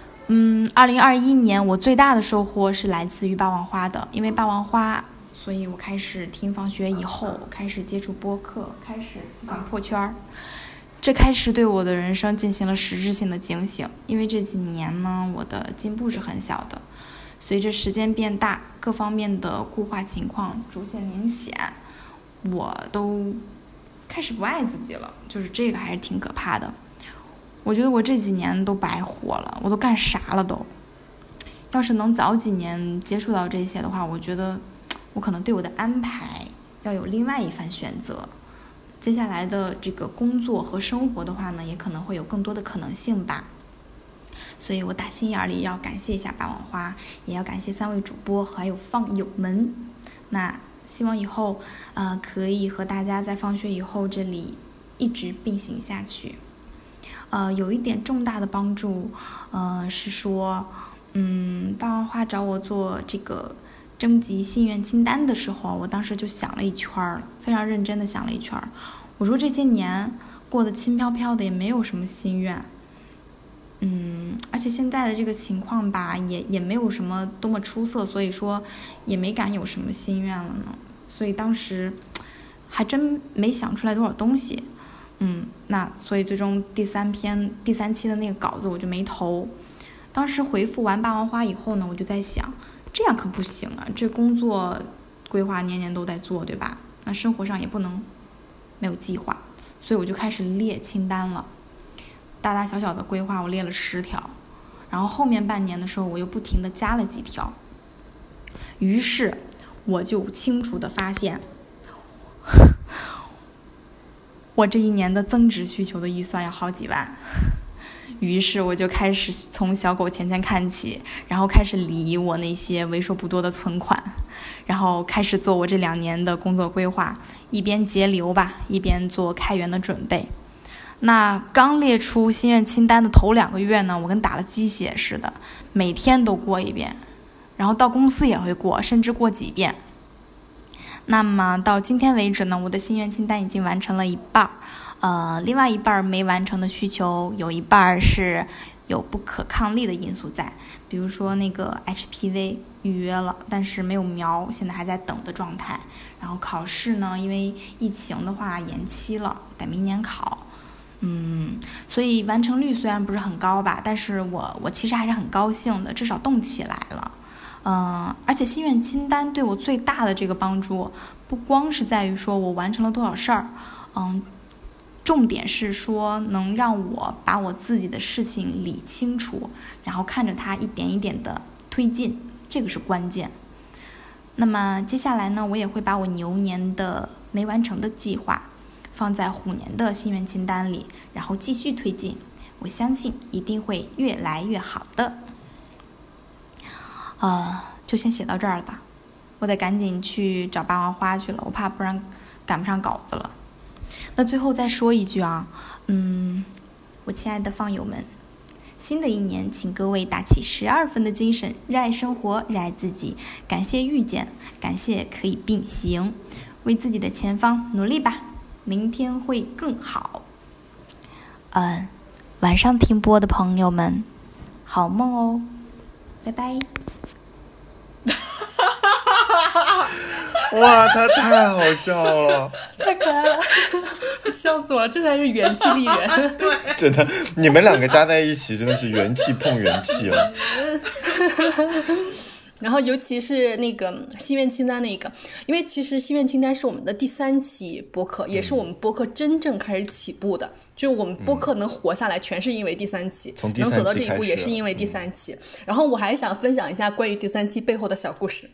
2021年我最大的收获是来自于霸王花的，因为霸王花，所以我开始听放学以后，开始接触播客，开始思想破圈，这开始对我的人生进行了实质性的警醒。因为这几年呢，我的进步是很小的，随着时间变大，各方面的固化情况逐渐明显，我都开始不爱自己了，就是这个还是挺可怕的。我觉得我这几年都白活了，我都干啥了都。要是能早几年接触到这些的话，我觉得我可能对我的安排要有另外一番选择。 接下来的这个工作和生活的话呢，也可能会有更多的可能性吧。所以我打心眼里要感谢一下霸王花，也要感谢3位主播还有放友们。那希望以后可以和大家在放学以后这里一直并行下去。有一点重大的帮助，是说，霸王花找我做这个征集心愿清单的时候，我当时就想了一圈儿，非常认真的想了一圈儿。我说这些年过得轻飘飘的，也没有什么心愿。而且现在的这个情况吧，也没有什么多么出色，所以说也没敢有什么心愿了呢。所以当时还真没想出来多少东西。那所以最终第三期的那个稿子我就没投。当时回复完霸王花以后呢，我就在想，这样可不行啊，这工作规划年年都在做，对吧？那生活上也不能没有计划，所以我就开始列清单了。大大小小的规划我列了10条，然后后面半年的时候我又不停的加了几条。于是我就清楚的发现，我这一年的增值需求的预算要好几万。于是我就开始从小狗钱钱看起，然后开始理我那些为数不多的存款，然后开始做我这2年的工作规划，一边节流吧，一边做开源的准备。那刚列出心愿清单的头2个月呢，我跟打了鸡血似的，每天都过一遍，然后到公司也会过，甚至过几遍。那么到今天为止呢，我的心愿清单已经完成了一半，另外一半没完成的需求，有一半是有不可抗力的因素在，比如说那个 HPV 预约了，但是没有苗，现在还在等的状态。然后考试呢，因为疫情的话延期了，得明年考。所以完成率虽然不是很高吧，但是我其实还是很高兴的，至少动起来了。而且心愿清单对我最大的这个帮助，不光是在于说我完成了多少事儿，重点是说能让我把我自己的事情理清楚，然后看着它一点一点的推进，这个是关键。那么接下来呢，我也会把我牛年的没完成的计划放在虎年的心愿清单里，然后继续推进，我相信一定会越来越好的。就先写到这儿了吧，我得赶紧去找霸王花去了，我怕不然赶不上稿子了。那最后再说一句啊，我亲爱的放友们，新的一年请各位打起12分的精神，热爱生活，热爱自己，感谢遇见，感谢可以并行，为自己的前方努力吧，明天会更好。晚上听播的朋友们，好梦哦，拜拜。 哇，他太好笑了， 太可爱了，笑死我了，这才是元气励人。 真的，你们2个加在一起真的是元气碰元气了。 然后尤其是那个心愿清单那个，因为其实心愿清单是我们的第3期播客，也是我们播客真正开始起步的，就是我们播客能活下来全是因为第3期， 从第3期能走到这一步也是因为第3期。然后我还想分享一下关于第3期背后的小故事。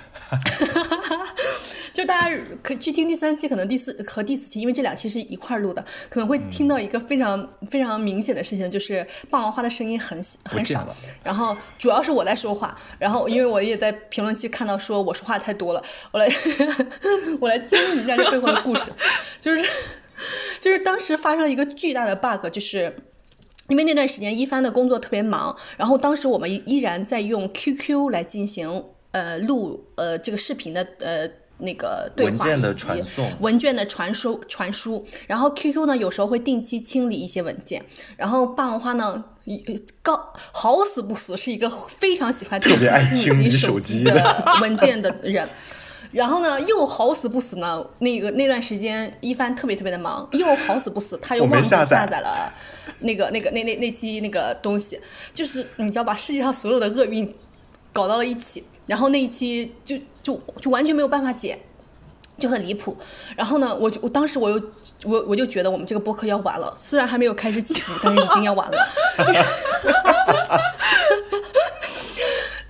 就大家可以去听第3期，可能第4和第4期，因为这2期是一块录的，可能会听到一个非常非常明显的事情，就是霸王花的声音很少，然后主要是我在说话，然后因为我也在评论区看到说我说话太多了，我来经历一下这背后的故事，就是当时发生了一个巨大的 bug， 就是因为那段时间一帆的工作特别忙，然后当时我们依然在用 QQ 来进行录这个视频的那个对话以及文件的传输，然后 QQ 呢有时候会定期清理一些文件，然后霸王花呢好死不死是一个非常喜欢定期清理自己手机的文件的人。然后呢，又好死不死呢，那段时间一帆特别特别的忙，又好死不死他又忘记下载了那期那个东西，就是你知道吧，世界上所有的厄运搞到了一起，然后那一期就完全没有办法解，就很离谱。然后呢，我当时我就觉得我们这个播客要完了，虽然还没有开始起步，但是已经要完了。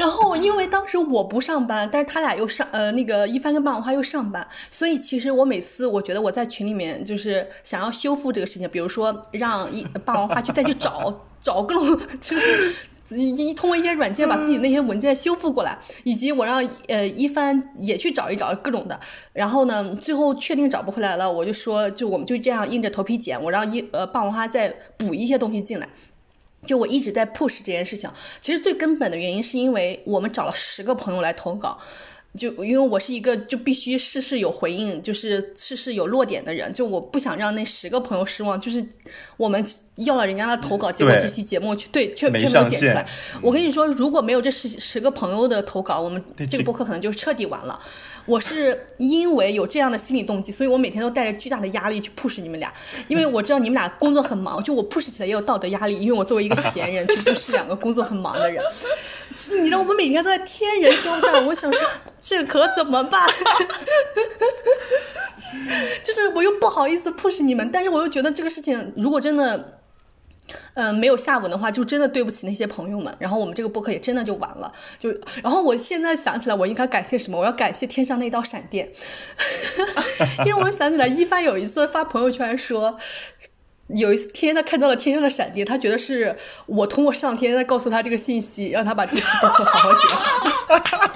然后因为当时我不上班，但是他俩又那个一帆跟霸王花又上班，所以其实我每次我觉得我在群里面就是想要修复这个事情，比如说让霸王花去再去找各种就是通过一些软件把自己那些文件修复过来，以及我让一帆也去找一找各种的，然后呢最后确定找不回来了，我就说就我们就这样硬着头皮剪，我让霸王花再补一些东西进来。就我一直在 push 这件事情，其实最根本的原因是因为我们找了10个朋友来投稿，就因为我是一个就必须事事有回应，就是事事有落点的人，就我不想让那10个朋友失望，就是我们要了人家的投稿，结果这期节目却没有剪出来。我跟你说，如果没有这10个朋友的投稿，我们这个播客可能就彻底完了。我是因为有这样的心理动机，所以我每天都带着巨大的压力去 push 你们俩，因为我知道你们俩工作很忙，就我 push 起来也有道德压力，因为我作为一个闲人去 push 2个工作很忙的人，你知道我们每天都在天人交战，我想说这可怎么办？就是我又不好意思 push 你们，但是我又觉得这个事情如果真的没有下文的话，就真的对不起那些朋友们，然后我们这个播客也真的就完了。然后我现在想起来我应该感谢什么，我要感谢天上那道闪电。因为我想起来一帆有一次发朋友圈说，有一天他看到了天上的闪电，他觉得是我通过上天在告诉他这个信息，让他把这期播客好好剪好。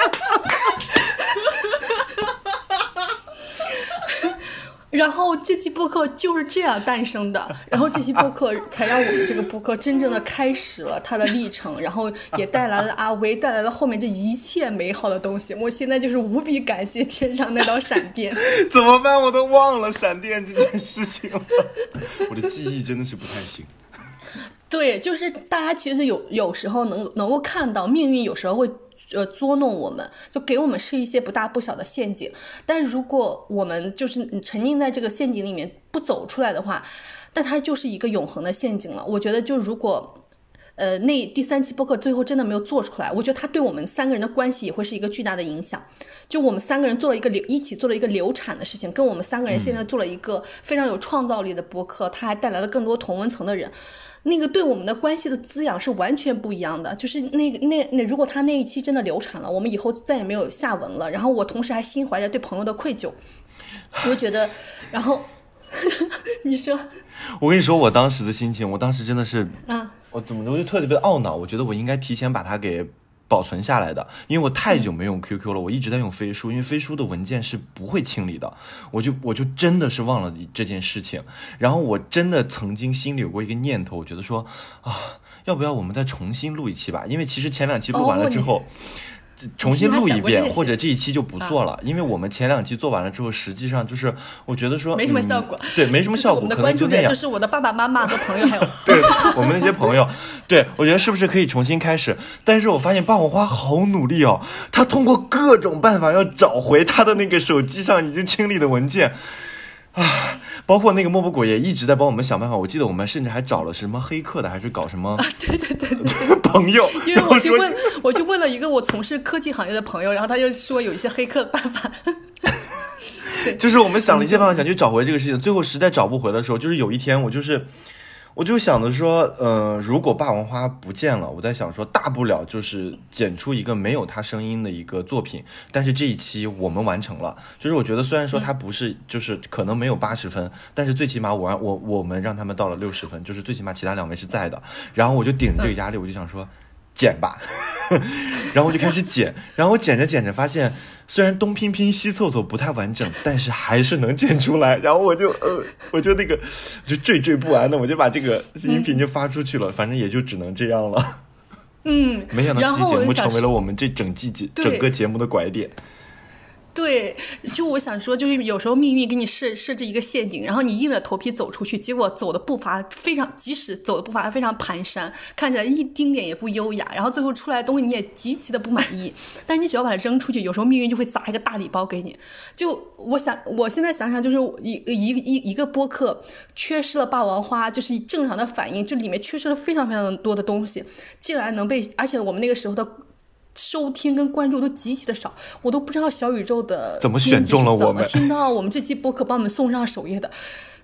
然后这期播客就是这样诞生的，然后这期播客才让我们这个播客真正的开始了它的历程，然后也带来了阿威，带来了后面这一切美好的东西。我现在就是无比感谢天上那道闪电。 怎么办？我都忘了闪电这件事情了，我的记忆真的是不太行。 对，就是大家其实有时候能够看到命运有时候会捉弄我们，就给我们是一些不大不小的陷阱，但如果我们就是沉浸在这个陷阱里面不走出来的话，那它就是一个永恒的陷阱了。我觉得就如果那第3期播客最后真的没有做出来，我觉得它对我们3个人的关系也会是一个巨大的影响。就我们3个人一起做了一个流产的事情，跟我们3个人现在做了一个非常有创造力的播客，它还带来了更多同温层的人，那个对我们的关系的滋养是完全不一样的。就是那如果他那一期真的流产了，我们以后再也没有下文了，然后我同时还心怀着对朋友的愧疚，我就觉得，然后你说， 我跟你说我当时的心情，我当时真的是我就特别的懊恼，我觉得我应该提前把它给保存下来的，因为我太久没用 QQ 了，我一直在用飞书，因为飞书的文件是不会清理的，我就真的是忘了这件事情。然后我真的曾经心里有过一个念头，我觉得说要不要我们再重新录一期吧，因为其实前2期录完了之后重新录一遍，或者这一期就不做了，因为我们前2期做完了之后，实际上就是我觉得说没什么效果， 对，没什么效果， 我们的关注点就是我的爸爸妈妈和朋友，还有对我们那些朋友，对，我觉得是不是可以重新开始？但是我发现霸王花好努力哦，他通过各种办法要找回他的那个手机上已经清理的文件包括那个莫布果也一直在帮我们想办法。我记得我们甚至还找了什么黑客的，还是搞什么对朋友。 因为我就问了一个我从事科技行业的朋友，然后他就说有一些黑客的办法。 就是我们想了一些办法想去找回这个事情，最后实在找不回的时候，就是有一天我就想着说，如果霸王花不见了，我在想说，大不了就是剪出一个没有他声音的一个作品。但是这一期我们完成了，就是我觉得虽然说他不是，就是可能没有80分，但是最起码我们让他们到了60分，就是最起码其他2位是在的。然后我就顶着这个压力，我就想说剪吧，然后我就开始剪，然后我剪着剪着发现，虽然东拼拼西凑凑不太完整，但是还是能剪出来。然后我就那个就惴不安的，我就把这个音频就发出去了，反正也就只能这样了。没想到这期节目成为了我们这整个节目的拐点。 对，就我想说，就是有时候命运给你设置一个陷阱，然后你硬着头皮走出去，结果走的步伐即使走的步伐非常蹒跚，看起来一丁点也不优雅，然后最后出来的东西你也极其的不满意，但是你只要把它扔出去，有时候命运就会砸一个大礼包给你。就我现在想想，就是一个播客缺失了霸王花，就是正常的反应，就里面缺失了非常非常多的东西，竟然能被，而且我们那个时候的收听跟关注都极其的少，我都不知道小宇宙的怎么选中了我们， 怎么听到我们这期播客把我们送上首页的。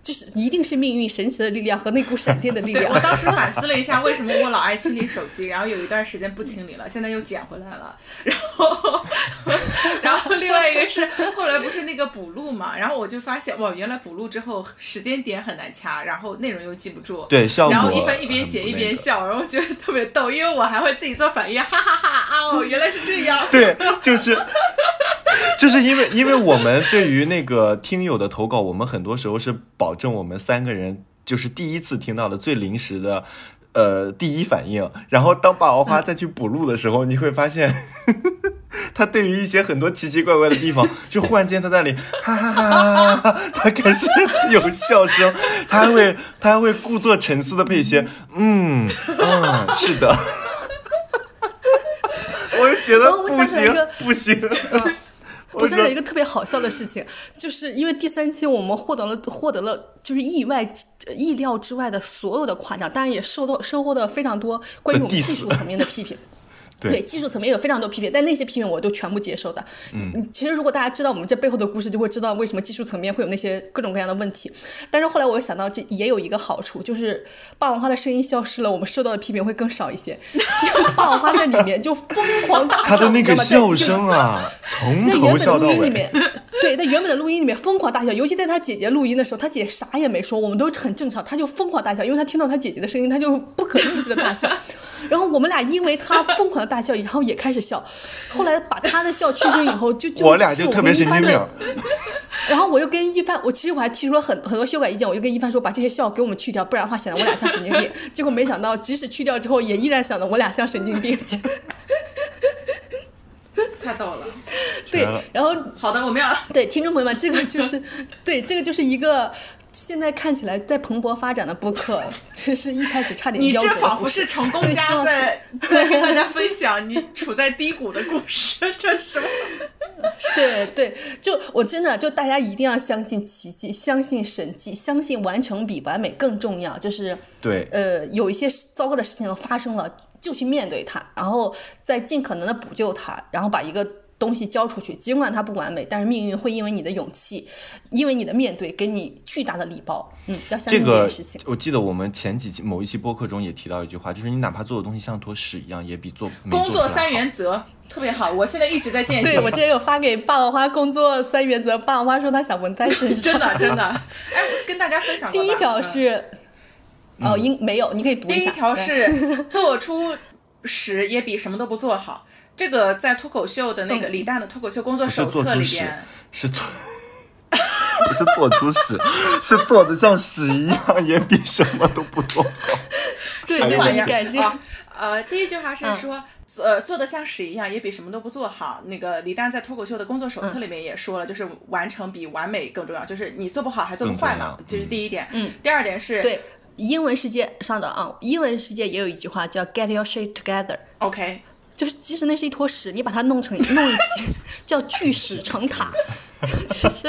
就是一定是命运神奇的力量和那股闪电的力量。 我当时反思了一下，为什么我老爱清理手机，然后有一段时间不清理了，现在又捡回来了。然后另外一个是后来不是那个补录嘛，然后我就发现哇，原来补录之后时间点很难掐，然后内容又记不住， 对，效果然后一边剪一边笑，然后觉得特别逗，因为我还会自己做反应，哈哈哈啊，哦，原来是这样。 对，就是因为我们对于那个听友的投稿，我们很多时候是保证我们3个人就是第一次听到的最临时的第一反应，然后当霸王花再去补录的时候，你会发现他对于一些很多奇奇怪怪的地方，就忽然间他在那里哈哈哈哈，他开始有笑声，他还会故作沉思的配一些是的。我就觉得不行。 我想起一个特别好笑的事情，就是因为第3期我们获得了就是意料之外的所有的夸奖，当然也收获了非常多关于我们技术层面的批评。对，技术层面有非常多批评，但那些批评我都全部接受的。其实如果大家知道我们这背后的故事，就会知道为什么技术层面会有那些各种各样的问题。但是后来我又想到，这也有一个好处，就是霸王花的声音消失了，我们受到的批评会更少一些。因为霸王花在里面就疯狂大笑， 他的那个笑声啊，从头笑到尾。 对，在原本的录音里面疯狂大笑，尤其在他姐姐录音的时候，他姐啥也没说，我们都很正常，他就疯狂大笑，因为他听到他姐姐的声音，他就不可抑制的大笑。然后我们俩因为他疯狂的大笑，然后也开始笑。后来把他的笑去声以后， 我俩就特别神经病。 然后我又跟一帆，其实我还提出了很多修改意见，我就跟一帆说把这些笑给我们去掉，不然的话显得我俩像神经病。结果没想到，即使去掉之后，也依然显得我俩像神经病。 太逗了。 对，然后好的，我们要对听众朋友们，这个就是一个现在看起来在蓬勃发展的播客，就是一开始差点夭折的故事。 你这仿佛是成功家在跟大家分享你处在低谷的故事，这是什么？ 对，就我真的就大家一定要相信奇迹，相信神迹，相信完成比完美更重要。就是对， 有一些糟糕的事情发生了，就去面对它，然后再尽可能的补救它，然后把一个东西交出去，尽管它不完美，但是命运会因为你的勇气，因为你的面对，给你巨大的礼包。要相信这件事情。 我记得我们前几期某一期播客中也提到一句话，就是你哪怕做的东西像坨屎一样，也比没做工作3原则特别好，我现在一直在践行。 对，我之前有发给霸王花工作3原则，霸王花说他想纹在身上。 真的，哎，跟大家分享过吧。 第一条是，没有，你可以读一下。 第一条是做出屎也比什么都不做好。这个在脱口秀的那个李诞的脱口秀工作手册里边不是做出屎，是做的像屎一样，也比什么都不做好。 对，你改进。 第一句话是说，做的像屎一样，也比什么都不做好。那个李诞在脱口秀的工作手册里面也说了，就是完成比完美更重要，就是你做不好还做不坏嘛，这是第一点。第二点是对英文世界上的英文世界也有一句话叫 "Get your shit together"。OK。就是即使那是一坨屎，你把它弄一起叫聚屎成塔。其实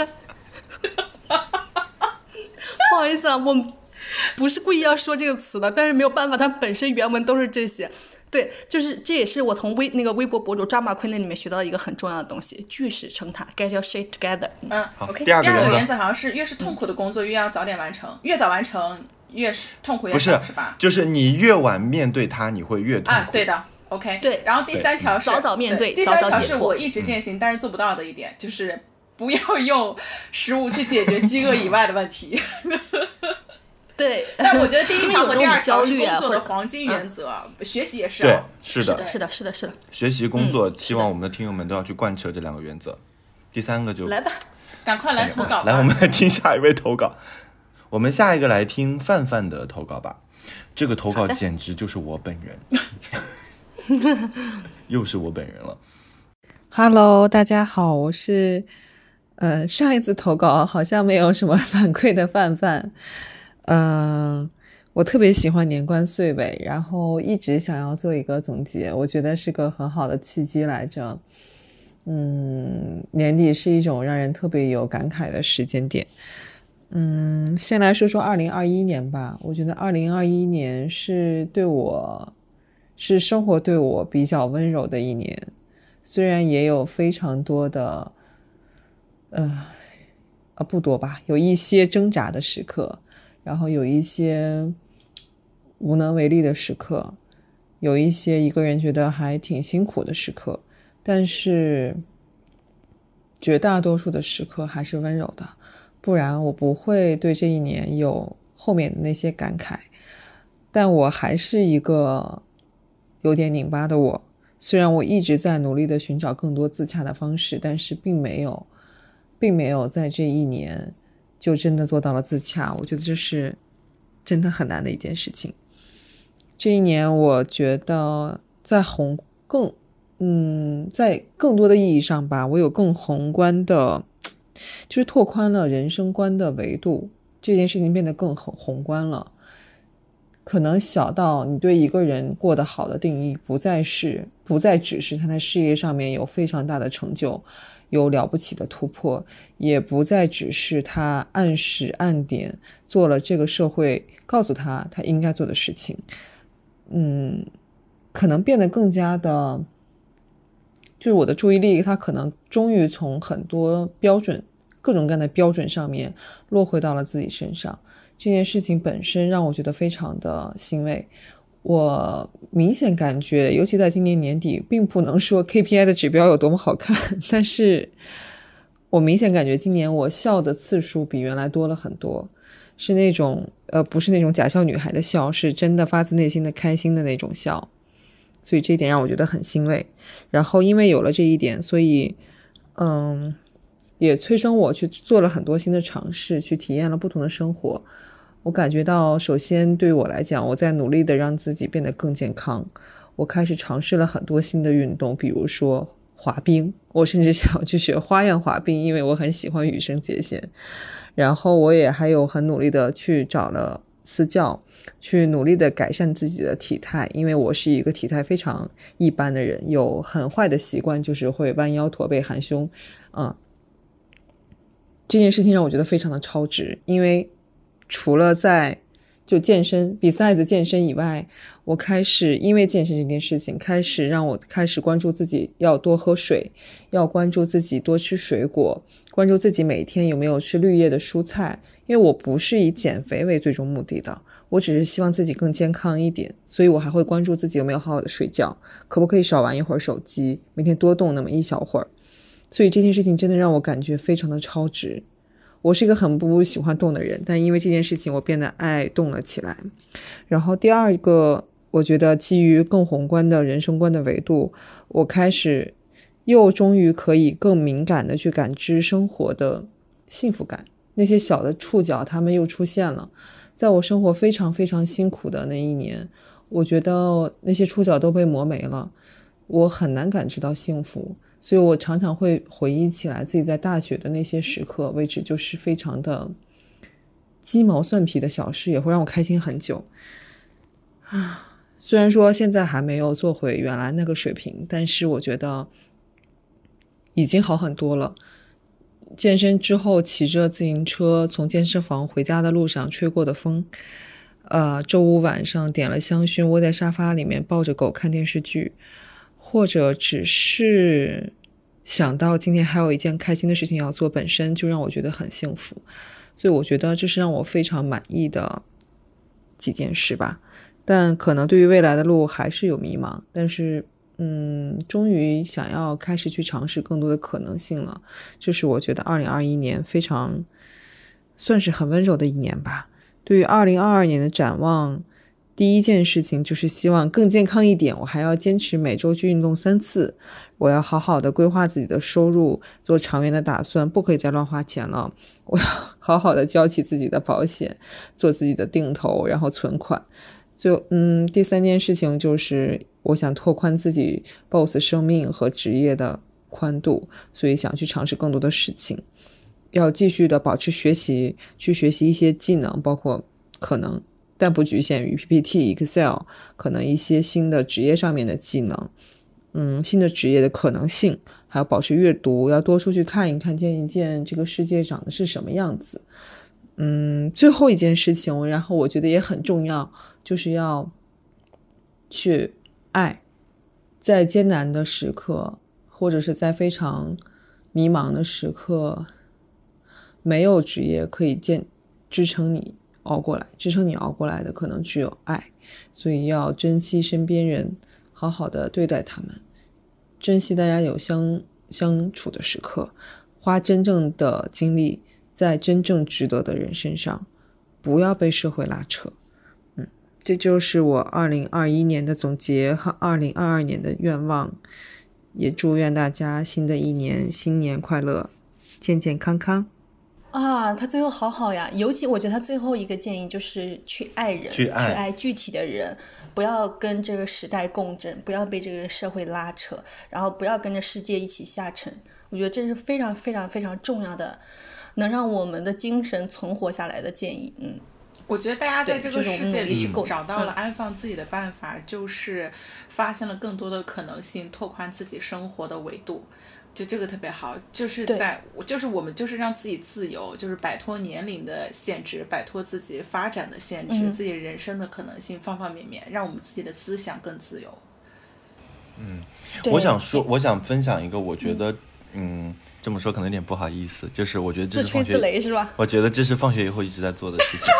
不好意思啊，我不是故意要说这个词的，但是没有办法，它本身原文都是这些。对，就是这也是我从那个微博博主张马坤那里面学到的一个很重要的东西，聚屎成塔 ，get your shit together。 OK。 第二个原则好像是越是痛苦的工作越要早点完成，越早完成越是痛苦越少，是吧？ 就是你越晚面对它，你会越痛苦。 对的。OK， 对， 然后第3条是早早面对， 第3条是我一直践行，但是做不到的一点，就是不要用食物去解决饥饿以外的问题。 对， 但我觉得第1条和第2条是工作的或黄金原则，学习也是。 对，是的。 学习工作，希望我们的听友们都要去贯彻这2个原则。第3个就来吧， 赶快来投稿吧。 来，我们来听下一位投稿。我们下一个来听范范的投稿吧。这个投稿简直就是我本人。又是我本人了。 Hello， 大家好，我是上一次投稿好像没有什么反馈的范范。我特别喜欢年关岁尾，然后一直想要做一个总结，我觉得是个很好的契机来着。年底是一种让人特别有感慨的时间点。先来说说2021年吧。我觉得2021年是生活对我比较温柔的一年，虽然也有非常多的不多吧，有一些挣扎的时刻，然后有一些无能为力的时刻，有一些一个人觉得还挺辛苦的时刻，但是绝大多数的时刻还是温柔的，不然我不会对这一年有后面的那些感慨。但我还是一个有点拧巴的我，虽然我一直在努力的寻找更多自洽的方式，但是并没有在这一年就真的做到了自洽。我觉得这是真的很难的一件事情。这一年我觉得在更多的意义上吧，我有更宏观的，就是拓宽了人生观的维度，这件事情变得更宏观了。可能小到你对一个人过得好的定义不再只是他在事业上面有非常大的成就，有了不起的突破，也不再只是他按时按点做了这个社会告诉他应该做的事情。可能变得更加的，就是我的注意力它可能终于从很多各种各样的标准上面落回到了自己身上。这件事情本身让我觉得非常的欣慰。我明显感觉，尤其在今年年底，并不能说 KPI 的指标有多么好看，但是我明显感觉今年我笑的次数比原来多了很多，是那种不是那种假笑女孩的笑，是真的发自内心的开心的那种笑。所以这一点让我觉得很欣慰。然后因为有了这一点，所以也催生我去做了很多新的尝试，去体验了不同的生活。我感觉到，首先对于我来讲，我在努力的让自己变得更健康。我开始尝试了很多新的运动，比如说滑冰，我甚至想要去学花样滑冰，因为我很喜欢羽生结弦。然后我也还有很努力的去找了私教，去努力的改善自己的体态，因为我是一个体态非常一般的人，有很坏的习惯，就是会弯腰驼背含胸。这件事情让我觉得非常的超值，因为除了在健身 besides 健身以外，我开始因为健身这件事情让我开始关注自己要多喝水，要关注自己多吃水果，关注自己每天有没有吃绿叶的蔬菜。因为我不是以减肥为最终目的的，我只是希望自己更健康一点，所以我还会关注自己有没有好好的睡觉，可不可以少玩一会儿手机，每天多动那么一小会儿。所以这件事情真的让我感觉非常的超值。我是一个很不喜欢动的人，但因为这件事情我变得爱动了起来。然后第二个，我觉得基于更宏观的人生观的维度，我开始又终于可以更敏感的去感知生活的幸福感，那些小的触角它们又出现了。在我生活非常非常辛苦的那一年，我觉得那些触角都被磨没了，我很难感知到幸福。所以我常常会回忆起来自己在大学的那些时刻，为止就是非常的鸡毛蒜皮的小事也会让我开心很久。虽然说现在还没有做回原来那个水平，但是我觉得已经好很多了。健身之后骑着自行车从健身房回家的路上吹过的风，周五晚上点了香薰，窝在沙发里面抱着狗看电视剧，或者只是想到今天还有一件开心的事情要做，本身就让我觉得很幸福。所以我觉得这是让我非常满意的几件事吧。但可能对于未来的路还是有迷茫，但是终于想要开始去尝试更多的可能性了。这是我觉得2021年非常算是很温柔的一年吧。对于2022年的展望，第一件事情就是希望更健康一点，我还要坚持每周去运动3次，我要好好的规划自己的收入，做长远的打算，不可以再乱花钱了。我要好好的交起自己的保险，做自己的定投，然后存款。第三件事情就是我想拓宽自己 both 生命和职业的宽度，所以想去尝试更多的事情，要继续的保持学习，去学习一些技能，包括可能但不局限于 PPT、Excel， 可能一些新的职业上面的技能，新的职业的可能性，还要保持阅读，要多出去看一看，见一见这个世界长得是什么样子。最后一件事情，然后我觉得也很重要，就是要去爱。在艰难的时刻，或者是在非常迷茫的时刻， 没有职业可以支撑你熬过来的可能只有爱，所以要珍惜身边人，好好的对待他们，珍惜大家有相处的时刻，花真正的精力在真正值得的人身上，不要被社会拉扯。这就是我2021年的总结和2022年的愿望，也祝愿大家新的一年新年快乐，健健康康。 啊，他最后好呀，尤其我觉得他最后一个建议就是去爱人，去爱具体的人，不要跟这个时代共振，不要被这个社会拉扯，然后不要跟着世界一起下沉。我觉得这是非常非常非常重要的，能让我们的精神存活下来的建议。 我觉得大家在这个世界里找找到了安放自己的办法，就是发现了更多的可能性，拓宽自己生活的维度。就这个特别好，就是我们就是让自己自由，就是摆脱年龄的限制，摆脱自己发展的限制，自己人生的可能性方方面面，让我们自己的思想更自由。 我想分享一个，我觉得这么说可能有点不好意思，就是我觉得这是自吹自擂是吧？ 我觉得这是放学以后一直在做的事情。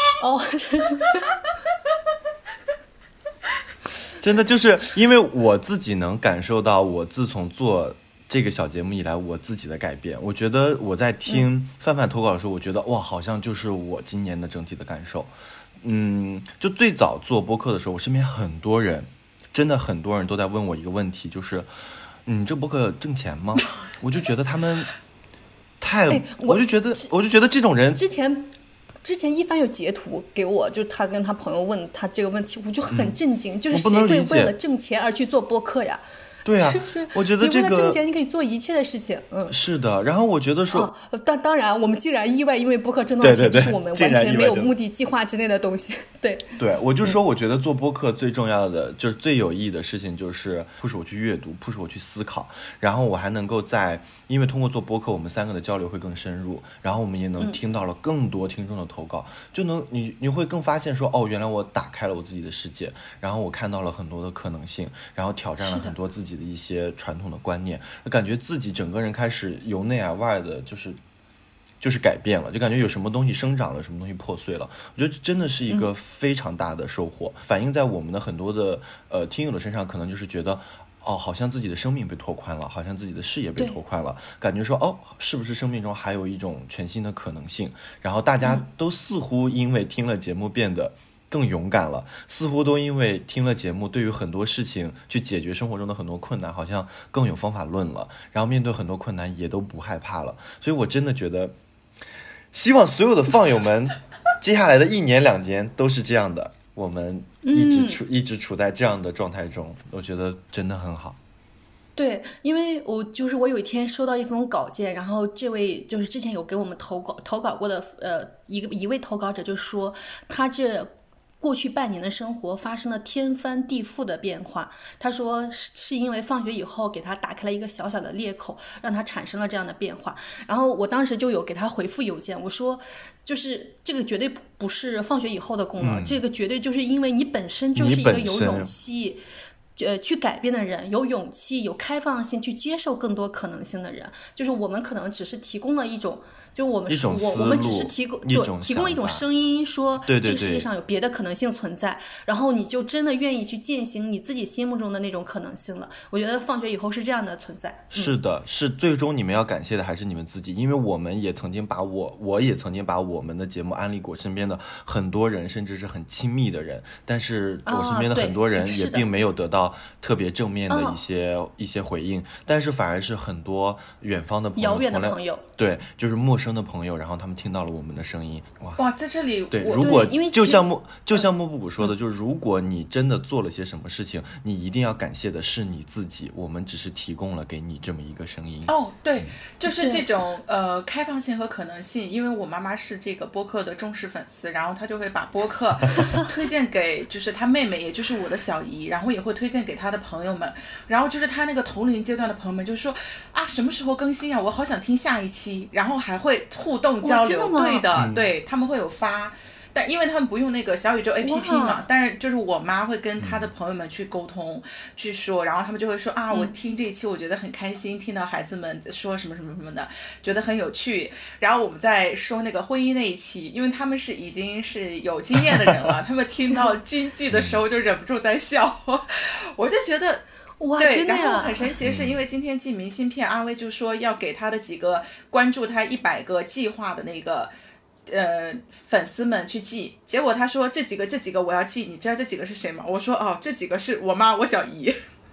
真的就是因为我自己能感受到，我自从做这个小节目以来我自己的改变。我觉得我在听范范投稿的时候，我觉得哇，好像就是我今年的整体的感受。就最早做播客的时候，我身边很多人，真的很多人都在问我一个问题，就是这播客挣钱吗？我就觉得他们我就觉得这种人之前一帆有截图给我，就他跟他朋友问他这个问题，我就很震惊，就是谁会为了挣钱而去做播客呀？ 对啊，我觉得这个你为了挣钱，你可以做一切的事情。 是的。然后我觉得说， 当然，我们既然意外因为播客挣到钱，这是我们完全没有目的计划之内的东西。对， 我就说，我觉得做播客最重要的就是最有意义的事情，就是 push 我去阅读，push 我去思考，然后我还能够因为通过做播客，我们3个的交流会更深入，然后我们也能听到了更多听众的投稿，就能你会更发现说，原来我打开了我自己的世界，然后我看到了很多的可能性，然后挑战了很多自己的一些传统的观念，感觉自己整个人开始由内而外的就是改变了，就感觉有什么东西生长了，什么东西破碎了。我觉得真的是一个非常大的收获，反映在我们的很多的听友的身上，可能就是觉得好像自己的生命被拓宽了，好像自己的视野被拓宽了，感觉说是不是生命中还有一种全新的可能性，然后大家都似乎因为听了节目变得更勇敢了，似乎都因为听了节目，对于很多事情去解决生活中的很多困难好像更有方法论了，然后面对很多困难也都不害怕了。所以我真的觉得希望所有的放友们接下来的1年2年都是这样的，我们一直处在这样的状态中，我觉得真的很好。 对，因为我有一天收到一封稿件，然后这位就是之前有给我们投稿过的一位投稿者就说，他这过去半年的生活发生了天翻地覆的变化。他说是因为放学以后给他打开了一个小小的裂口，让他产生了这样的变化。然后我当时就有给他回复邮件，我说就是这个绝对不是放学以后的功劳，这个绝对就是因为你本身就是一个有勇气去改变的人，有勇气有开放性去接受更多可能性的人。就是我们可能只是提供了一种，就我们只是提供了一种声音，说这个世界上有别的可能性存在，然后你就真的愿意去践行你自己心目中的那种可能性了。我觉得放学以后是这样的存在。 是的，是最终你们要感谢的还是你们自己，因为我们也曾经我也曾经把我们的节目安利过身边的很多人，甚至是很亲密的人，但是我身边的很多人也并没有得到特别正面的一些回应，但是反而是很多远方的朋友， 遥远的朋友， 对，就是陌生的朋友，然后他们听到了我们的声音， 哇，在这里， 对，如果就像莫布谷说的，就是如果你真的做了些什么事情，你一定要感谢的是你自己，我们只是提供了给你这么一个声音。 对，就是这种开放性和可能性。因为我妈妈是这个播客的忠实粉丝，然后她就会把播客推荐给就是她妹妹，也就是我的小姨，然后也会推荐给她的朋友们，然后就是她那个同龄阶段的朋友们就说什么时候更新啊，我好想听下一期，然后还会互动交流。对的，对，他们会有发但因为他们不用那个小宇宙 APP 嘛，但是就是我妈会跟她的朋友们去沟通，去说，然后他们就会说啊，我听这一期我觉得很开心，听到孩子们说什么什么什么的，觉得很有趣。然后我们在说那个婚姻那一期，因为他们是已经是有经验的人了，他们听到金句的时候就忍不住在笑，我就觉得。 哇， 对， 真的呀！ 然后很神奇的是，因为今天寄明信片，阿威就说要给他的几个关注他100个计划的那个粉丝们去寄，结果他说这几个我要寄，你知道这几个是谁吗？我说哦，这几个是我妈，我小姨。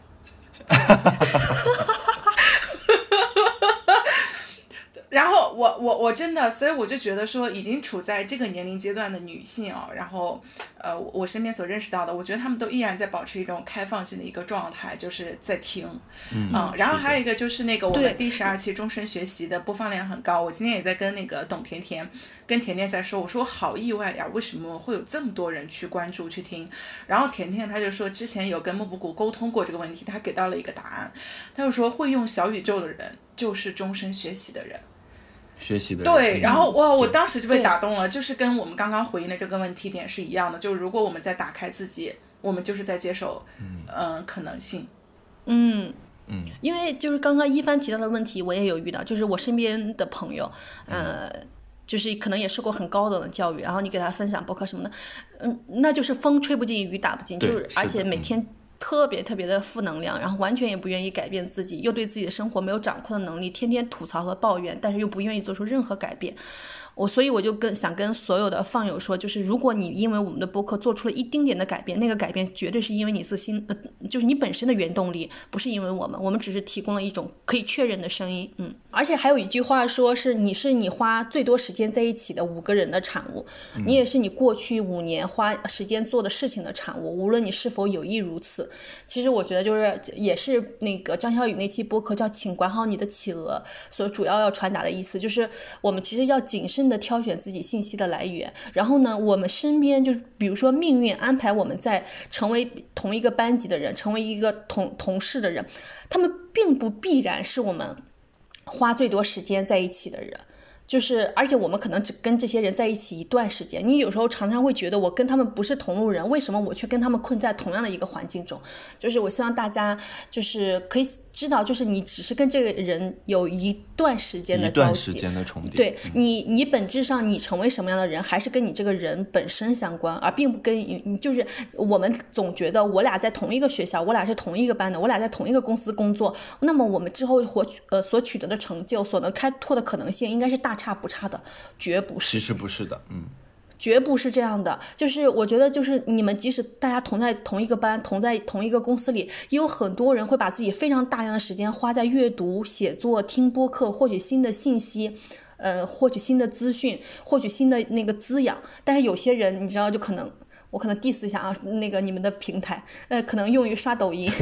然后我真的，所以我就觉得说，已经处在这个年龄阶段的女性啊，然后我身边所认识到的，我觉得她们都依然在保持一种开放性的一个状态，就是在听，然后还有一个就是那个我们第12期终身学习的播放量很高，我今天也在跟那个董甜甜跟甜甜在说，我说好意外呀，为什么会有这么多人去关注去听？然后甜甜她就说之前有跟莫布谷沟通过这个问题，她给到了一个答案，她就说会用小宇宙的人就是终身学习的人。 学习的人对，然后哇，我当时就被打动了，就是跟我们刚刚回应的这个问题点是一样的，就是如果我们在打开自己，我们就是在接受可能性。 因为就是刚刚一帆提到的问题，我也有遇到，就是我身边的朋友，就是可能也受过很高等的教育，然后你给他分享播客什么的，那就是风吹不进，雨打不进，就是而且每天特别特别的负能量，然后完全也不愿意改变自己，又对自己的生活没有掌控的能力，天天吐槽和抱怨，但是又不愿意做出任何改变。所以我就想跟所有的放友说，就是如果你因为我们的播客做出了一丁点的改变，那个改变绝对是因为你自心，就是你本身的原动力，不是因为我们只是提供了一种可以确认的声音。而且还有一句话说是你花最多时间在一起的5个人的产物，你也是你过去5年花时间做的事情的产物，无论你是否有意如此。其实我觉得就是也是那个张小雨那期播客叫请管好你的企鹅所主要传达的意思，就是我们其实要谨慎的挑选自己信息的来源，然后呢，我们身边就是比如说命运安排我们在成为同一个班级的人，成为一个同事的人，他们并不必然是我们花最多时间在一起的人。就是而且我们可能只跟这些人在一起一段时间，你有时候常常会觉得我跟他们不是同路人，为什么我却跟他们困在同样的一个环境中？就是我希望大家就是可以知道，就是你只是跟这个人有一段时间的交集，一段时间的重叠。 对，你本质上你成为什么样的人，还是跟你这个人本身相关，而并不跟你就是我们总觉得我俩在同一个学校，我俩是同一个班的，我俩在同一个公司工作，那么我们之后所取得的成就，所能开拓的可能性，应该是大差不差的，绝不是。 其实不是的， 绝不是这样的。就是我觉得，就是你们即使大家同在同一个班，同在同一个公司里，也有很多人会把自己非常大量的时间花在阅读、写作、听播客，获取新的信息，获取新的资讯，获取新的那个滋养。但是有些人，你知道，就可能我可能 diss 一下啊，那个你们的平台，可能用于刷抖音。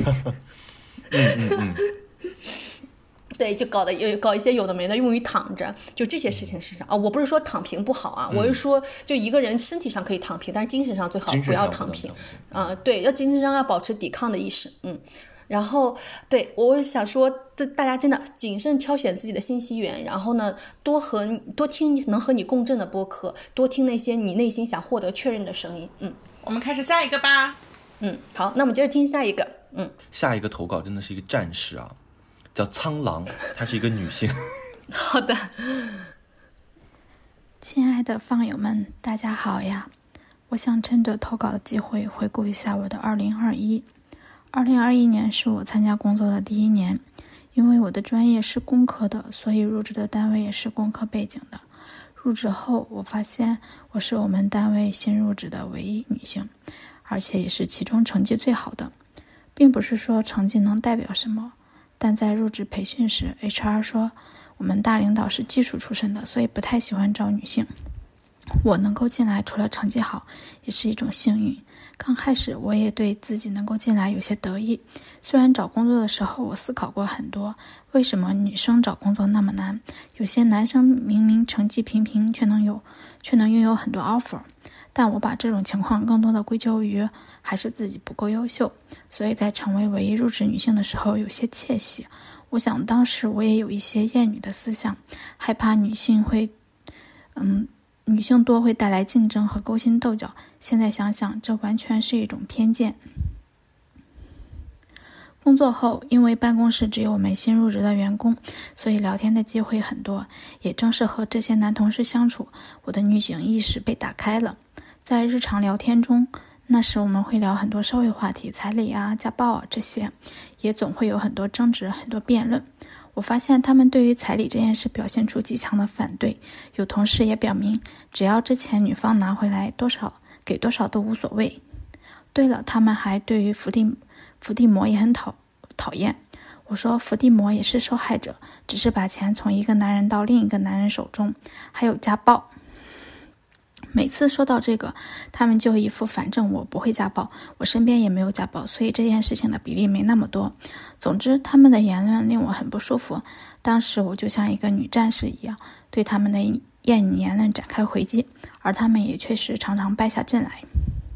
对，就搞一些有的没的，用于躺着，就这些事情身上啊。我不是说躺平不好啊，我是说，就一个人身体上可以躺平，但是精神上最好不要躺平对，要精神上要保持抵抗的意识。然后对我想说，大家真的谨慎挑选自己的信息源，然后呢，多听能和你共振的播客，多听那些你内心想获得确认的声音。 我们开始下一个吧。 好，那我们接着听下一个。 下一个投稿真的是一个战士啊。叫苍狼，她是一个女性。 好的， 亲爱的放友们，大家好呀！我想趁着投稿的机会回顾一下我的2021。2021年是我参加工作的第1年，因为我的专业是工科的，所以入职的单位也是工科背景的。入职后，我发现我是我们单位新入职的唯一女性，而且也是其中成绩最好的。并不是说成绩能代表什么。但在入职培训时 HR 说我们大领导是技术出身的，所以不太喜欢招女性。我能够进来除了成绩好也是一种幸运。刚开始我也对自己能够进来有些得意，虽然找工作的时候我思考过很多，为什么女生找工作那么难，有些男生明明成绩平平却能拥有很多 offer， 但我把这种情况更多的归咎于还是自己不够优秀，所以在成为唯一入职女性的时候有些窃喜。我想当时我也有一些厌女的思想，害怕女性会女性多会带来竞争和勾心斗角，现在想想，这完全是一种偏见。工作后，因为办公室只有我们新入职的员工，所以聊天的机会很多。也正是和这些男同事相处，我的女性意识被打开了。在日常聊天中，那时我们会聊很多社会话题，彩礼啊、家暴啊这些，也总会有很多争执、很多辩论。我发现他们对于彩礼这件事表现出极强的反对，有同事也表明，只要之前女方拿回来多少，给多少都无所谓。对了，他们还对于伏地魔也很讨厌。我说伏地魔也是受害者，只是把钱从一个男人到另一个男人手中，还有家暴。每次说到这个，他们就一副反正我不会家暴，我身边也没有家暴，所以这件事情的比例没那么多。总之，他们的言论令我很不舒服。当时我就像一个女战士一样，对他们的厌女言论展开回击，而他们也确实常常败下阵来。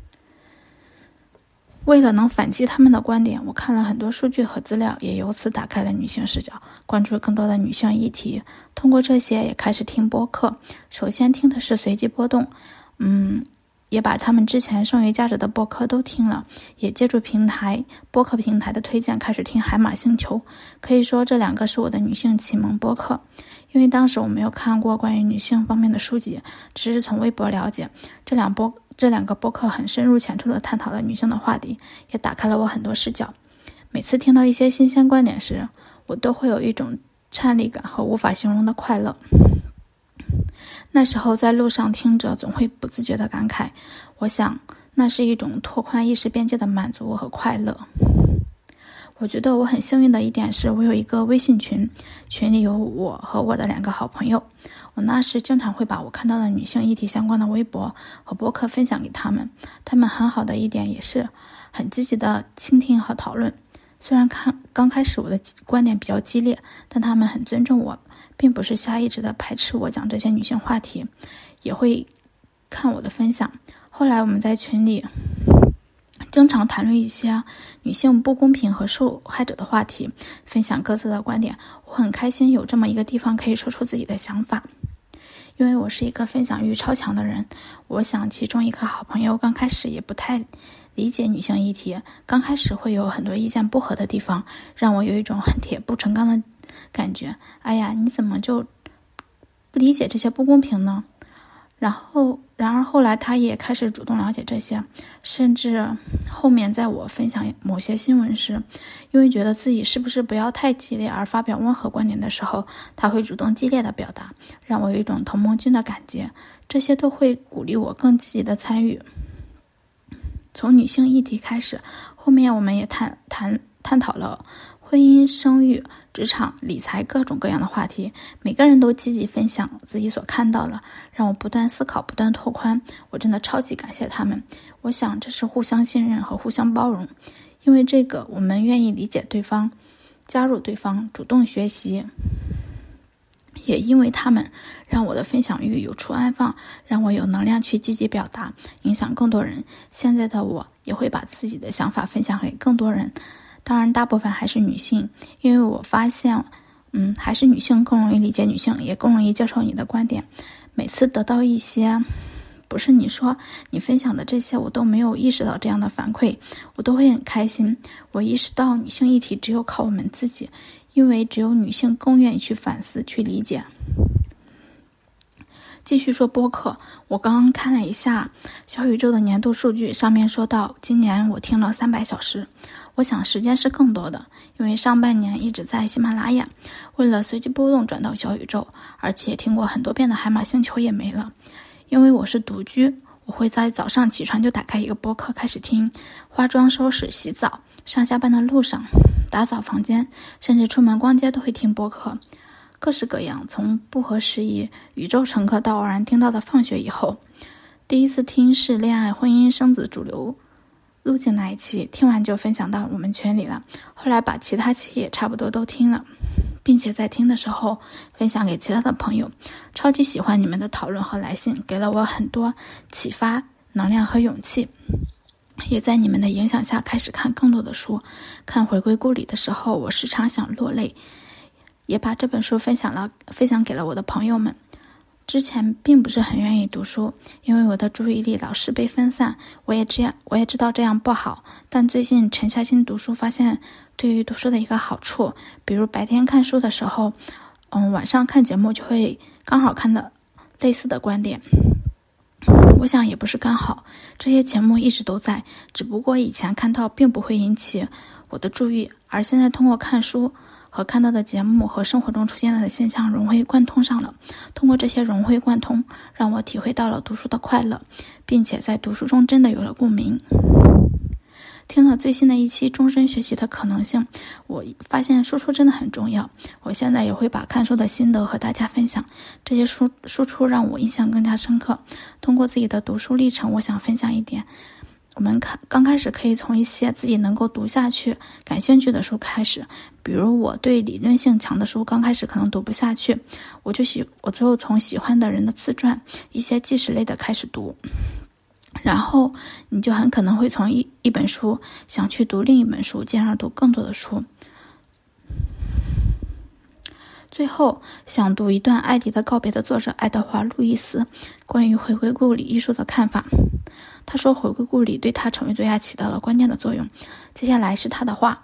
为了能反击他们的观点，我看了很多数据和资料，也由此打开了女性视角，关注更多的女性议题。通过这些也开始听播客，首先听的是随机波动，也把他们之前剩余价值的播客都听了，也借助播客平台的推荐开始听海马星球。可以说这两个是我的女性启蒙播客，因为当时我没有看过关于女性方面的书籍，只是从微博了解。这两个播客很深入浅出地探讨了女性的话题，也打开了我很多视角。每次听到一些新鲜观点时，我都会有一种颤栗感和无法形容的快乐。那时候在路上听着，总会不自觉地感慨，我想那是一种拓宽意识边界的满足和快乐。我觉得我很幸运的一点是，我有一个微信群，群里有我和我的2个好朋友。我那时经常会把我看到的女性议题相关的微博和播客分享给他们，他们很好的一点也是很积极的倾听和讨论。虽然刚开始我的观点比较激烈，但他们很尊重我，并不是下意识的排斥我讲这些女性话题，也会看我的分享。后来我们在群里经常谈论一些女性不公平和受害者的话题，分享各自的观点。我很开心有这么一个地方可以说出自己的想法，因为我是一个分享欲超强的人。我想其中一个好朋友刚开始也不太理解女性议题，刚开始会有很多意见不合的地方，让我有一种很铁不成钢的感觉。哎呀，你怎么就不理解这些不公平呢？然而后来他也开始主动了解这些，甚至后面在我分享某些新闻时，因为觉得自己是不是不要太激烈而发表温和观点的时候，他会主动激烈的表达，让我有一种同盟军的感觉。这些都会鼓励我更积极的参与。从女性议题开始，后面我们也探讨了婚姻、生育、职场、理财各种各样的话题，每个人都积极分享自己所看到的，让我不断思考，不断拓宽。我真的超级感谢他们。我想这是互相信任和互相包容，因为这个我们愿意理解对方，加入对方，主动学习。也因为他们让我的分享欲有处安放，让我有能量去积极表达，影响更多人。现在的我也会把自己的想法分享给更多人，当然大部分还是女性，因为我发现还是女性更容易理解女性，也更容易接受你的观点。每次得到一些不是你说你分享的这些，我都没有意识到这样的反馈，我都会很开心。我意识到女性议题只有靠我们自己，因为只有女性更愿意去反思，去理解。继续说播客，我刚刚看了一下小宇宙的年度数据，上面说到今年我听了300小时，我想时间是更多的，因为上半年一直在喜马拉雅，为了随机波动转到小宇宙，而且听过很多遍的海马星球也没了。因为我是独居，我会在早上起床就打开一个播客开始听，化妆、收拾、洗澡、上下班的路上、打扫房间，甚至出门逛街都会听播客，各式各样，从不合时宜、宇宙乘客到偶然听到的放学以后。第一次听是恋爱、婚姻、生子主流路径那一期，听完就分享到我们群里了，后来把其他期也差不多都听了，并且在听的时候分享给其他的朋友。超级喜欢你们的讨论和来信，给了我很多启发、能量和勇气。也在你们的影响下开始看更多的书，看回归故里的时候，我时常想落泪，也把这本书分享给了我的朋友们。 之前并不是很愿意读书，因为我的注意力老是被分散，我也知道这样不好，但最近沉下心读书，发现对于读书的一个好处，比如白天看书的时候，晚上看节目就会刚好看到类似的观点。我想也不是刚好，这些节目一直都在，只不过以前看到并不会引起我的注意，而现在通过看书和看到的节目和生活中出现的现象融会贯通上了。通过这些融会贯通，让我体会到了读书的快乐，并且在读书中真的有了共鸣。听了最新的一期终身学习的可能性，我发现输出真的很重要。我现在也会把看书的心得和大家分享，这些输出让我印象更加深刻。通过自己的读书历程，我想分享一点，我们刚开始可以从一些自己能够读下去、感兴趣的书开始。比如我对理论性强的书刚开始可能读不下去，我就从喜欢的人的自传、一些纪实类的开始读。然后你就很可能会从一本书想去读另一本书，进而读更多的书。最后想读一段《艾迪的告别》的作者爱德华·路易斯关于回归故里艺术的看法。他说回归故里对他成为作家起到了关键的作用。接下来是他的话：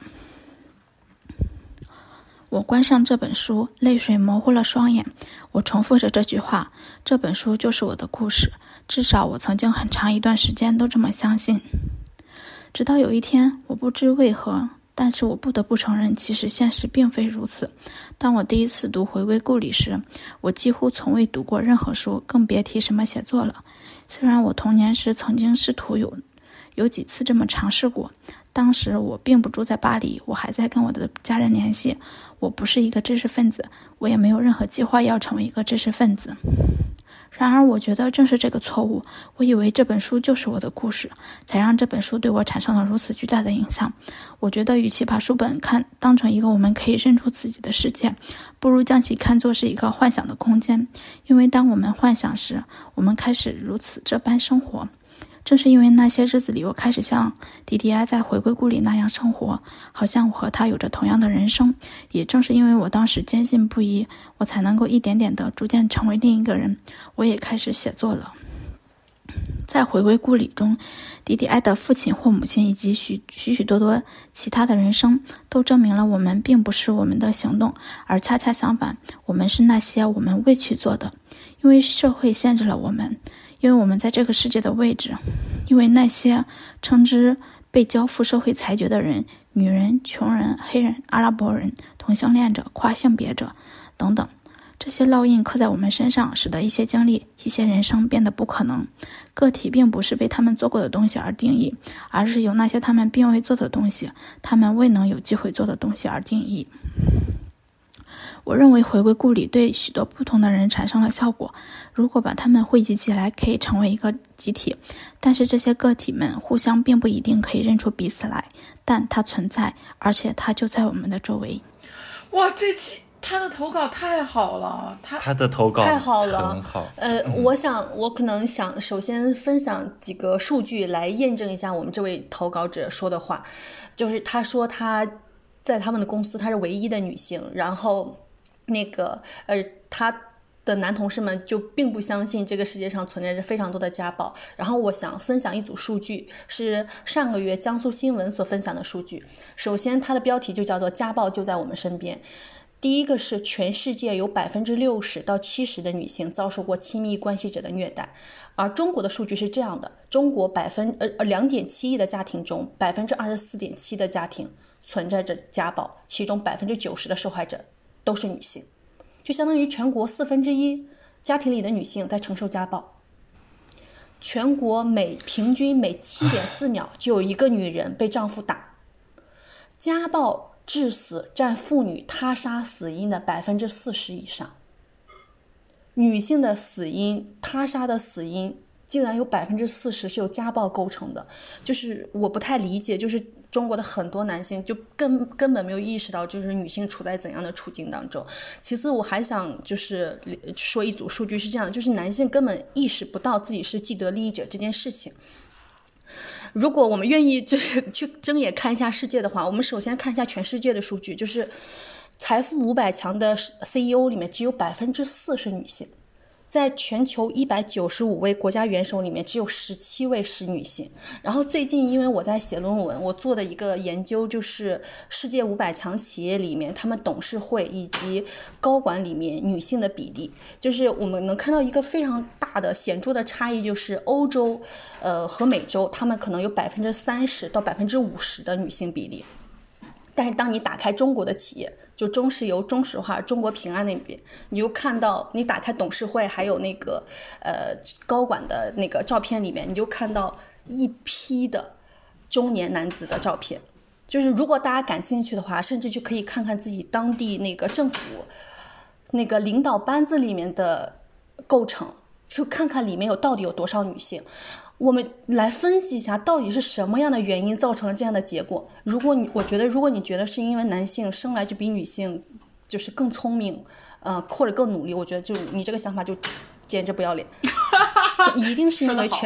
我关上这本书，泪水模糊了双眼。我重复着这句话，这本书就是我的故事，至少我曾经很长一段时间都这么相信。直到有一天，我不知为何，但是我不得不承认，其实现实并非如此。当我第一次读《回归故里》时，我几乎从未读过任何书，更别提什么写作了。虽然我童年时曾经试图有几次这么尝试过，当时我并不住在巴黎，我还在跟我的家人联系。我不是一个知识分子，我也没有任何计划要成为一个知识分子。然而我觉得正是这个错误，我以为这本书就是我的故事，才让这本书对我产生了如此巨大的影响。我觉得与其把书本当成一个我们可以认出自己的世界，不如将其看作是一个幻想的空间。因为当我们幻想时，我们开始如此这般生活。正是因为那些日子里，我开始像迪迪埃在回归故里那样生活，好像我和他有着同样的人生。也正是因为我当时坚信不疑，我才能够一点点的逐渐成为另一个人。我也开始写作了。在回归故里中，迪迪埃的父亲或母亲以及许多多其他的人生，都证明了我们并不是我们的行动，而恰恰相反，我们是那些我们未去做的。因为社会限制了我们，因为我们在这个世界的位置，因为那些称之被交付社会裁决的人，女人、穷人、黑人、阿拉伯人、同性恋者、跨性别者等等，这些烙印刻在我们身上，使得一些经历、一些人生变得不可能。个体并不是被他们做过的东西而定义，而是由那些他们并未做的东西，他们未能有机会做的东西而定义。我认为回归故里对许多不同的人产生了效果，如果把他们汇集起来，可以成为一个集体，但是这些个体们互相并不一定可以认出彼此来，但它存在，而且它就在我们的周围。 哇，这期他的投稿太好了，他的投稿太好了， 很好。 我可能想首先分享几个数据来验证一下我们这位投稿者说的话，就是他说他在他们的公司他是唯一的女性，然后他的男同事们就并不相信这个世界上存在着非常多的家暴。然后我想分享一组数据，是上个月江苏新闻所分享的数据。首先它的标题就叫做家暴就在我们身边。第一个是全世界有 60%到70% 的女性遭受过亲密关系者的虐待，而中国的数据是这样的，中国2.7亿的家庭中 24.7% 的家庭存在着家暴，其中 90% 的受害者都是女性，就相当于全国1/4家庭里的女性在承受家暴。全国平均每 7.4 秒就有一个女人被丈夫打。家暴致死占妇女他杀死因的 40% 以上。女性的死因，他杀的死因竟然有 40% 是由家暴构成的，就是我不太理解，就是中国的很多男性就根本没有意识到就是女性处在怎样的处境当中。其次我还想就是说一组数据是这样的，就是男性根本意识不到自己是既得利益者这件事情。如果我们愿意就是去睁眼看一下世界的话，我们首先看一下全世界的数据，就是财富500强的 CEO 里面只有 4% 是女性， 在全球195位国家元首里面，只有17位是女性。然后最近因为我在写论文，我做的一个研究就是世界500强企业里面，他们董事会以及高管里面女性的比例，就是我们能看到一个非常大的显著的差异，就是欧洲和美洲，他们可能有30%到50%的女性比例。但是当你打开中国的企业，就中石油、中石化、中国平安那边，你就看到你打开董事会还有那个高管的那个照片里面，你就看到一批的中年男子的照片。就是如果大家感兴趣的话，甚至就可以看看自己当地那个政府那个领导班子里面的构成，就看看里面到底有多少女性。我们来分析一下到底是什么样的原因造成了这样的结果。我觉得如果你觉得是因为男性生来就比女性就是更聪明或者更努力，我觉得就你这个想法就简直不要脸。一定是因为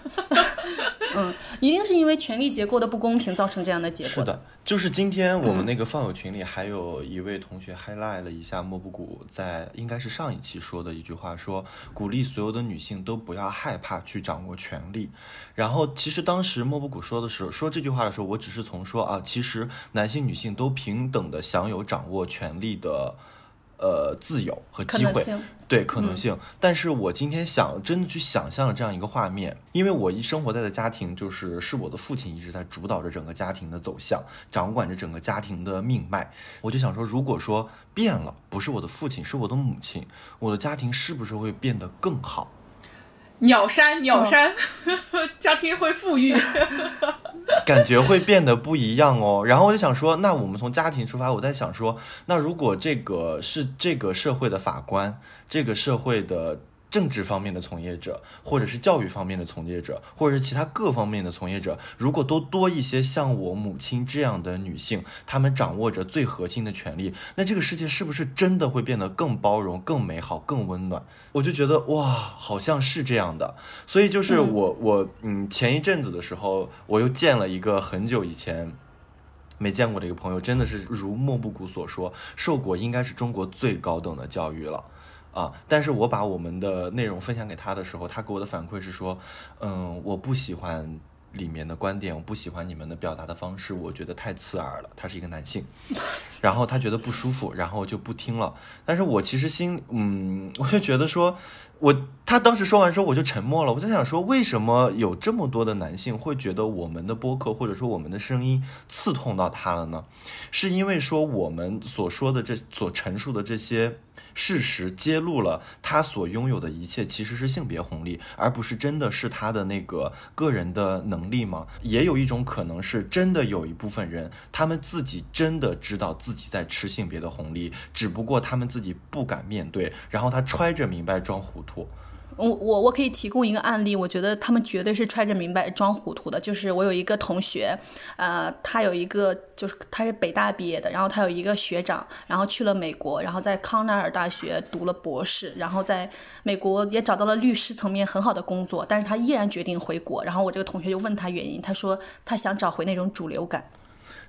一定是因为权力结构的不公平造成这样的结果。 是的，就是今天我们那个放友群里还有一位同学 highlight 了一下莫布谷在应该是上一期说的一句话，说鼓励所有的女性都不要害怕去掌握权力。然后其实当时莫布谷说这句话的时候，我只是从说其实男性女性都平等的享有掌握权力的自由和机会，对可能性。但是我今天真的去想象了这样一个画面，因为我生活在的家庭是我的父亲一直在主导着整个家庭的走向，掌管着整个家庭的命脉。我就想说，如果说变了，不是我的父亲，是我的母亲，我的家庭是不是会变得更好？ 鸟山家庭会富裕。 感觉会变得不一样哦。然后我就想说，那我们从家庭出发，我在想说，那如果这个是这个社会的法官，这个社会的政治方面的从业者，或者是教育方面的从业者，或者是其他各方面的从业者，如果都多一些像我母亲这样的女性，她们掌握着最核心的权利，那这个世界是不是真的会变得更包容、更美好、更温暖？我就觉得哇，好像是这样的。所以就是我前一阵子的时候，我又见了一个很久以前没见过的一个朋友，真的是如莫布谷所说，受过应该是中国最高等的教育了。但是我把我们的内容分享给他的时候，他给我的反馈是说，我不喜欢里面的观点，我不喜欢你们的表达的方式，我觉得太刺耳了。他是一个男性，然后他觉得不舒服，然后就不听了。但是我其实我就觉得说，他当时说完之后我就沉默了。我在想说，为什么有这么多的男性会觉得我们的播客或者说我们的声音刺痛到他了呢？是因为说我们所说的所陈述的这些事实揭露了他所拥有的一切其实是性别红利，而不是真的是他的那个个人的能力吗？也有一种可能是真的有一部分人，他们自己真的知道自己在吃性别的红利，只不过他们自己不敢面对，然后他揣着明白装糊涂。 我可以提供一个案例，我觉得他们绝对是揣着明白装糊涂的。就是我有一个同学，他有一个就是他是北大毕业的，然后他有一个学长，然后去了美国，然后在康奈尔大学读了博士，然后在美国也找到了律师层面很好的工作，但是他依然决定回国。然后我这个同学就问他原因，他说他想找回那种主流感。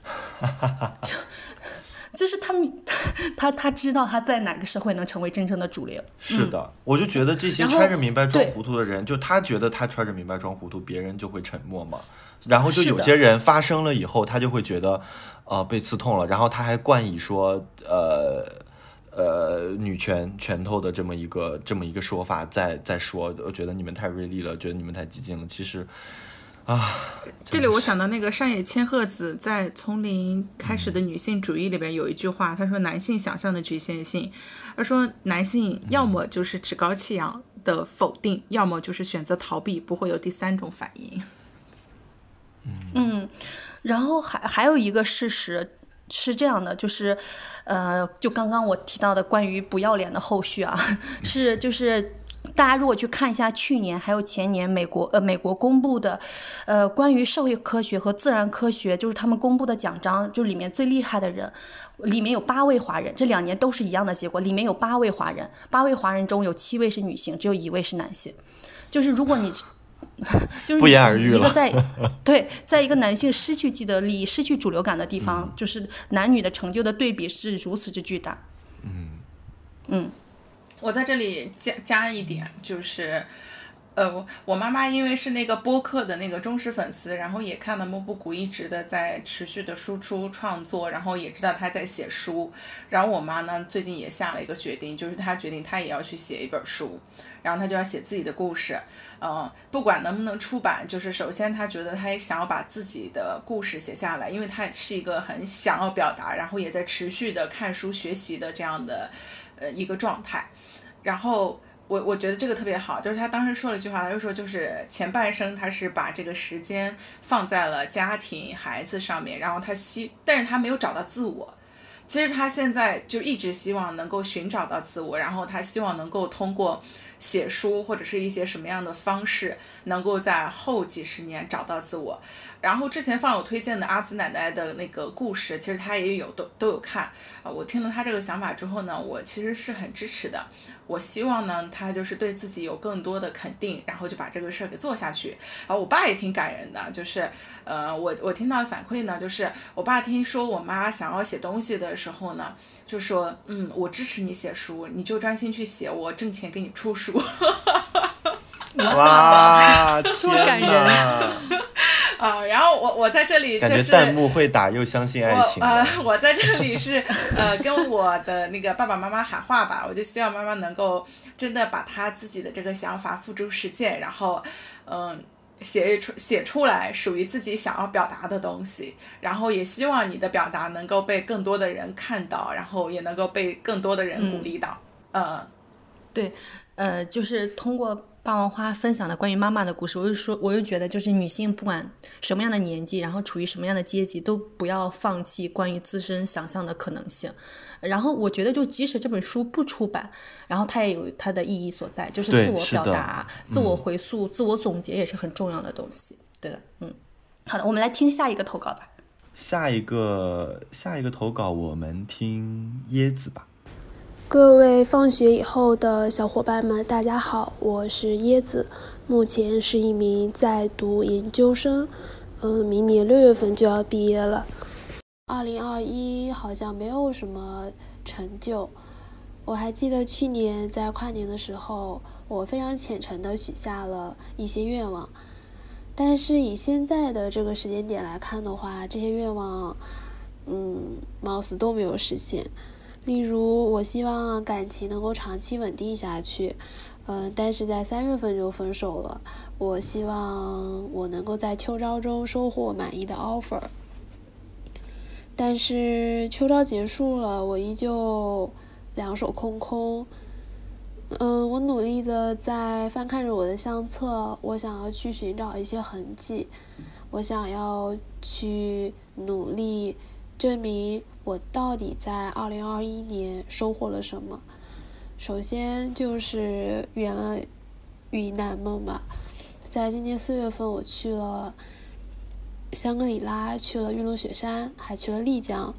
就是他知道他在哪个社会能成为真正的主流。 是的，我就觉得这些揣着明白装糊涂的人，就他觉得他揣着明白装糊涂，别人就会沉默嘛。然后就有些人发生了以后，他就会觉得被刺痛了，然后他还冠以说女拳头的这么一个说法在说，我觉得你们太锐利了，觉得你们太激进了。其实这里我想到那个上野千鹤子在《从零开始的女性主义》里边有一句话，她说男性想象的局限性，她说男性要么就是趾高气扬的否定，要么就是选择逃避，不会有第三种反应。 然后还有一个事实是这样的，就是就刚刚我提到的关于不要脸的后续啊，就是大家如果去看一下去年还有前年美国公布的关于社会科学和自然科学，就是他们公布的奖章，就里面最厉害的人里面有8位华人，这2年都是一样的结果，里面有8位华人，8位华人中有7位是女性，只有1位是男性。就是如果你就是不言而喻了。 在一个男性失去既得利益、失去主流感的地方，就是男女的成就的对比是如此之巨大。 我在这里加一点，就是我妈妈因为是那个播客的那个忠实粉丝，然后也看到莫布谷一直的在持续的输出创作，然后也知道他在写书。然后我妈呢最近也下了一个决定，就是她决定她也要去写一本书，然后她就要写自己的故事。不管能不能出版，就是首先她觉得她也想要把自己的故事写下来，因为她是一个很想要表达，然后也在持续的看书学习的这样的一个状态。然后我觉得这个特别好，就是他当时说了一句话，他就说就是前半生他是把这个时间放在了家庭孩子上面，然后但是他没有找到自我。其实他现在就一直希望能够寻找到自我，然后他希望能够通过写书或者是一些什么样的方式，能够在后几十年找到自我。然后之前放我推荐的阿紫奶奶的那个故事，其实他也有都有看我听了他这个想法之后呢，我其实是很支持的。我希望呢他就是对自己有更多的肯定，然后就把这个事儿给做下去。我爸也挺感人的，就是我听到的反馈呢，就是我爸听说我妈想要写东西的时候呢，就说我支持你写书，你就专心去写，我挣钱给你出书。 哇， 这么感人然后我在这里、就是、 感觉弹幕会打又相信爱情我在这里是跟我的那个爸爸妈妈喊话吧，我就希望妈妈能够真的把她自己的这个想法付诸实践，然后写出来属于自己想要表达的东西，然后也希望你的表达能够被更多的人看到，然后也能够被更多的人鼓励到。 对，就是通过霸王花分享的关于妈妈的故事，我就觉得就是女性不管什么样的年纪，然后处于什么样的阶级，都不要放弃关于自身想象的可能性。然后我觉得就即使这本书不出版，然后它也有它的意义所在，就是自我表达、自我回溯、自我总结也是很重要的东西。对的，好的，我们来听下一个投稿吧。 下一个投稿我们听椰子吧。 各位放学以后的小伙伴们，大家好，我是椰子，目前是一名在读研究生，明年6月份就要毕业了。2021好像没有什么成就，我还记得去年在跨年的时候，我非常虔诚地许下了一些愿望，但是以现在的这个时间点来看的话，这些愿望貌似都没有实现。例如我希望感情能够长期稳定下去，但是在3月份就分手了。我希望我能够在秋招中收获满意的 offer， 但是秋招结束了，我依旧两手空空。我努力的在翻看着我的相册，我想要去寻找一些痕迹，我想要去努力证明我到底在2021年收获了什么。首先就是圆了云南梦吧，在今年4月份我去了香格里拉，去了玉龙雪山，还去了丽江，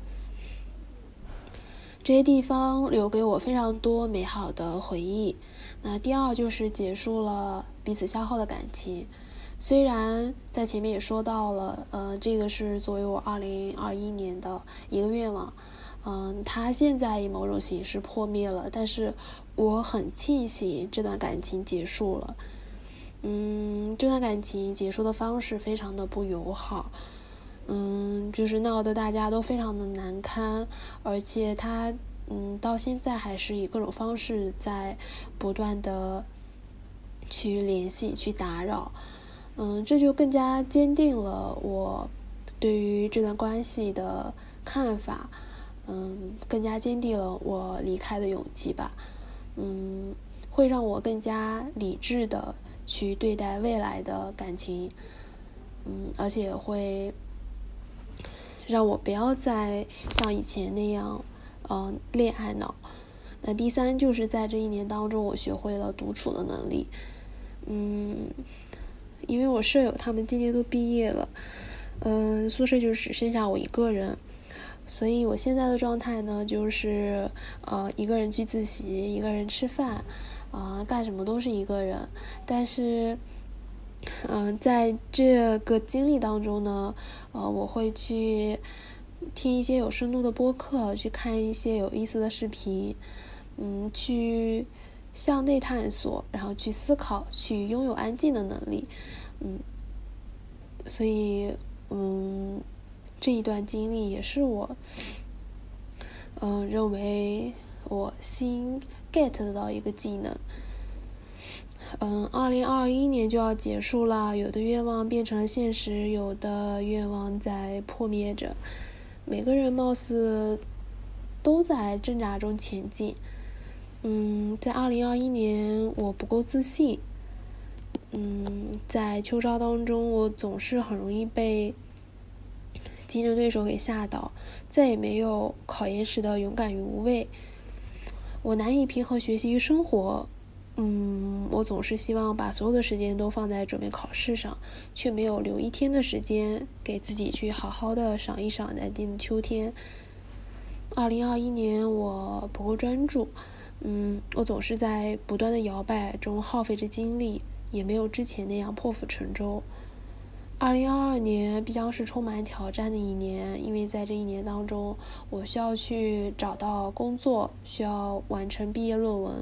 这些地方留给我非常多美好的回忆。那第二就是结束了彼此消耗的感情，虽然在前面也说到了，这个是作为我2021年的一个愿望，它现在以某种形式破灭了，但是我很庆幸这段感情结束了。这段感情结束的方式非常的不友好，就是闹得大家都非常的难堪，而且它到现在还是以各种方式在不断的去联系去打扰。这就更加坚定了我对于这段关系的看法，更加坚定了我离开的勇气吧。会让我更加理智的去对待未来的感情，而且会让我不要再像以前那样恋爱脑。那第三就是在这1年当中，我学会了独处的能力。因为我舍友他们今年都毕业了，宿舍就只剩下我一个人，所以我现在的状态呢，就是一个人去自习，一个人吃饭，干什么都是一个人。但是在这个经历当中呢，我会去听一些有深度的播客，去看一些有意思的视频，去向内探索，然后去思考，去拥有安静的能力。所以这一段经历也是我认为我新 get 到一个技能。2021年就要结束了，有的愿望变成了现实，有的愿望在破灭着，每个人貌似都在挣扎中前进。在2021年我不够自信，在秋招当中我总是很容易被竞争对手给吓倒，再也没有考研时的勇敢与无畏。我难以平衡学习与生活，我总是希望把所有的时间都放在准备考试上，却没有留一天的时间给自己去好好的赏一赏南京的秋天。2021年我不够专注，我总是在不断的摇摆中耗费着精力，也没有之前那样破釜沉舟。2022年必将是充满挑战的一年，因为在这一年当中，我需要去找到工作，需要完成毕业论文。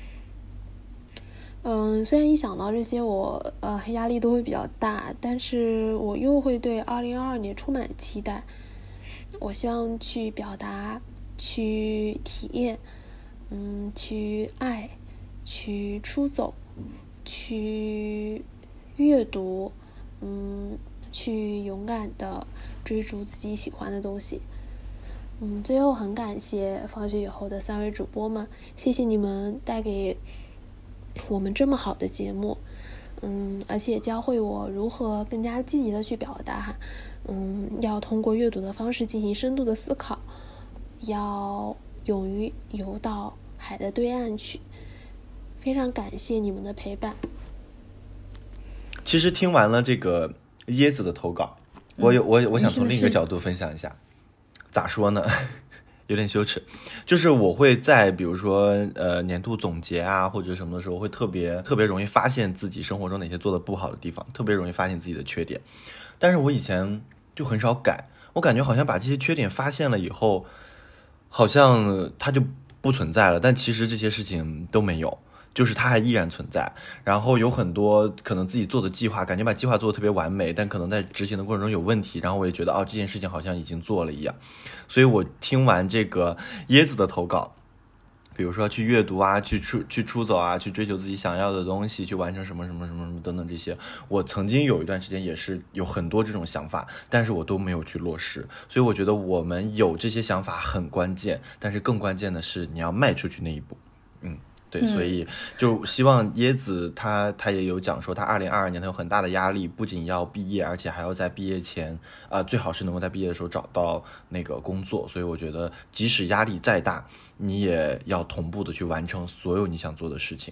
虽然一想到这些我压力都会比较大，但是我又会对2022年充满期待。我希望去表达，去体验，去爱，去出走，去阅读，去勇敢的追逐自己喜欢的东西。最后很感谢放学以后的3位主播们，谢谢你们带给我们这么好的节目，而且教会我如何更加积极的去表达，要通过阅读的方式进行深度的思考，要勇于游到海的对岸去。非常感谢你们的陪伴。 其实听完了这个椰子的投稿，我想从另一个角度分享一下。咋说呢？有点羞耻，就是我会在比如说年度总结啊或者什么的时候，会特别容易发现自己生活中哪些做的不好的地方，特别容易发现自己的缺点。但是我以前就很少改，我感觉好像把这些缺点发现了以后，好像它就不存在了，但其实这些事情都没有，就是它还依然存在。然后有很多可能自己做的计划，感觉把计划做的特别完美，但可能在执行的过程中有问题，然后我也觉得这件事情好像已经做了一样。所以我听完这个椰子的投稿，比如说去阅读啊，去出走啊，去追求自己想要的东西，去完成什么什么什么什么等等这些，我曾经有一段时间也是有很多这种想法，但是我都没有去落实。所以我觉得我们有这些想法很关键，但是更关键的是你要迈出去那一步。对，所以就希望椰子他也有讲说，他2022年他有很大的压力，不仅要毕业，而且还要在毕业前最好是能够在毕业的时候找到那个工作。所以我觉得即使压力再大，你也要同步的去完成所有你想做的事情。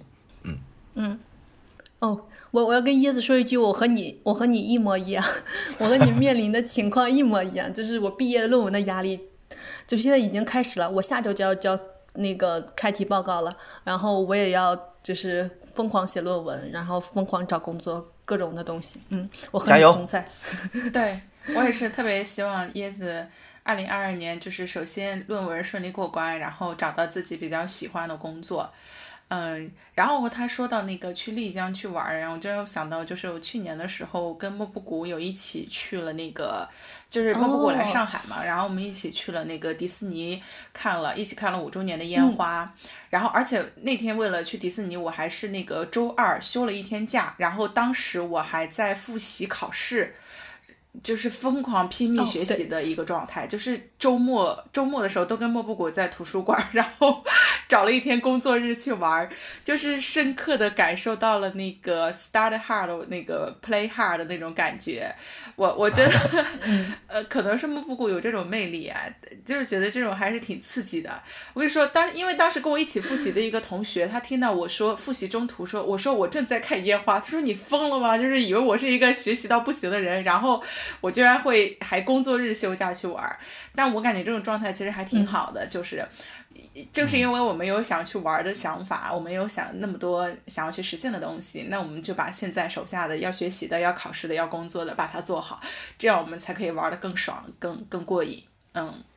我要跟椰子说一句，我和你一模一样，我和你面临的情况一模一样，就是我毕业论文的压力就现在已经开始了，我下周就要交那个开题报告了，然后我也要就是疯狂写论文，然后疯狂找工作，各种的东西。我和你同在。 对，我也是特别希望椰子2022年就是首先论文顺利过关，然后找到自己比较喜欢的工作。然后他说到那个去丽江去玩，然后我就想到就是我去年的时候跟莫布谷有一起去了那个，就是莫布谷来上海嘛，然后我们一起去了那个迪士尼一起看了5周年的烟花。然后而且那天为了去迪士尼，我还是那个周2休了1天假，然后当时我还在复习考试，就是疯狂拼命学习的一个状态，就是周末的时候都跟莫布谷在图书馆，然后找了1天工作日去玩，就是深刻的感受到了那个 start hard 那个 play hard 的那种感觉。我觉得可能是莫布谷有这种魅力啊，就是觉得这种还是挺刺激的。我跟你说，因为当时跟我一起复习的一个同学，他听到我说复习中途我说我正在看烟花，他说你疯了吗？就是以为我是一个学习到不行的人，然后我居然还工作日休假去玩。但我感觉这种状态其实还挺好的，就是正是因为我们有想去玩的想法，我们有想那么多想要去实现的东西，那我们就把现在手下的要学习的、要考试的、要工作的把它做好，这样我们才可以玩得更爽、更过瘾。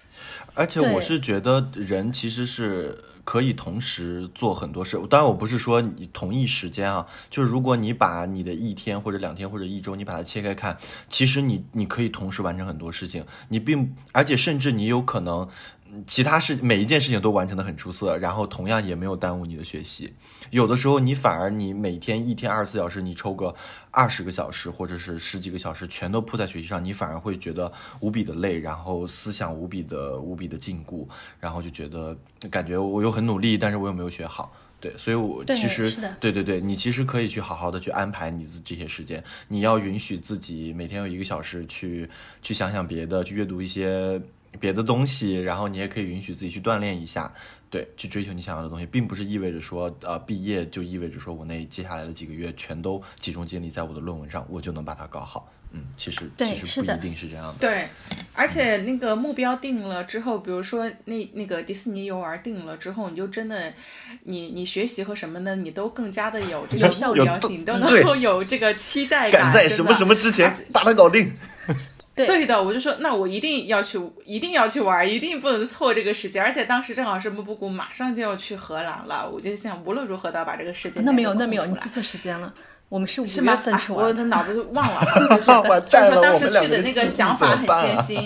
而且我是觉得人其实是可以同时做很多事，当然我不是说你同一时间啊，就是如果你把你的一天或者2天或者1周你把它切开看，其实你可以同时完成很多事情，而且甚至你有可能其他每一件事情都完成得很出色，然后同样也没有耽误你的学习。有的时候你反而你每天一天24小时，你抽个20个小时或者是10几个小时全都扑在学习上，你反而会觉得无比的累，然后思想无比的禁锢，然后就觉得感觉我又很努力，但是我又没有学好。对，所以我其实对，你其实可以去好好的去安排你这些时间，你要允许自己每天有1个小时去想想别的，去阅读一些别的东西，然后你也可以允许自己去锻炼一下，对，去追求你想要的东西，并不是意味着说毕业就意味着说我那接下来的几个月全都集中精力在我的论文上，我就能把它搞好。其实不一定是这样的。 对，而且那个目标定了之后，比如说那个迪士尼游玩定了之后，你就真的你学习和什么的，你都更加的有这个目标性，都能够有这个期待感， 赶在什么什么之前把它搞定。 对的，我就说那我一定要去玩，一定不能错这个时间。而且当时正好是木布谷马上就要去荷兰了，我就想无论如何都要把这个时间那没有，你记错时间了。我们是5月份去玩， 我的脑子就忘了，就是说当时去的那个想法很艰辛，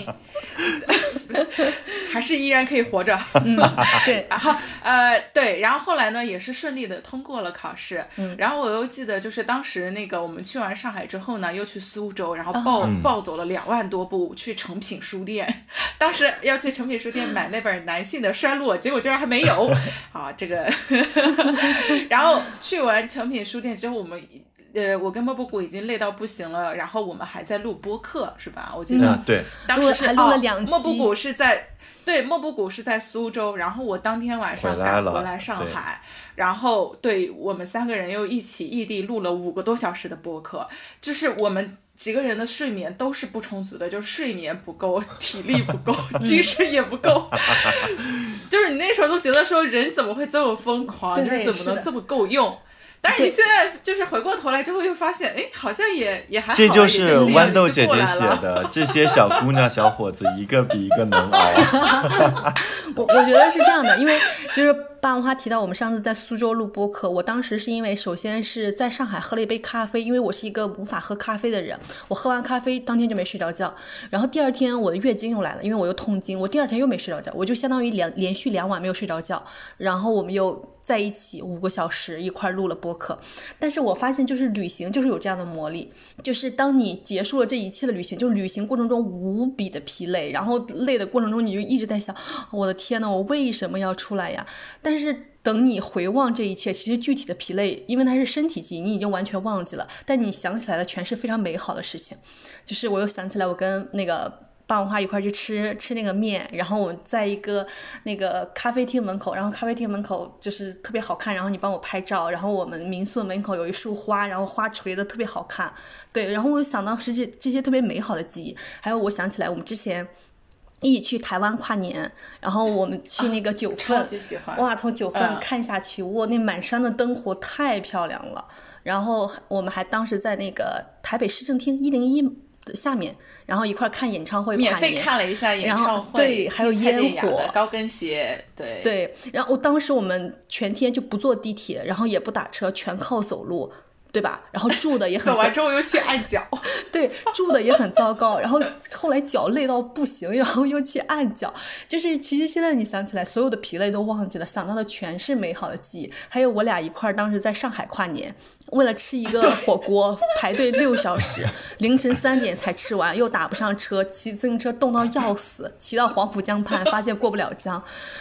还是依然可以活着。 对。 然后对，然后后来呢也是顺利的通过了考试。然后我又记得就是当时那个我们去完上海之后呢，又去苏州，然后暴走了2万多步去诚品书店。当时要去诚品书店买那本男性的衰落，结果居然还没有。这个然后去完诚品书店之后，我跟莫布谷已经累到不行了，然后我们还在录播客，是吧？我记得， 对， 当时还录了2期。 莫布谷是在苏州，然后我当天晚上赶回来上海，然后对我们3个人又一起异地录了5个多小时的播客，就是我们几个人的睡眠都是不充足的，就是睡眠不够，体力不够，精神也不够。就是你那时候都觉得说人怎么会这么疯狂，就是怎么能这么够用。但是你现在就是回过头来之后又发现，好像也还好。 这就是豌豆姐姐写的，这些小姑娘小伙子一个比一个能熬。 我觉得是这样的，因为就是霸王花提到我们上次在苏州录播客，我当时是因为首先是在上海喝了一杯咖啡，因为我是一个无法喝咖啡的人，我喝完咖啡当天就没睡着觉，然后第2天我的月经又来了，因为我又痛经，我第2天又没睡着觉，我就相当于连续2晚没有睡着觉，然后我们又在一起5个小时一块录了播客。但是我发现就是旅行就是有这样的魔力，就是当你结束了这一切的旅行，就旅行过程中无比的疲累，然后累的过程中你就一直在想，我的天哪，我为什么要出来呀？但是等你回望这一切，其实具体的疲累因为它是身体记忆，你已经完全忘记了，但你想起来的全是非常美好的事情。就是我又想起来我跟那个霸王花一块去吃那个面，然后我们在一个那个咖啡厅门口，然后咖啡厅门口就是特别好看，然后你帮我拍照，然后我们民宿门口有一束花，然后花垂的特别好看。对，然后我想到是这些特别美好的记忆。还有我想起来我们之前一起去台湾跨年，然后我们去那个九份， 超级喜欢。 哇，从九份看下去，哇，那满山的灯火太漂亮了。然后我们还当时在那个台北市政厅101下面，然后一块看演唱会， 免费看了一下演唱会， 对，还有烟火， 高跟鞋， 对。然后当时我们全天就不坐地铁，然后也不打车，全靠走路，对吧？然后住的也很走完之后又去按脚， 对，住的也很糟糕。然后后来脚累到不行，然后又去按脚。就是其实现在你想起来，所有的疲累都忘记了，想到的全是美好的记忆。还有我俩一块当时在上海跨年，为了吃一个火锅排队6小时，凌晨3点才吃完，又打不上车，骑自行车冻到要死，骑到黄浦江畔发现过不了江。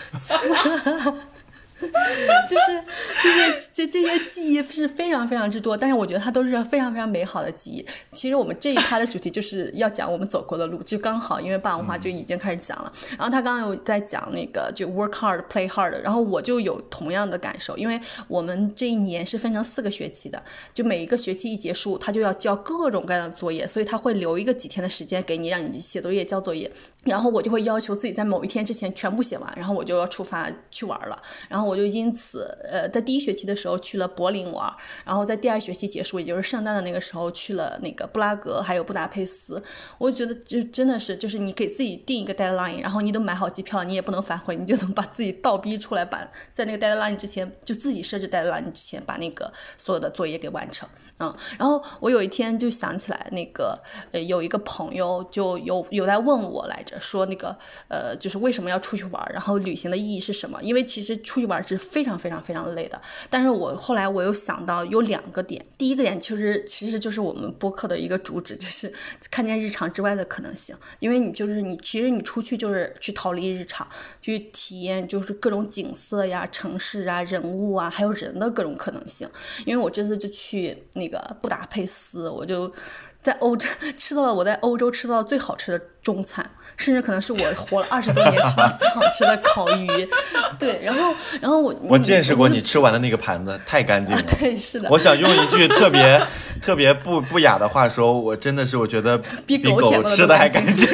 就是这些记忆是非常非常之多，但是我觉得它都是非常非常美好的记忆。其实我们这一趴的主题就是要讲我们走过的路，就刚好因为霸王花就已经开始讲了，然后他刚刚有在讲那个就 work hard play hard， 然后我就有同样的感受，因为我们这一年是分成4个学期的，就每一个学期一结束他就要交各种各样的作业，所以他会留一个几天的时间给你，让你写作业交作业。 然后我就会要求自己在某一天之前全部写完，然后我就要出发去玩了。然后我就因此在第一学期的时候去了柏林玩，然后在第二学期结束，也就是圣诞的那个时候去了那个布拉格还有布达佩斯。我觉得就真的是就是你给自己定一个 deadline， 然后你都买好机票了，你也不能反悔，你就能把自己倒逼出来，把在那个 deadline 之前就自己设置 deadline 之前把那个所有的作业给完成。然后我有一天就想起来那个有一个朋友就有在问我来着，说那个就是为什么要出去玩，然后旅行的意义是什么？因为其实出去玩是非常非常非常累的。但是我后来我有想到有2个点，第一个点其实就是我们播客的一个主旨，就是看见日常之外的可能性。因为其实你出去就是去逃离日常，去体验就是各种景色呀、城市啊、人物啊，还有人的各种可能性。因为我这次就去那个布达佩斯，我就在欧洲吃到了我在欧洲吃到最好吃的中餐，甚至可能是我活了20多年吃到最好吃的烤鱼。对，然后我见识过你吃完的那个盘子，太干净了。 对，是的。 我想用一句特别不雅的话说，我真的是我觉得比狗吃的还干净。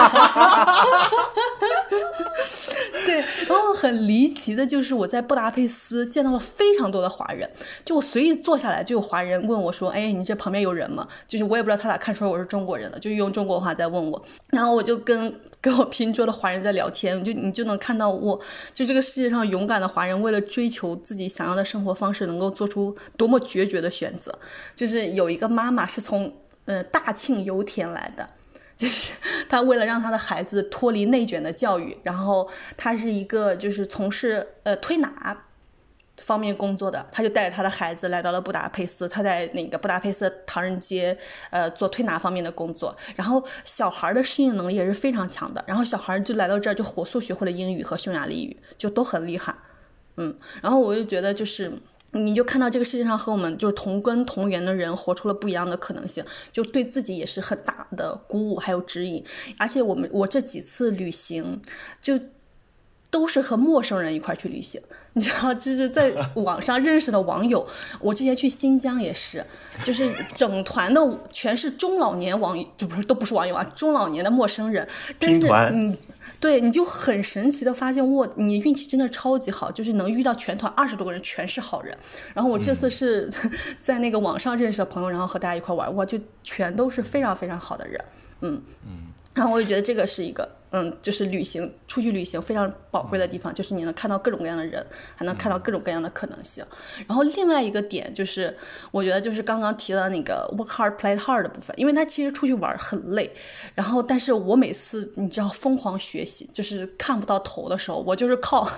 对，然后很离奇的就是我在布达佩斯见到了非常多的华人，就我随意坐下来就有华人问我说，哎，你这旁边有人吗？就是我也不知道他俩看出来我是中国人的，就用中国话在问我。然后我就跟我拼桌的华人在聊天，你就能看到我就这个世界上勇敢的华人为了追求自己想要的生活方式能够做出多么决绝的选择。就是有一个妈妈是从大庆油田来的，就是他为了让他的孩子脱离内卷的教育，然后他是一个就是从事推拿方面工作的，他就带着他的孩子来到了布达佩斯，他在那个布达佩斯唐人街做推拿方面的工作。然后小孩的适应能力也是非常强的，然后小孩就来到这儿就火速学会了英语和匈牙利语，就都很厉害。然后我就觉得就是你就看到这个世界上和我们就是同根同源的人活出了不一样的可能性，就对自己也是很大的鼓舞还有指引。而且我这几次旅行就都是和陌生人一块去旅行，你知道，就是在网上认识的网友。我之前去新疆也是，就是整团的全是中老年网友，都不是网友啊，中老年的陌生人。但是对，你就很神奇的发现，你运气真的超级好，就是能遇到全团20多个人全是好人。然后我这次是在那个网上认识的朋友，然后和大家一块玩，就全都是非常非常好的人。然后我就觉得这个是一个就是出去旅行非常宝贵的地方，就是你能看到各种各样的人，还能看到各种各样的可能性。然后另外一个点就是我觉得就是刚刚提到的那个 work hard play hard 的部分，因为他其实出去玩很累，然后但是我每次你知道疯狂学习，就是看不到头的时候，我就是靠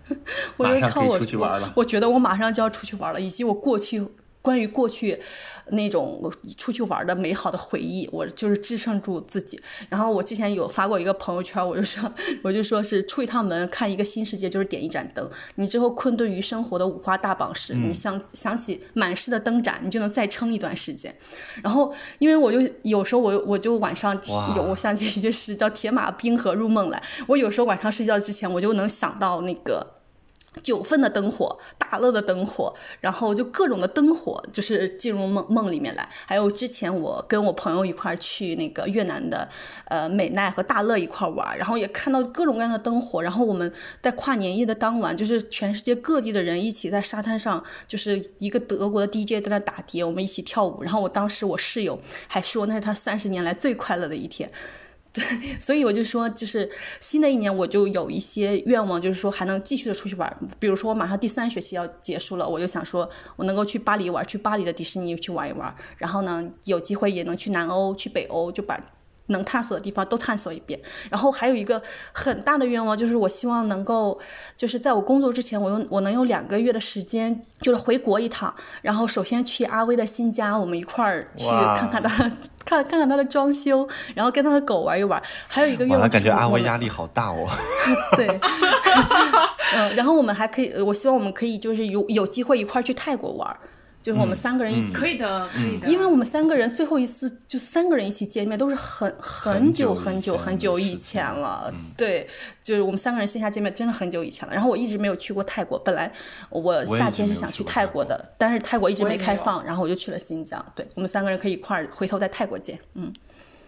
我觉得我马上就要出去玩了，以及我关于过去那种出去玩的美好的回忆，我就是支撑住自己。然后我之前有发过一个朋友圈，我就说是出一趟门看一个新世界就是点一盏灯，你之后困顿于生活的五花大绑时，你想起满室的灯盏，你就能再撑一段时间。然后因为我就有时候我就晚上我想起一句诗叫铁马冰河入梦来，我有时候晚上睡觉之前我就能想到那个9份的灯火，大乐的灯火，然后就各种的灯火就是进入梦里面来。还有之前我跟我朋友一块去那个越南的美奈和大乐一块玩，然后也看到各种各样的灯火。然后我们在跨年夜的当晚，就是全世界各地的人一起在沙滩上，就是一个德国的 DJ 在那打碟，我们一起跳舞。然后当时我室友还说那是他30年来最快乐的一天。对，所以我就说就是新的一年我就有一些愿望，就是说还能继续的出去玩。比如说我马上第3学期要结束了，我就想说我能够去巴黎玩，去巴黎的迪士尼去玩一玩，然后呢有机会也能去南欧去北欧，就把能探索的地方都探索一遍。然后还有一个很大的愿望，就是我希望能够就是在我工作之前我能有2个月的时间就是回国一趟，然后首先去阿威的新家，我们一块儿去看看他的装修，然后跟他的狗玩一玩。还有一个愿望， 感觉阿威压力好大哦。 对然后我们还可以，我希望我们可以就是有机会一块儿去泰国玩，就是我们3个人一起。 可以的。 因为我们3个人最后一次就3个人一起见面都是很久以前了。对，就是我们3个人线下见面真的很久以前了。然后我一直没有去过泰国，本来我夏天是想去泰国的，但是泰国一直没开放，然后我就去了新疆。对，我们3个人可以一块儿回头在泰国见。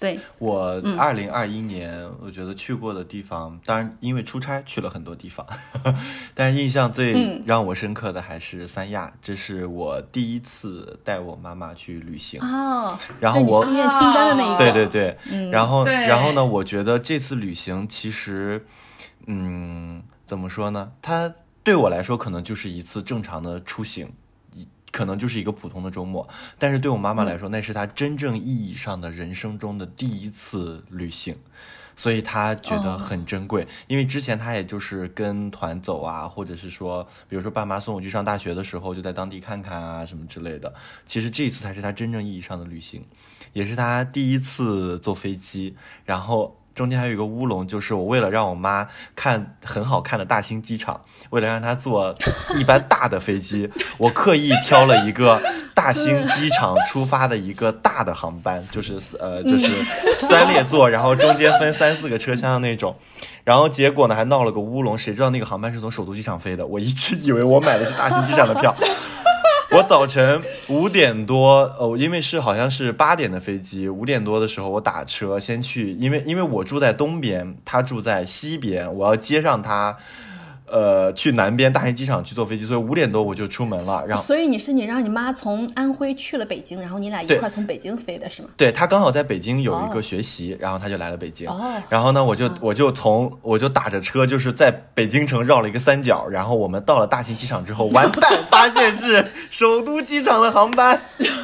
对， 我2021年我觉得去过的地方，当然因为出差去了很多地方，但是印象最让我深刻的还是三亚，这是我第一次带我妈妈去旅行。然后我心愿清单的那一个，对，然后呢，我觉得这次旅行其实，怎么说呢？它对我来说可能就是一次正常的出行。可能就是一个普通的周末，但是对我妈妈来说，那是她真正意义上的人生中的第一次旅行，所以她觉得很珍贵。因为之前她也就是跟团走啊，或者是说，比如说爸妈送我去上大学的时候，就在当地看看啊什么之类的。其实这一次才是她真正意义上的旅行，也是她第一次坐飞机，然后。中间还有一个乌龙，就是我为了让我妈看很好看的大兴机场，为了让她坐一班大的飞机，我刻意挑了一个大兴机场出发的一个大的航班，就是3列座，然后中间分3-4个车厢的那种。然后结果呢还闹了个乌龙，谁知道那个航班是从首都机场飞的，我一直以为我买的是大兴机场的票。我早晨5点多，因为好像是8点的飞机，5点多的时候我打车先去，因为我住在东边，他住在西边，我要接上他，去南边大兴机场去坐飞机，所以5点多我就出门了。然后， 所以你让你妈从安徽去了北京，然后你俩一块从北京飞的是吗？ 对，她刚好在北京有一个学习，然后她就来了北京。然后呢，我就打着车，就是在北京城绕了一个3角，然后我们到了大兴机场之后，完蛋，发现是首都机场的航班。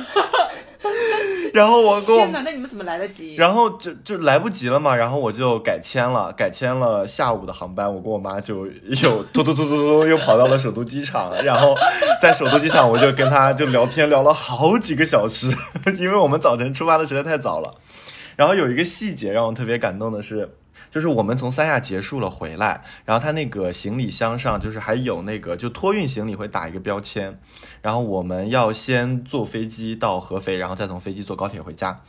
然后我跟我天哪，那你们怎么来得及？ 然后就来不及了嘛，然后我就改签了下午的航班，我跟我妈就又突又跑到了首都机场，然后在首都机场我就跟她就聊天聊了好几个小时，因为我们早晨出发的实在太早了。然后有一个细节让我特别感动的是，就是我们从三亚结束了回来，然后他那个行李箱上就是还有那个就托运行李会打一个标签，然后我们要先坐飞机到合肥，然后再从飞机坐高铁回家。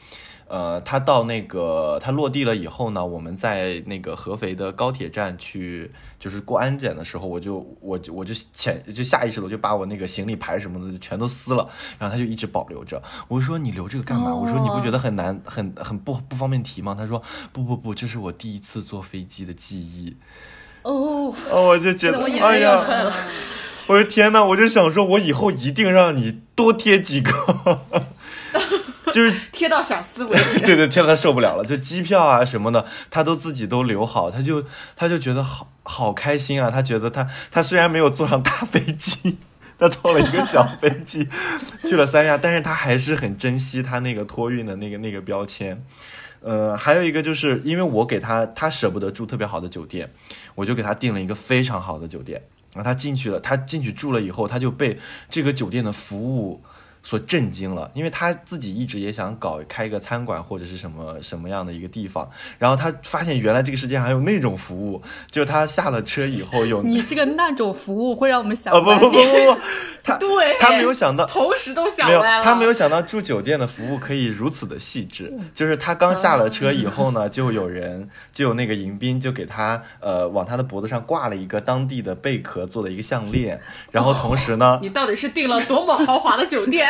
他落地了以后呢，我们在那个合肥的高铁站去就是过安检的时候，我就下意识的我就把我那个行李牌什么的全都撕了，然后他就一直保留着。我就说你留这个干嘛？我说你不觉得很难很不方便提吗？他说不，这是我第一次坐飞机的记忆。我就觉得哎呀，我的天哪！我就想说，我以后一定让你多贴几个。就是贴到想撕为止。 对，贴到他受不了了，就机票啊什么的他都自己都留好，他就觉得好开心啊。他觉得他虽然没有坐上大飞机，他坐了一个小飞机去了三亚，但是他还是很珍惜他那个托运的那个标签。还有一个就是因为我给他舍不得住特别好的酒店，我就给他订了一个非常好的酒店。然后他进去住了以后，他就被这个酒店的服务所震惊了，因为他自己一直也想开一个餐馆或者是什么样的一个地方，然后他发现原来这个世界上还有那种服务，就他下了车以后有你是个那种服务会让我们想不，他没有想到， 同时都想来了， 他没有想到住酒店的服务可以如此的细致。就是他刚下了车以后呢，就有那个迎宾就给他往他的脖子上挂了一个当地的贝壳做的一个项链，然后同时呢， 你到底是订了多么豪华的酒店？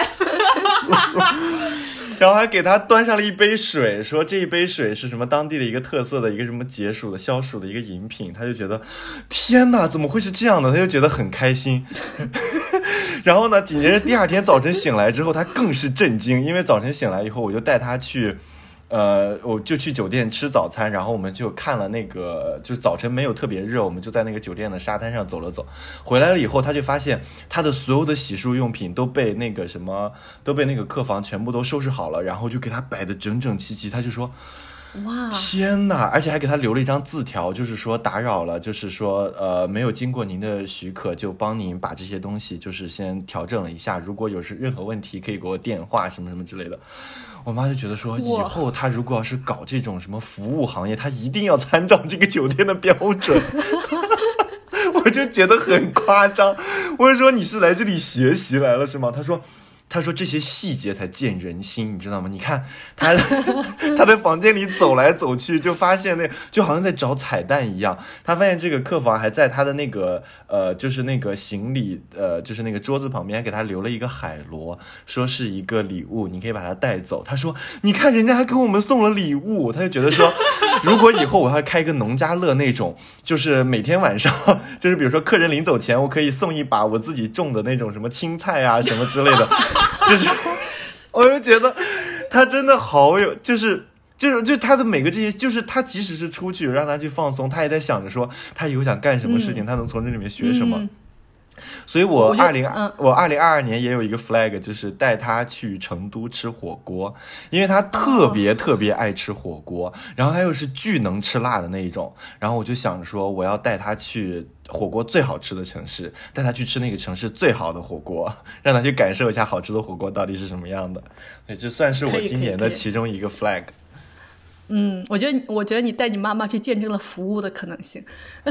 然后还给他端上了一杯水，说这一杯水是什么当地的一个特色的一个什么解暑的消暑的一个饮品。他就觉得天哪，怎么会是这样的？他就觉得很开心。然后呢，紧接着第二天早晨醒来之后，他更是震惊，因为早晨醒来以后，我就带他去我就去酒店吃早餐，然后我们就看了那个，就是早晨没有特别热，我们就在那个酒店的沙滩上走了走。回来了以后，他就发现他的所有的洗漱用品都被那个客房全部都收拾好了，然后就给他摆得整整齐齐。他就说哇， 天哪！而且还给他留了一张字条，就是说打扰了，就是说没有经过您的许可就帮您把这些东西就是先调整了一下，如果有任何问题可以给我电话什么什么之类的。我妈就觉得说以后他如果要是搞这种什么服务行业，他一定要参照这个酒店的标准。我就觉得很夸张，我就说你是来这里学习来了是吗？他说他说这些细节才见人心，你知道吗？你看他他在房间里走来走去，就发现就好像在找彩蛋一样。他发现这个客房还在他的那个就是那个行李就是那个桌子旁边还给他留了一个海螺，说是一个礼物，你可以把它带走。他说你看人家还给我们送了礼物，他就觉得说如果以后我要开一个农家乐那种，就是每天晚上就是比如说客人临走前我可以送一把我自己种的那种什么青菜啊什么之类的，就是我就觉得他真的好有就是他的每个这些，就是他即使是出去让他去放松，他也在想着说他以后想干什么事情，他能从这里面学什么。所以我2022年也有一个 flag， 就是带他去成都吃火锅，因为他特别爱吃火锅，然后他又是巨能吃辣的那一种，然后我就想着说我要带他去火锅最好吃的城市，带他去吃那个城市最好的火锅，让他去感受一下好吃的火锅到底是什么样的。所以这算是我今年的其中一个 flag。 我觉得你带你妈妈去见证了服务的可能性。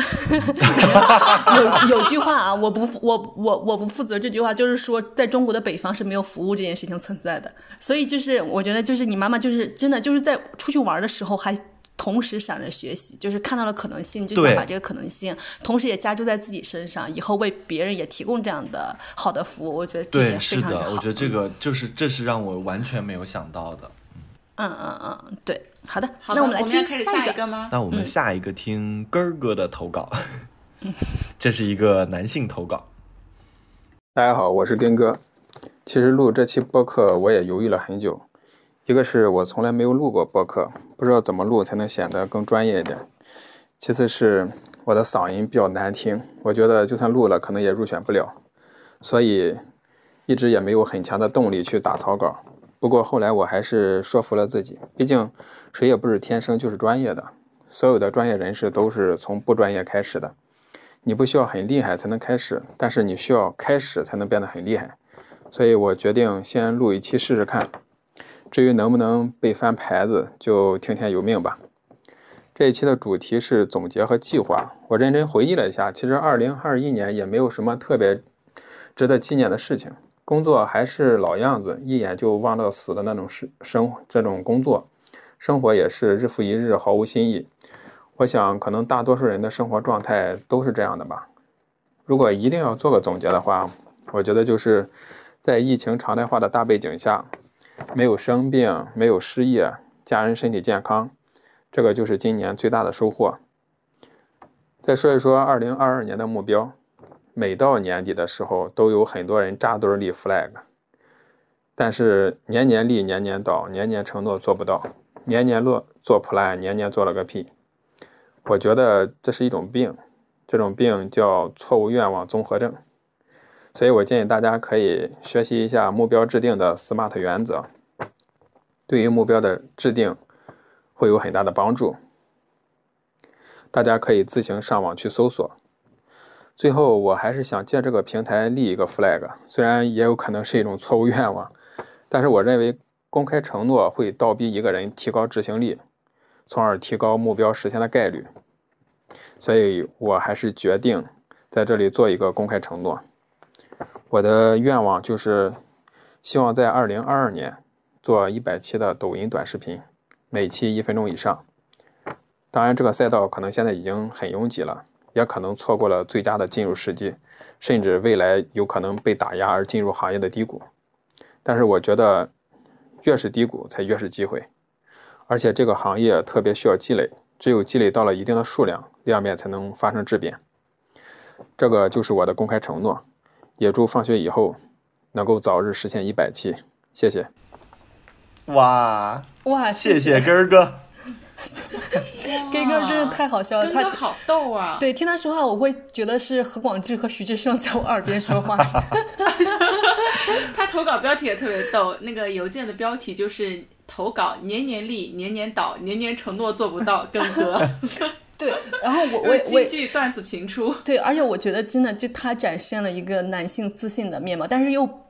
有句话啊，我不负责这句话，就是说在中国的北方是没有服务这件事情存在的。所以就是我觉得就是你妈妈就是真的就是在出去玩的时候还同时想着学习，就是看到了可能性，就想把这个可能性同时也加注在自己身上，以后为别人也提供这样的好的服务。我觉得这点非常之好。 对，是的，我觉得这个这是让我完全没有想到的。 对，好的，那我们来听下一个吗？ 那我们下一个听根哥的投稿。这是一个男性投稿。 大家好，我是根哥。其实录这期播客我也犹豫了很久，一个是我从来没有录过播客，不知道怎么录才能显得更专业一点，其次是我的嗓音比较难听，我觉得就算录了可能也入选不了，所以一直也没有很强的动力去打草稿。不过后来我还是说服了自己，毕竟谁也不是天生就是专业的，所有的专业人士都是从不专业开始的。你不需要很厉害才能开始，但是你需要开始才能变得很厉害。所以我决定先录一期试试看，至于能不能被翻牌子就听天由命吧。这一期的主题是总结和计划。我认真回忆了一下，其实2021年也没有什么特别值得纪念的事情，工作还是老样子，一眼就忘到死的那种这种工作，生活也是日复一日，毫无新意。我想可能大多数人的生活状态都是这样的吧。如果一定要做个总结的话，我觉得就是在疫情常态化的大背景下，没有生病，没有失业，家人身体健康，这个就是今年最大的收获。再说一说2022年的目标。每到年底的时候都有很多人扎堆立 flag， 但是年年立年年倒，年年承诺做不到，年年做 plan， 年年做了个屁。我觉得这是一种病，这种病叫错误愿望综合症。所以我建议大家可以学习一下目标制定的 SMART 原则，对于目标的制定会有很大的帮助。大家可以自行上网去搜索。最后我还是想借这个平台立一个 flag， 虽然也有可能是一种错误愿望，但是我认为公开承诺会倒逼一个人提高执行力，从而提高目标实现的概率。所以我还是决定在这里做一个公开承诺。我的愿望就是希望在2022年做100期的抖音短视频，每期1分钟以上。当然这个赛道可能现在已经很拥挤了，也可能错过了最佳的进入时机，甚至未来有可能被打压而进入行业的低谷。但是我觉得越是低谷才越是机会，而且这个行业特别需要积累，只有积累到了一定的数量，量变才能发生质变。这个就是我的公开承诺，也祝放学以后能够早日实现100期，谢谢。 哇， 谢谢根儿哥。 根哥真的太好笑了， 根哥好逗啊！ 对，听他说话我会觉得是何广智和徐志胜在我耳边说话。 他投稿标题也特别逗，那个邮件的标题就是投稿年年立年年倒，年年承诺做不到，根哥。 对，然后我京剧段子频出。 对，而且我觉得真的就他展现了一个男性自信的面貌，但是又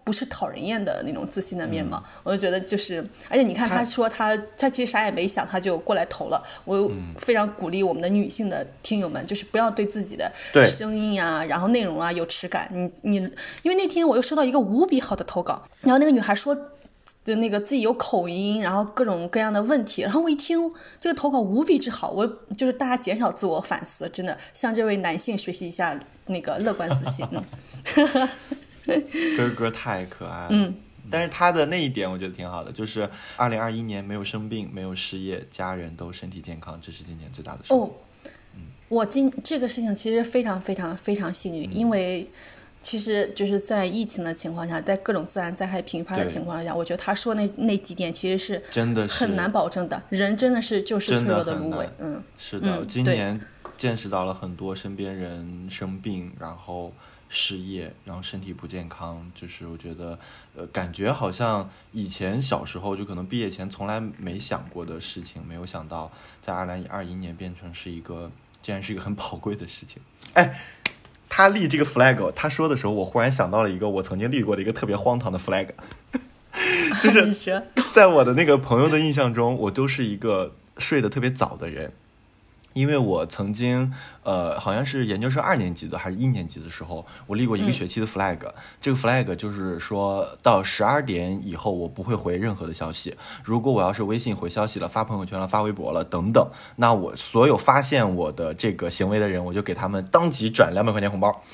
不是讨人厌的那种自信的面貌。我就觉得就是，而且你看他说他其实啥也没想，他就过来投了。我非常鼓励我们的女性的听友们，就是不要对自己的声音啊，然后内容啊有耻感。你因为那天我又收到一个无比好的投稿，然后那个女孩说的那个自己有口音，然后各种各样的问题，然后我一听这个投稿无比之好，我就是大家减少自我反思，真的向这位男性学习一下那个乐观自信。 哥太可爱了。但是他的那一点我觉得挺好的，就是2021年没有生病，没有失业，家人都身体健康，这是今年最大的收获。 我这个事情其实非常非常非常幸运，因为其实就是在疫情的情况下，在各种自然灾害频发的情况下，我觉得他说那几点其实是真的很难保证的，人真的是就是脆弱的芦苇。 是的，今年见识到了很多身边人生病，然后失业，然后身体不健康，就是我觉得感觉好像以前小时候就可能毕业前从来没想过的事情，没有想到在2021年变成竟然是一个很宝贵的事情。他立这个 flag， 他说的时候，我忽然想到了一个我曾经立过的一个特别荒唐的 flag， 就是在我的那个朋友的印象中，我都是一个睡得特别早的人。因为我曾经好像是研究生2年级的还是1年级的时候，我立过一个学期的 flag，这个 flag 就是说到12点以后我不会回任何的消息，如果我要是微信回消息了，发朋友圈了，发微博了等等，那我所有发现我的这个行为的人，我就给他们当即转200块钱红包。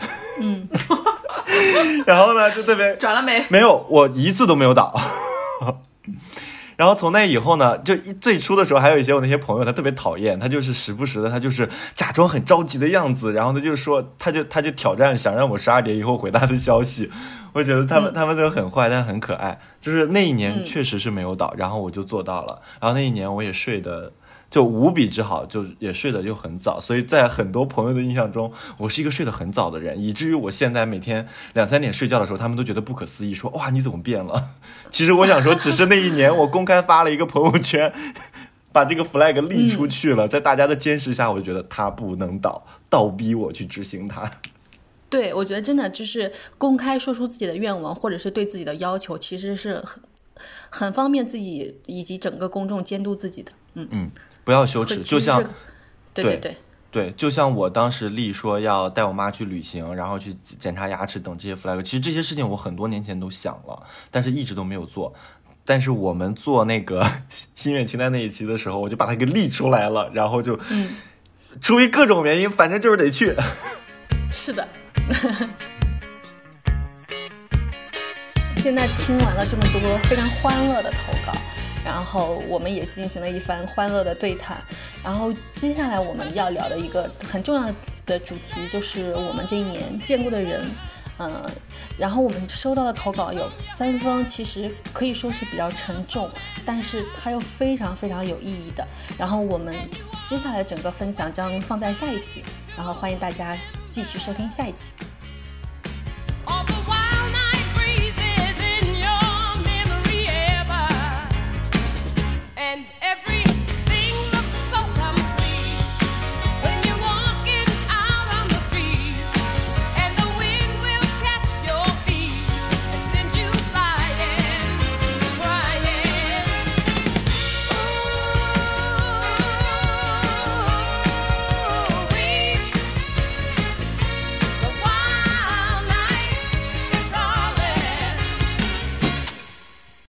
然后呢就特别转了没有，我一次都没有倒。然后从那以后呢，就最初的时候还有一些我那些朋友他特别讨厌，他就是时不时的他就是假装很着急的样子，然后他就说他就挑战想让我12点以后回他的消息。我觉得他们都很坏，但很可爱。就是那一年确实是没有倒，然后我就做到了，然后那一年我也睡得就无比之好，就也睡得就很早，所以在很多朋友的印象中，我是一个睡得很早的人，以至于我现在每天2-3点睡觉的时候，他们都觉得不可思议，说哇你怎么变了？其实我想说，只是那一年我公开发了一个朋友圈，把这个 flag 立出去了，在大家的监视下，我就觉得他不能倒逼我去执行它。 对，我觉得真的就是公开说出自己的愿望，或者是对自己的要求，其实是很方便自己以及整个公众监督自己的。 不要羞耻，就像对， 就像我当时立说要带我妈去旅行，然后去检查牙齿等这些 flag， 其实这些事情我很多年前都想了，但是一直都没有做。但是我们做那个心愿清单那一期的时候，我就把它给立出来了，然后就出于各种原因，反正就是得去。 是的。现在听完了这么多非常欢乐的投稿，然后我们也进行了一番欢乐的对谈，然后接下来我们要聊的一个很重要的主题就是我们这一年见过的人。然后我们收到的投稿有3封，其实可以说是比较沉重，但是它又非常非常有意义的。然后我们接下来整个分享将放在下一期，然后欢迎大家继续收听下一期。